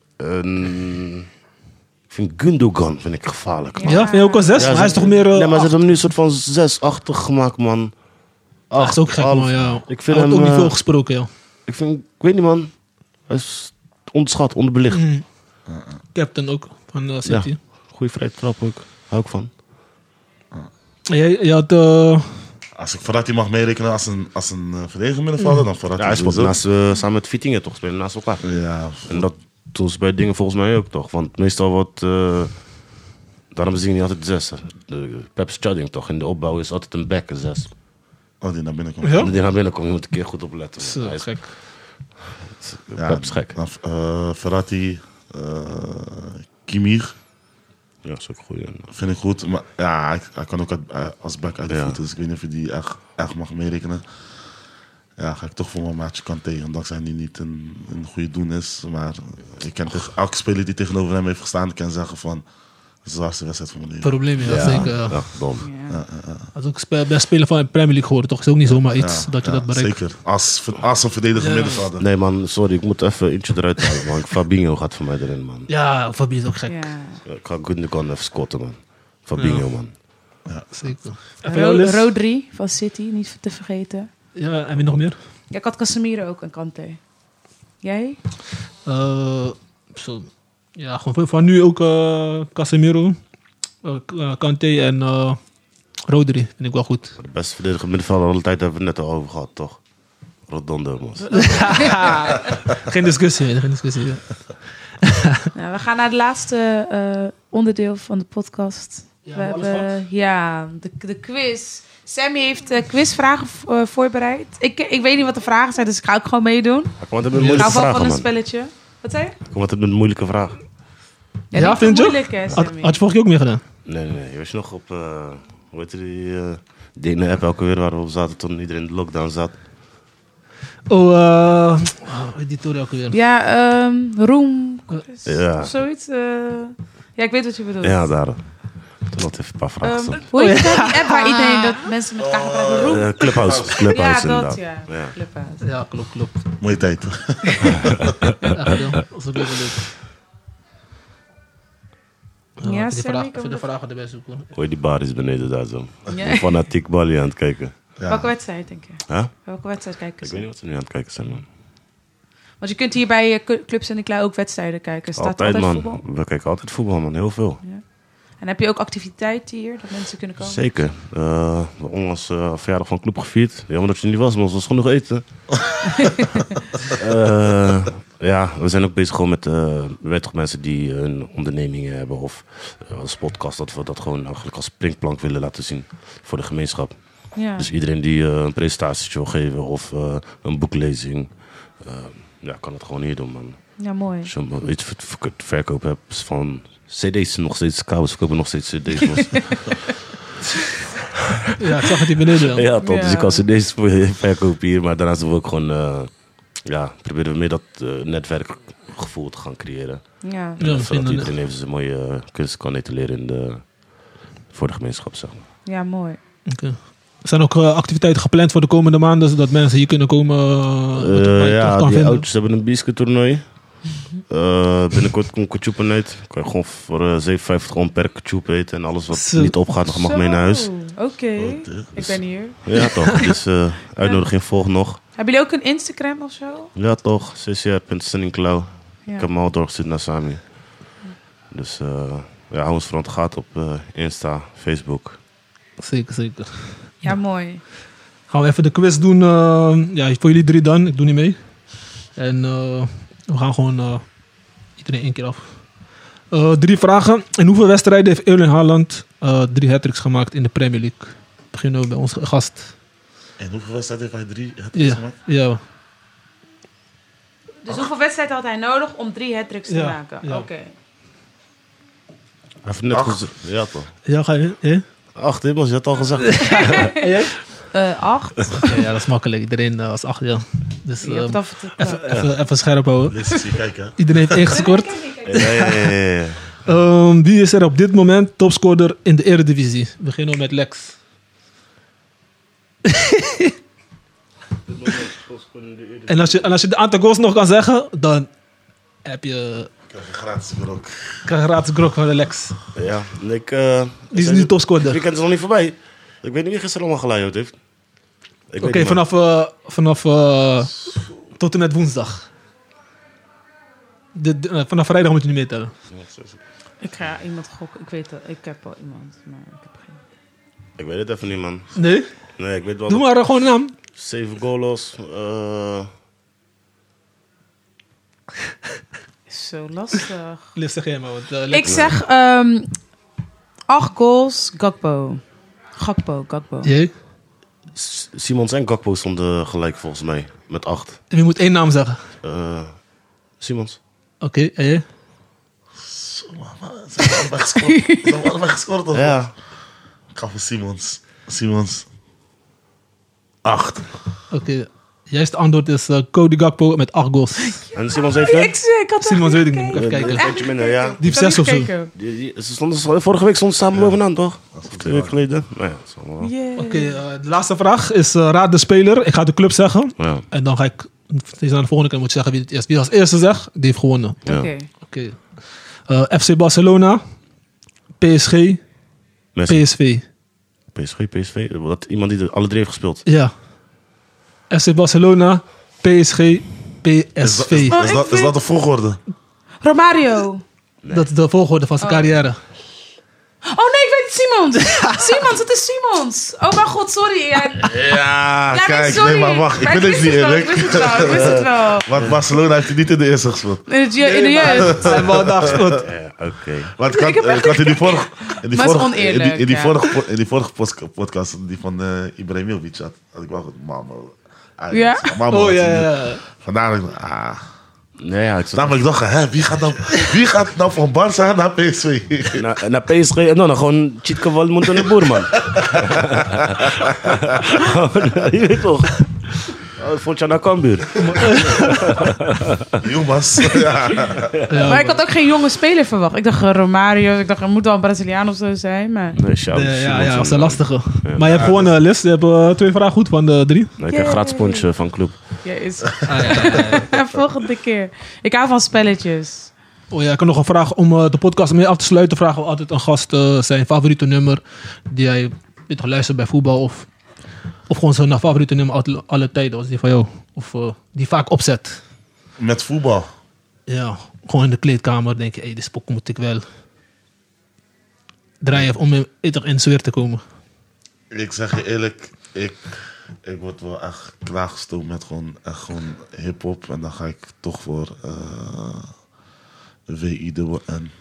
Ik vind Gundogan vind ik gevaarlijk. Ja. Ja, vind je ook al 6? Maar hij is toch meer... Nee, maar ze acht? hebben hem nu een soort van 6-achtig gemaakt, man. Dat is ook gek, man. Ja. Ik vind Hij hem... had ook niet veel gesproken, ja. ik weet niet, man. Hij is onderschat, onderbelicht. Captain ook, van City. Goeie vrije trap ook. Hou ik van. En jij had... Als ik Verratti mag meerekenen als een verdediger middenvelder, dan Verratti Ja, hij speelt sowieso. samen met Vitinha toch, spelen naast elkaar. Ja, En dat doen ze bij dingen volgens mij ook toch. Want meestal wordt... daarom zie je niet altijd 6. Pep Studding toch. In de opbouw is altijd een back, een 6. oh, die naar binnen komt. Ja? En die naar binnen komt, je moet een keer goed opletten. Zo, Hij is gek. Pep is gek. Dan, Verratti, Kimmich Ja, dat is ook een goeie. vind ik goed. Maar ja, hij kan ook als back uit de Ja. voeten. Dus ik weet niet of je die echt mag meerekenen. Ja, ga ik toch voor mijn maatje Kanté. Ondanks hij niet een goede doen is. Maar ik ken elke speler die tegenover hem heeft gestaan, kan zeggen van... de zwaarste wedstrijd van mijn leven. Probleem, ja. Zeker. Ja. Ja, dom. Ja. Hij is ook best speler van de Premier League geworden, toch? Is ook niet zomaar iets dat je dat bereikt. Zeker. Als een verdediger middenvelder. Nee man, sorry, ik moet even eentje eruit halen man. Fabinho gaat voor mij erin man. Ja, Fabie is ook gek. Ja. Ik ga Gundogan even scotten man. Fabinho man. Zeker. En van jou, Liz? Rodri van City, niet te vergeten. Ja, en wie nog meer? Ja, ik had Casemiro ook en Kanté. Jij? Zo. Ja, gewoon van nu ook Casemiro, Kanté en Rodri. Vind ik wel goed. De beste verdediger middenvelder altijd hebben we het net al over gehad toch? Redondo man. Geen discussie, geen discussie. Ja. Nou, we gaan naar het laatste onderdeel van de podcast. Ja, we alles hebben de quiz. Sammy heeft quizvragen voorbereid. Ik weet niet wat de vragen zijn, dus ik ga ook gewoon meedoen. Kom, wat heb je een Ik moeilijke hou wel vragen, van een man. spelletje. Wat zei je? Kom, wat heb je een moeilijke vraag. Ja, Ja, niet vind te je? moeilijk, hè, Had Sammy. je vorige keer ook meer gedaan? Nee. Was je nog op... hoe heet die ene app elke weer waar we op zaten toen iedereen in de lockdown zat? Oh, die toer elke weer. Ja, Room. Ja. Of zoiets. Ja, ik weet wat je bedoelt. Ja, daar. Toen had even een paar vragen gesteld. Hoe heet die app waar iedereen dat mensen met elkaar gaan praten? Room? Clubhouse. Ja, Clubhouse, dat inderdaad. ja. Ja. Clubhouse. Ja, klopt. Mooie tijd. Echt, ja. Dat is ook heel leuk. Ja, Even Sammy, de vragen erbij zoeken. Hoor je die baris beneden daar zo? Ja. Fanatiek Bali aan het kijken. Ja. Welke wedstrijd, denk je? Huh? Welke wedstrijd kijken Ik ze? weet niet wat ze nu aan het kijken zijn, man. Want je kunt hier bij Club Sint-Niklaas ook wedstrijden kijken. Staat Altijd, altijd man. voetbal. We kijken altijd voetbal, man. Heel veel. En heb je ook activiteiten hier, dat mensen kunnen komen? Zeker. We onlangs verjaardag van Club gevierd. Jammer dat je er niet was, maar het was genoeg eten. Ja, we zijn ook bezig gewoon met toch mensen die een ondernemingen hebben of als podcast, dat we dat gewoon eigenlijk als springplank willen laten zien voor de gemeenschap. Ja. Dus iedereen die een presentatie wil geven of een boeklezing, ja, kan het gewoon hier doen, man. Ja, mooi. Als je iets te verkopen hebt van cd's nog steeds, kabels verkopen nog steeds cd's. man. Ja, ik zag het hier beneden. Ja. Ja, toch. Ja. Dus ik kan cd's verkopen hier, maar daarnaast doen we ook gewoon, proberen we meer dat netwerkgevoel te gaan creëren. Ja. Ja, Zodat misschien iedereen even zijn mooie kunst kan etaleren voor de gemeenschap, zeg maar. Ja, mooi. Oké. Er zijn ook activiteiten gepland voor de komende maanden, zodat mensen hier kunnen komen. Ja, die oudjes hebben een biscuittoernooi. Binnenkort komt Kutjoepen uit. Kan je gewoon voor 57 gewoon per Kutjoep eten. En alles wat Zo. niet opgaat, mag mee naar huis. Oké, ik ben hier. Ja, toch. Dus uitnodiging volgt nog. Hebben jullie ook een Instagram of zo? Ja, toch. ccr.sendingklauw. Ja. Ik heb me al doorgestuurd naar Sami. Dus hou ons vooral te gaten op Insta, Facebook. Zeker. Ja, mooi. Gaan we even de quiz doen. Ja, voor jullie 3 dan. Ik doe niet mee. En we gaan gewoon iedereen 1 keer af. 3 vragen. In hoeveel wedstrijden heeft Erling Haaland 3 hat-tricks gemaakt in de Premier League? Beginnen we bij onze gast. En hoeveel wedstrijden heeft hij 3 hat-tricks gemaakt? Ja. Dus hoeveel wedstrijden had hij nodig om 3 hat-tricks te Ja, maken? ja. Oké. Even net 8. gezegd. Ja, toch. Ja, ga je? Ja? 8, je had al gezegd. 8. Ja, dat is makkelijk. Iedereen was 8, ja. Dus Je hebt het al even scherp houden. Deze zie je kijken, hè? Iedereen heeft 1 gescoord. Ja. Wie is er op dit moment topscorer in de Eredivisie? We beginnen met Lex. En als je de aantal goals nog kan zeggen, dan heb je Krijg je gratis grok. krijg je gratis grok van de Lex. Ja, Die is nu topscorer. Het weekend is nog niet voorbij. Ik weet niet wie gisteren allemaal geleid heeft. Ik weet Oké, niet, man. vanaf tot en met woensdag. Vanaf vrijdag moet je niet meetellen. Ik ga iemand gokken. Ik weet het. Ik heb al iemand, maar ik heb geen... Ik weet het even niet, man. Nee? Nee, ik weet wel. Doe maar gewoon een naam. 7 goals. Is zo lastig. Lief, zeg jij maar. Want, Ik Lex. zeg 8 goals, Gakpo. Gakpo. Jee. Simons en Gakpo stonden gelijk volgens mij. Met 8. En je moet 1 naam zeggen. Simons. Oké, en jij? Ze hebben allebei gescoord. Of Ja. wat? Ik ga voor Simons. 8. Oké. Juiste antwoord is Cody Gakpo met 8 goals. En Simons heeft er? Ik had Simons weet ik niet. Moet ik even kijken. Een beetje minder, ja. Die heeft 6 of zo. Vorige week stonden ze samen bovenaan, toch? Of 2 weken geleden. Nou ja, dat is allemaal wel. Oké, de laatste vraag is raad de speler. Ik ga de club zeggen. Ja. En dan ga ik steeds aan de volgende keer moet je zeggen wie het is. Wie als eerste zegt, die heeft gewonnen. Oké. Oké. FC Barcelona, PSG, Messi. PSV. PSV. Wat, iemand die er alle 3 heeft gespeeld. Ja. FC Barcelona, PSG, PSV. Is dat de volgorde? Romario. Dat is de volgorde van zijn carrière. Oh nee, ik weet Simons. Simons, het is Simons. Oh mijn god, sorry. Ja, nee, kijk. sorry. Nee, maar wacht. Ik Maar ben het niet eerlijk. Ik wist het wel. Want Barcelona heeft hij niet in de eerste gespeeld. In de jeugd. Hij wou daar gespeeld. Ja, oké. Want Ik heb echt ik had in die vorige... Maar het is oneerlijk, in die ja. vorige podcast, die van Ibrahimovic had ik wel goed. Ja? Oh ja. Vandaar dat ik... Nee, ja, ik zat Namelijk dacht, hè, wie gaat nou van Barça naar PSV? naar PSG en dan gewoon Chitka Walmond en de boer, man. Je weet toch? Vond je naar Cambuur? Jongens, ja. Maar ik had ook geen jonge speler verwacht. Ik dacht Romario. Ik dacht, er moet wel een Braziliaan of zo zijn. Maar... Nee, shout. Ja, dat is een lastige. Maar je hebt gewoon, Liz, je hebt 2 vragen goed van de 3. Nee, ik heb een gratis sponsje van Club. Yes. Volgende keer. Ik hou van spelletjes. Oh ja, ik heb nog een vraag om de podcast mee af te sluiten. Vragen we altijd een gast zijn favoriete nummer die hij luistert bij voetbal of gewoon zijn favoriete nummer uit alle tijden. Was die van jou? Of die vaak opzet. Met voetbal. Ja, gewoon in de kleedkamer denk je, deze pok moet ik wel draaien om in de sfeer te komen. Ik zeg je eerlijk, ik word wel echt klaargestoomd met gewoon hip-hop. En dan ga ik toch voor WINN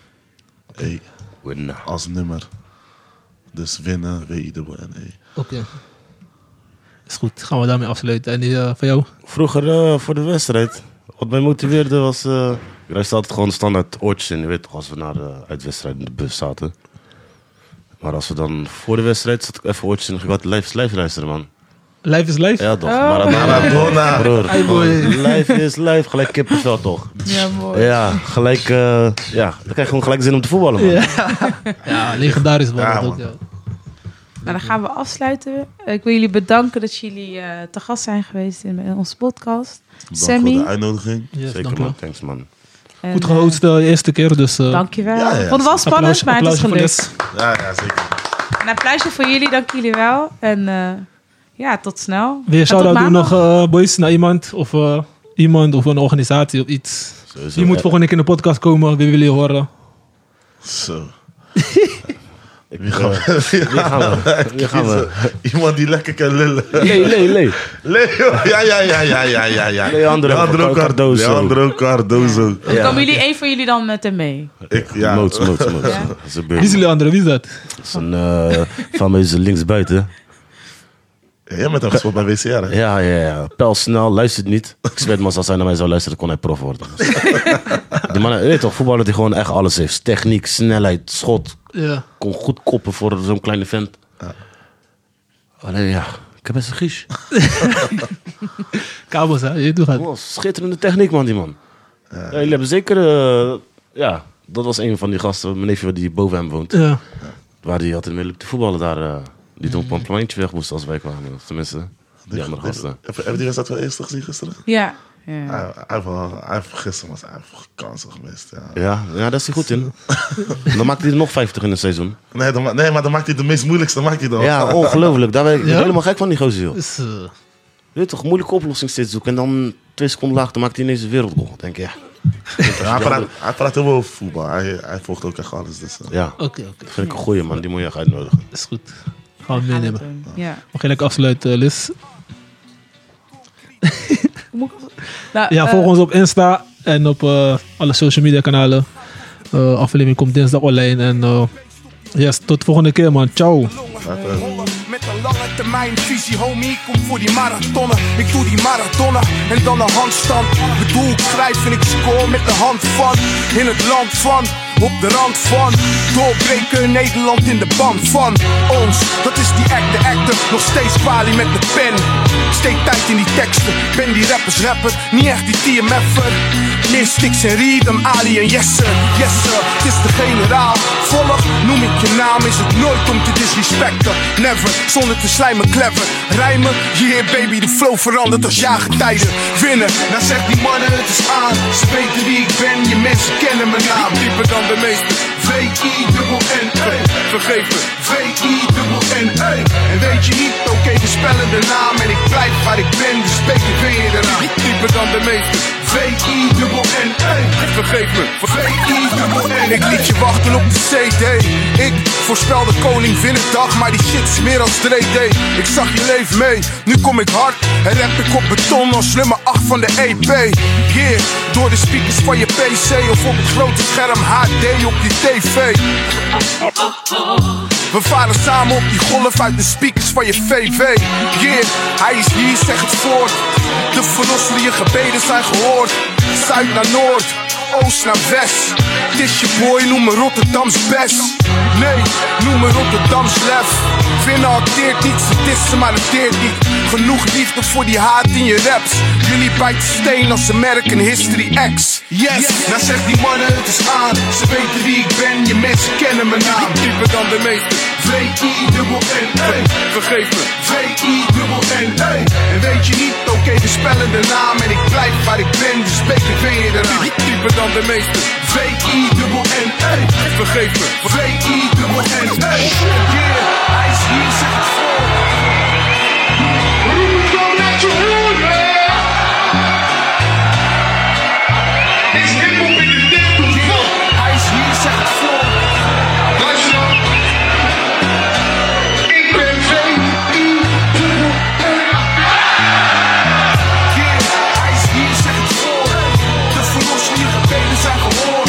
als nummer. Dus winnen, WINNE. Oké. Is goed, gaan we daarmee afsluiten. En die van jou? Vroeger voor de wedstrijd, wat mij motiveerde was... ik luisterde altijd gewoon standaard oortjes in, je weet toch, als we naar de uitwedstrijd in de bus zaten. Maar als we dan voor de wedstrijd zat ik even oortjes in en ik had live luisteren, man. Live is live? Ja, toch. Oh. Maradona. Broer, Hey, boy. live is live, gelijk kippenvel, toch? Ja, mooi. Ja, gelijk, dan krijg je gewoon gelijk zin om te voetballen, man. Ja, legendarisch wel. Ja, dat man. ook, ja. Nou, dan gaan we afsluiten. Ik wil jullie bedanken dat jullie te gast zijn geweest in onze podcast. Dank voor Sammy. de uitnodiging. Yes, Zeker, dankjewel. man. Thanks, man. En, Goed gehost de eerste keer, dus dankjewel. Ja, ja. Ik vond het wel spannend, maar het is applausje voor gelukt. Ja, zeker. Een applausje voor jullie, dank jullie wel. En ja, tot snel. Wil je En tot shout-out doen maandag. nog, boys, naar iemand of iemand of een organisatie of iets? Sowieso. Die moet volgende keer in de podcast komen, wie wil je horen? Zo. Wie gaan we? Iemand die lekker kan lullen. Lee. Leo. Ja. Leandro Cardozo. Leandro Cardozo. Komen jullie, één van jullie dan met hem mee? Ja. Moots. Ja. Dat is een Wie is jullie andere? Wie is dat? Dat is een fameuze linksbuiten. Jij bent hem gespeeld bij WCR, hè? Ja. Pel snel, luistert niet. Ik zweer, maar als hij naar mij zou luisteren, kon hij prof worden. Die man, weet toch, voetballer die gewoon echt alles heeft. Techniek, snelheid, schot. Ja. Kon goed koppen voor zo'n kleine vent. Ja. Alleen ja, ik heb best een gies. Kabels, hè? Je doet het. Oh, schitterende techniek, man, die man. Ja, jullie hebben zeker... ja, dat was een van die gasten, mijn neefje die boven hem woont. Ja. Waar die altijd mee liep te voetballen daar. Die toen op een pleintje weg moest als wij kwamen. Of tenminste, die andere gasten. Heb je die wedstrijd wel eerst gezien gisteren? Ja. Hij heeft gisteren was hij kansen gemist. Ja. Ja, daar is hij goed in. Dan maakt hij er nog 50 in een seizoen. Nee, maar dan maakt hij de meest moeilijkste. Maakt hij dan. Ja, ongelooflijk. Daar ben ik Ja? helemaal gek van die gozer, joh. Dus, Je weet toch, moeilijke oplossing steeds zoeken. En dan 2 seconden later maakt hij ineens een wereldgoal. Denk je, ja. Hij praat heel veel over voetbal. Hij volgt ook echt alles. Dus, Ja, Oké. dat vind ik een goeie, man. Die moet je echt uitnodigen. Is goed. Gaan we Gaan we meenemen. doen. Ja. Mag je lekker afsluiten, Liz? Nou, Ja, volg ons op Insta en op alle social media kanalen. Aflevering komt dinsdag online. En yes, tot de volgende keer, man. Ciao. Met een lange termijn visie, homie, ik kom voor die marathonnen. Ik doe die marathonna en dan een handstand. Bedoel, ik schrijf en ik score met de hand van. In het land van, op de rand van. Doorbreken Nederland in de band van ons. Dat is die acte, nog steeds kwalie met de pen. Steek tijd in die teksten, ben die rapper. Niet echt die TMF'er. Meer sticks en Riedem, Ali en Jesse. Yes sir, het is de generaal. Volg, noem ik je naam, is het nooit om te disrespecten. Never, zonder te slijmen, clever. Rijmen, yeah baby, de flow verandert als jaargetijden. Winnen, nou zeg die mannen het is aan. Ze weten wie ik ben, je mensen kennen mijn naam. Dieper dan de meeste, V-I-N-N-E. Vergeef me, V-I-N-N-E. En weet je niet, oké, we spellen de naam. En ik blijf waar ik ben, dus beter ben je eraan. Dieper dan de meeste, V-I-N-N. Vergeef me, V-I-N-N. Ik liet je wachten op de CD. Ik voorspelde koning Winnedag, maar die shit is meer als 3D. Ik zag je leven mee, nu kom ik hard en rap ik op beton als nummer 8 van de EP. Yeah, door de speakers van je PC of op het grote scherm HD op je TV. We varen samen op die golf uit de speakers van je VV. Yeah, hij is hier, zeg het voort. De verlosselijke gebeden zijn gehoord. Zuid naar Noord, Oost naar West. Het is je boy, noem me Rotterdams best. Nee, noem me Rotterdams lef. Vinnen acteert niet, ze dissen maar het deert niet. Genoeg liefde voor die haat in je raps. Jullie bijten steen als American History X. Yes, nou zeg die mannen het is aan. Ze weten wie ik ben, je mensen kennen mijn naam. Dieper dan de meeste. V-I-N-N. Vergeef me, V-I-N-N. En weet je niet, oké, we spellen de naam. En ik blijf waar ik ben, dus beter ben je eraan. Dieper dan de meeste. V-I-N-N. Vergeef me, V-I-N-N. Yeah, hij is hier, zeg het voor. Roep het dan met je horen. Is hiphop in de tempel. Yeah, hij is hier, zeg het voor. Luister dan. Ik ben V-I-N-N. Yeah, hij is hier, zeg het voor. De verlosselijke gebeden zijn gehoord.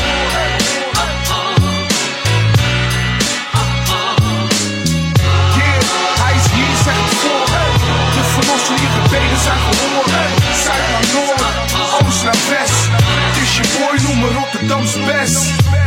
Zijn gehoord, Zuid naar Noord, Oost naar West. Het is je boy, noem me Rotterdams best.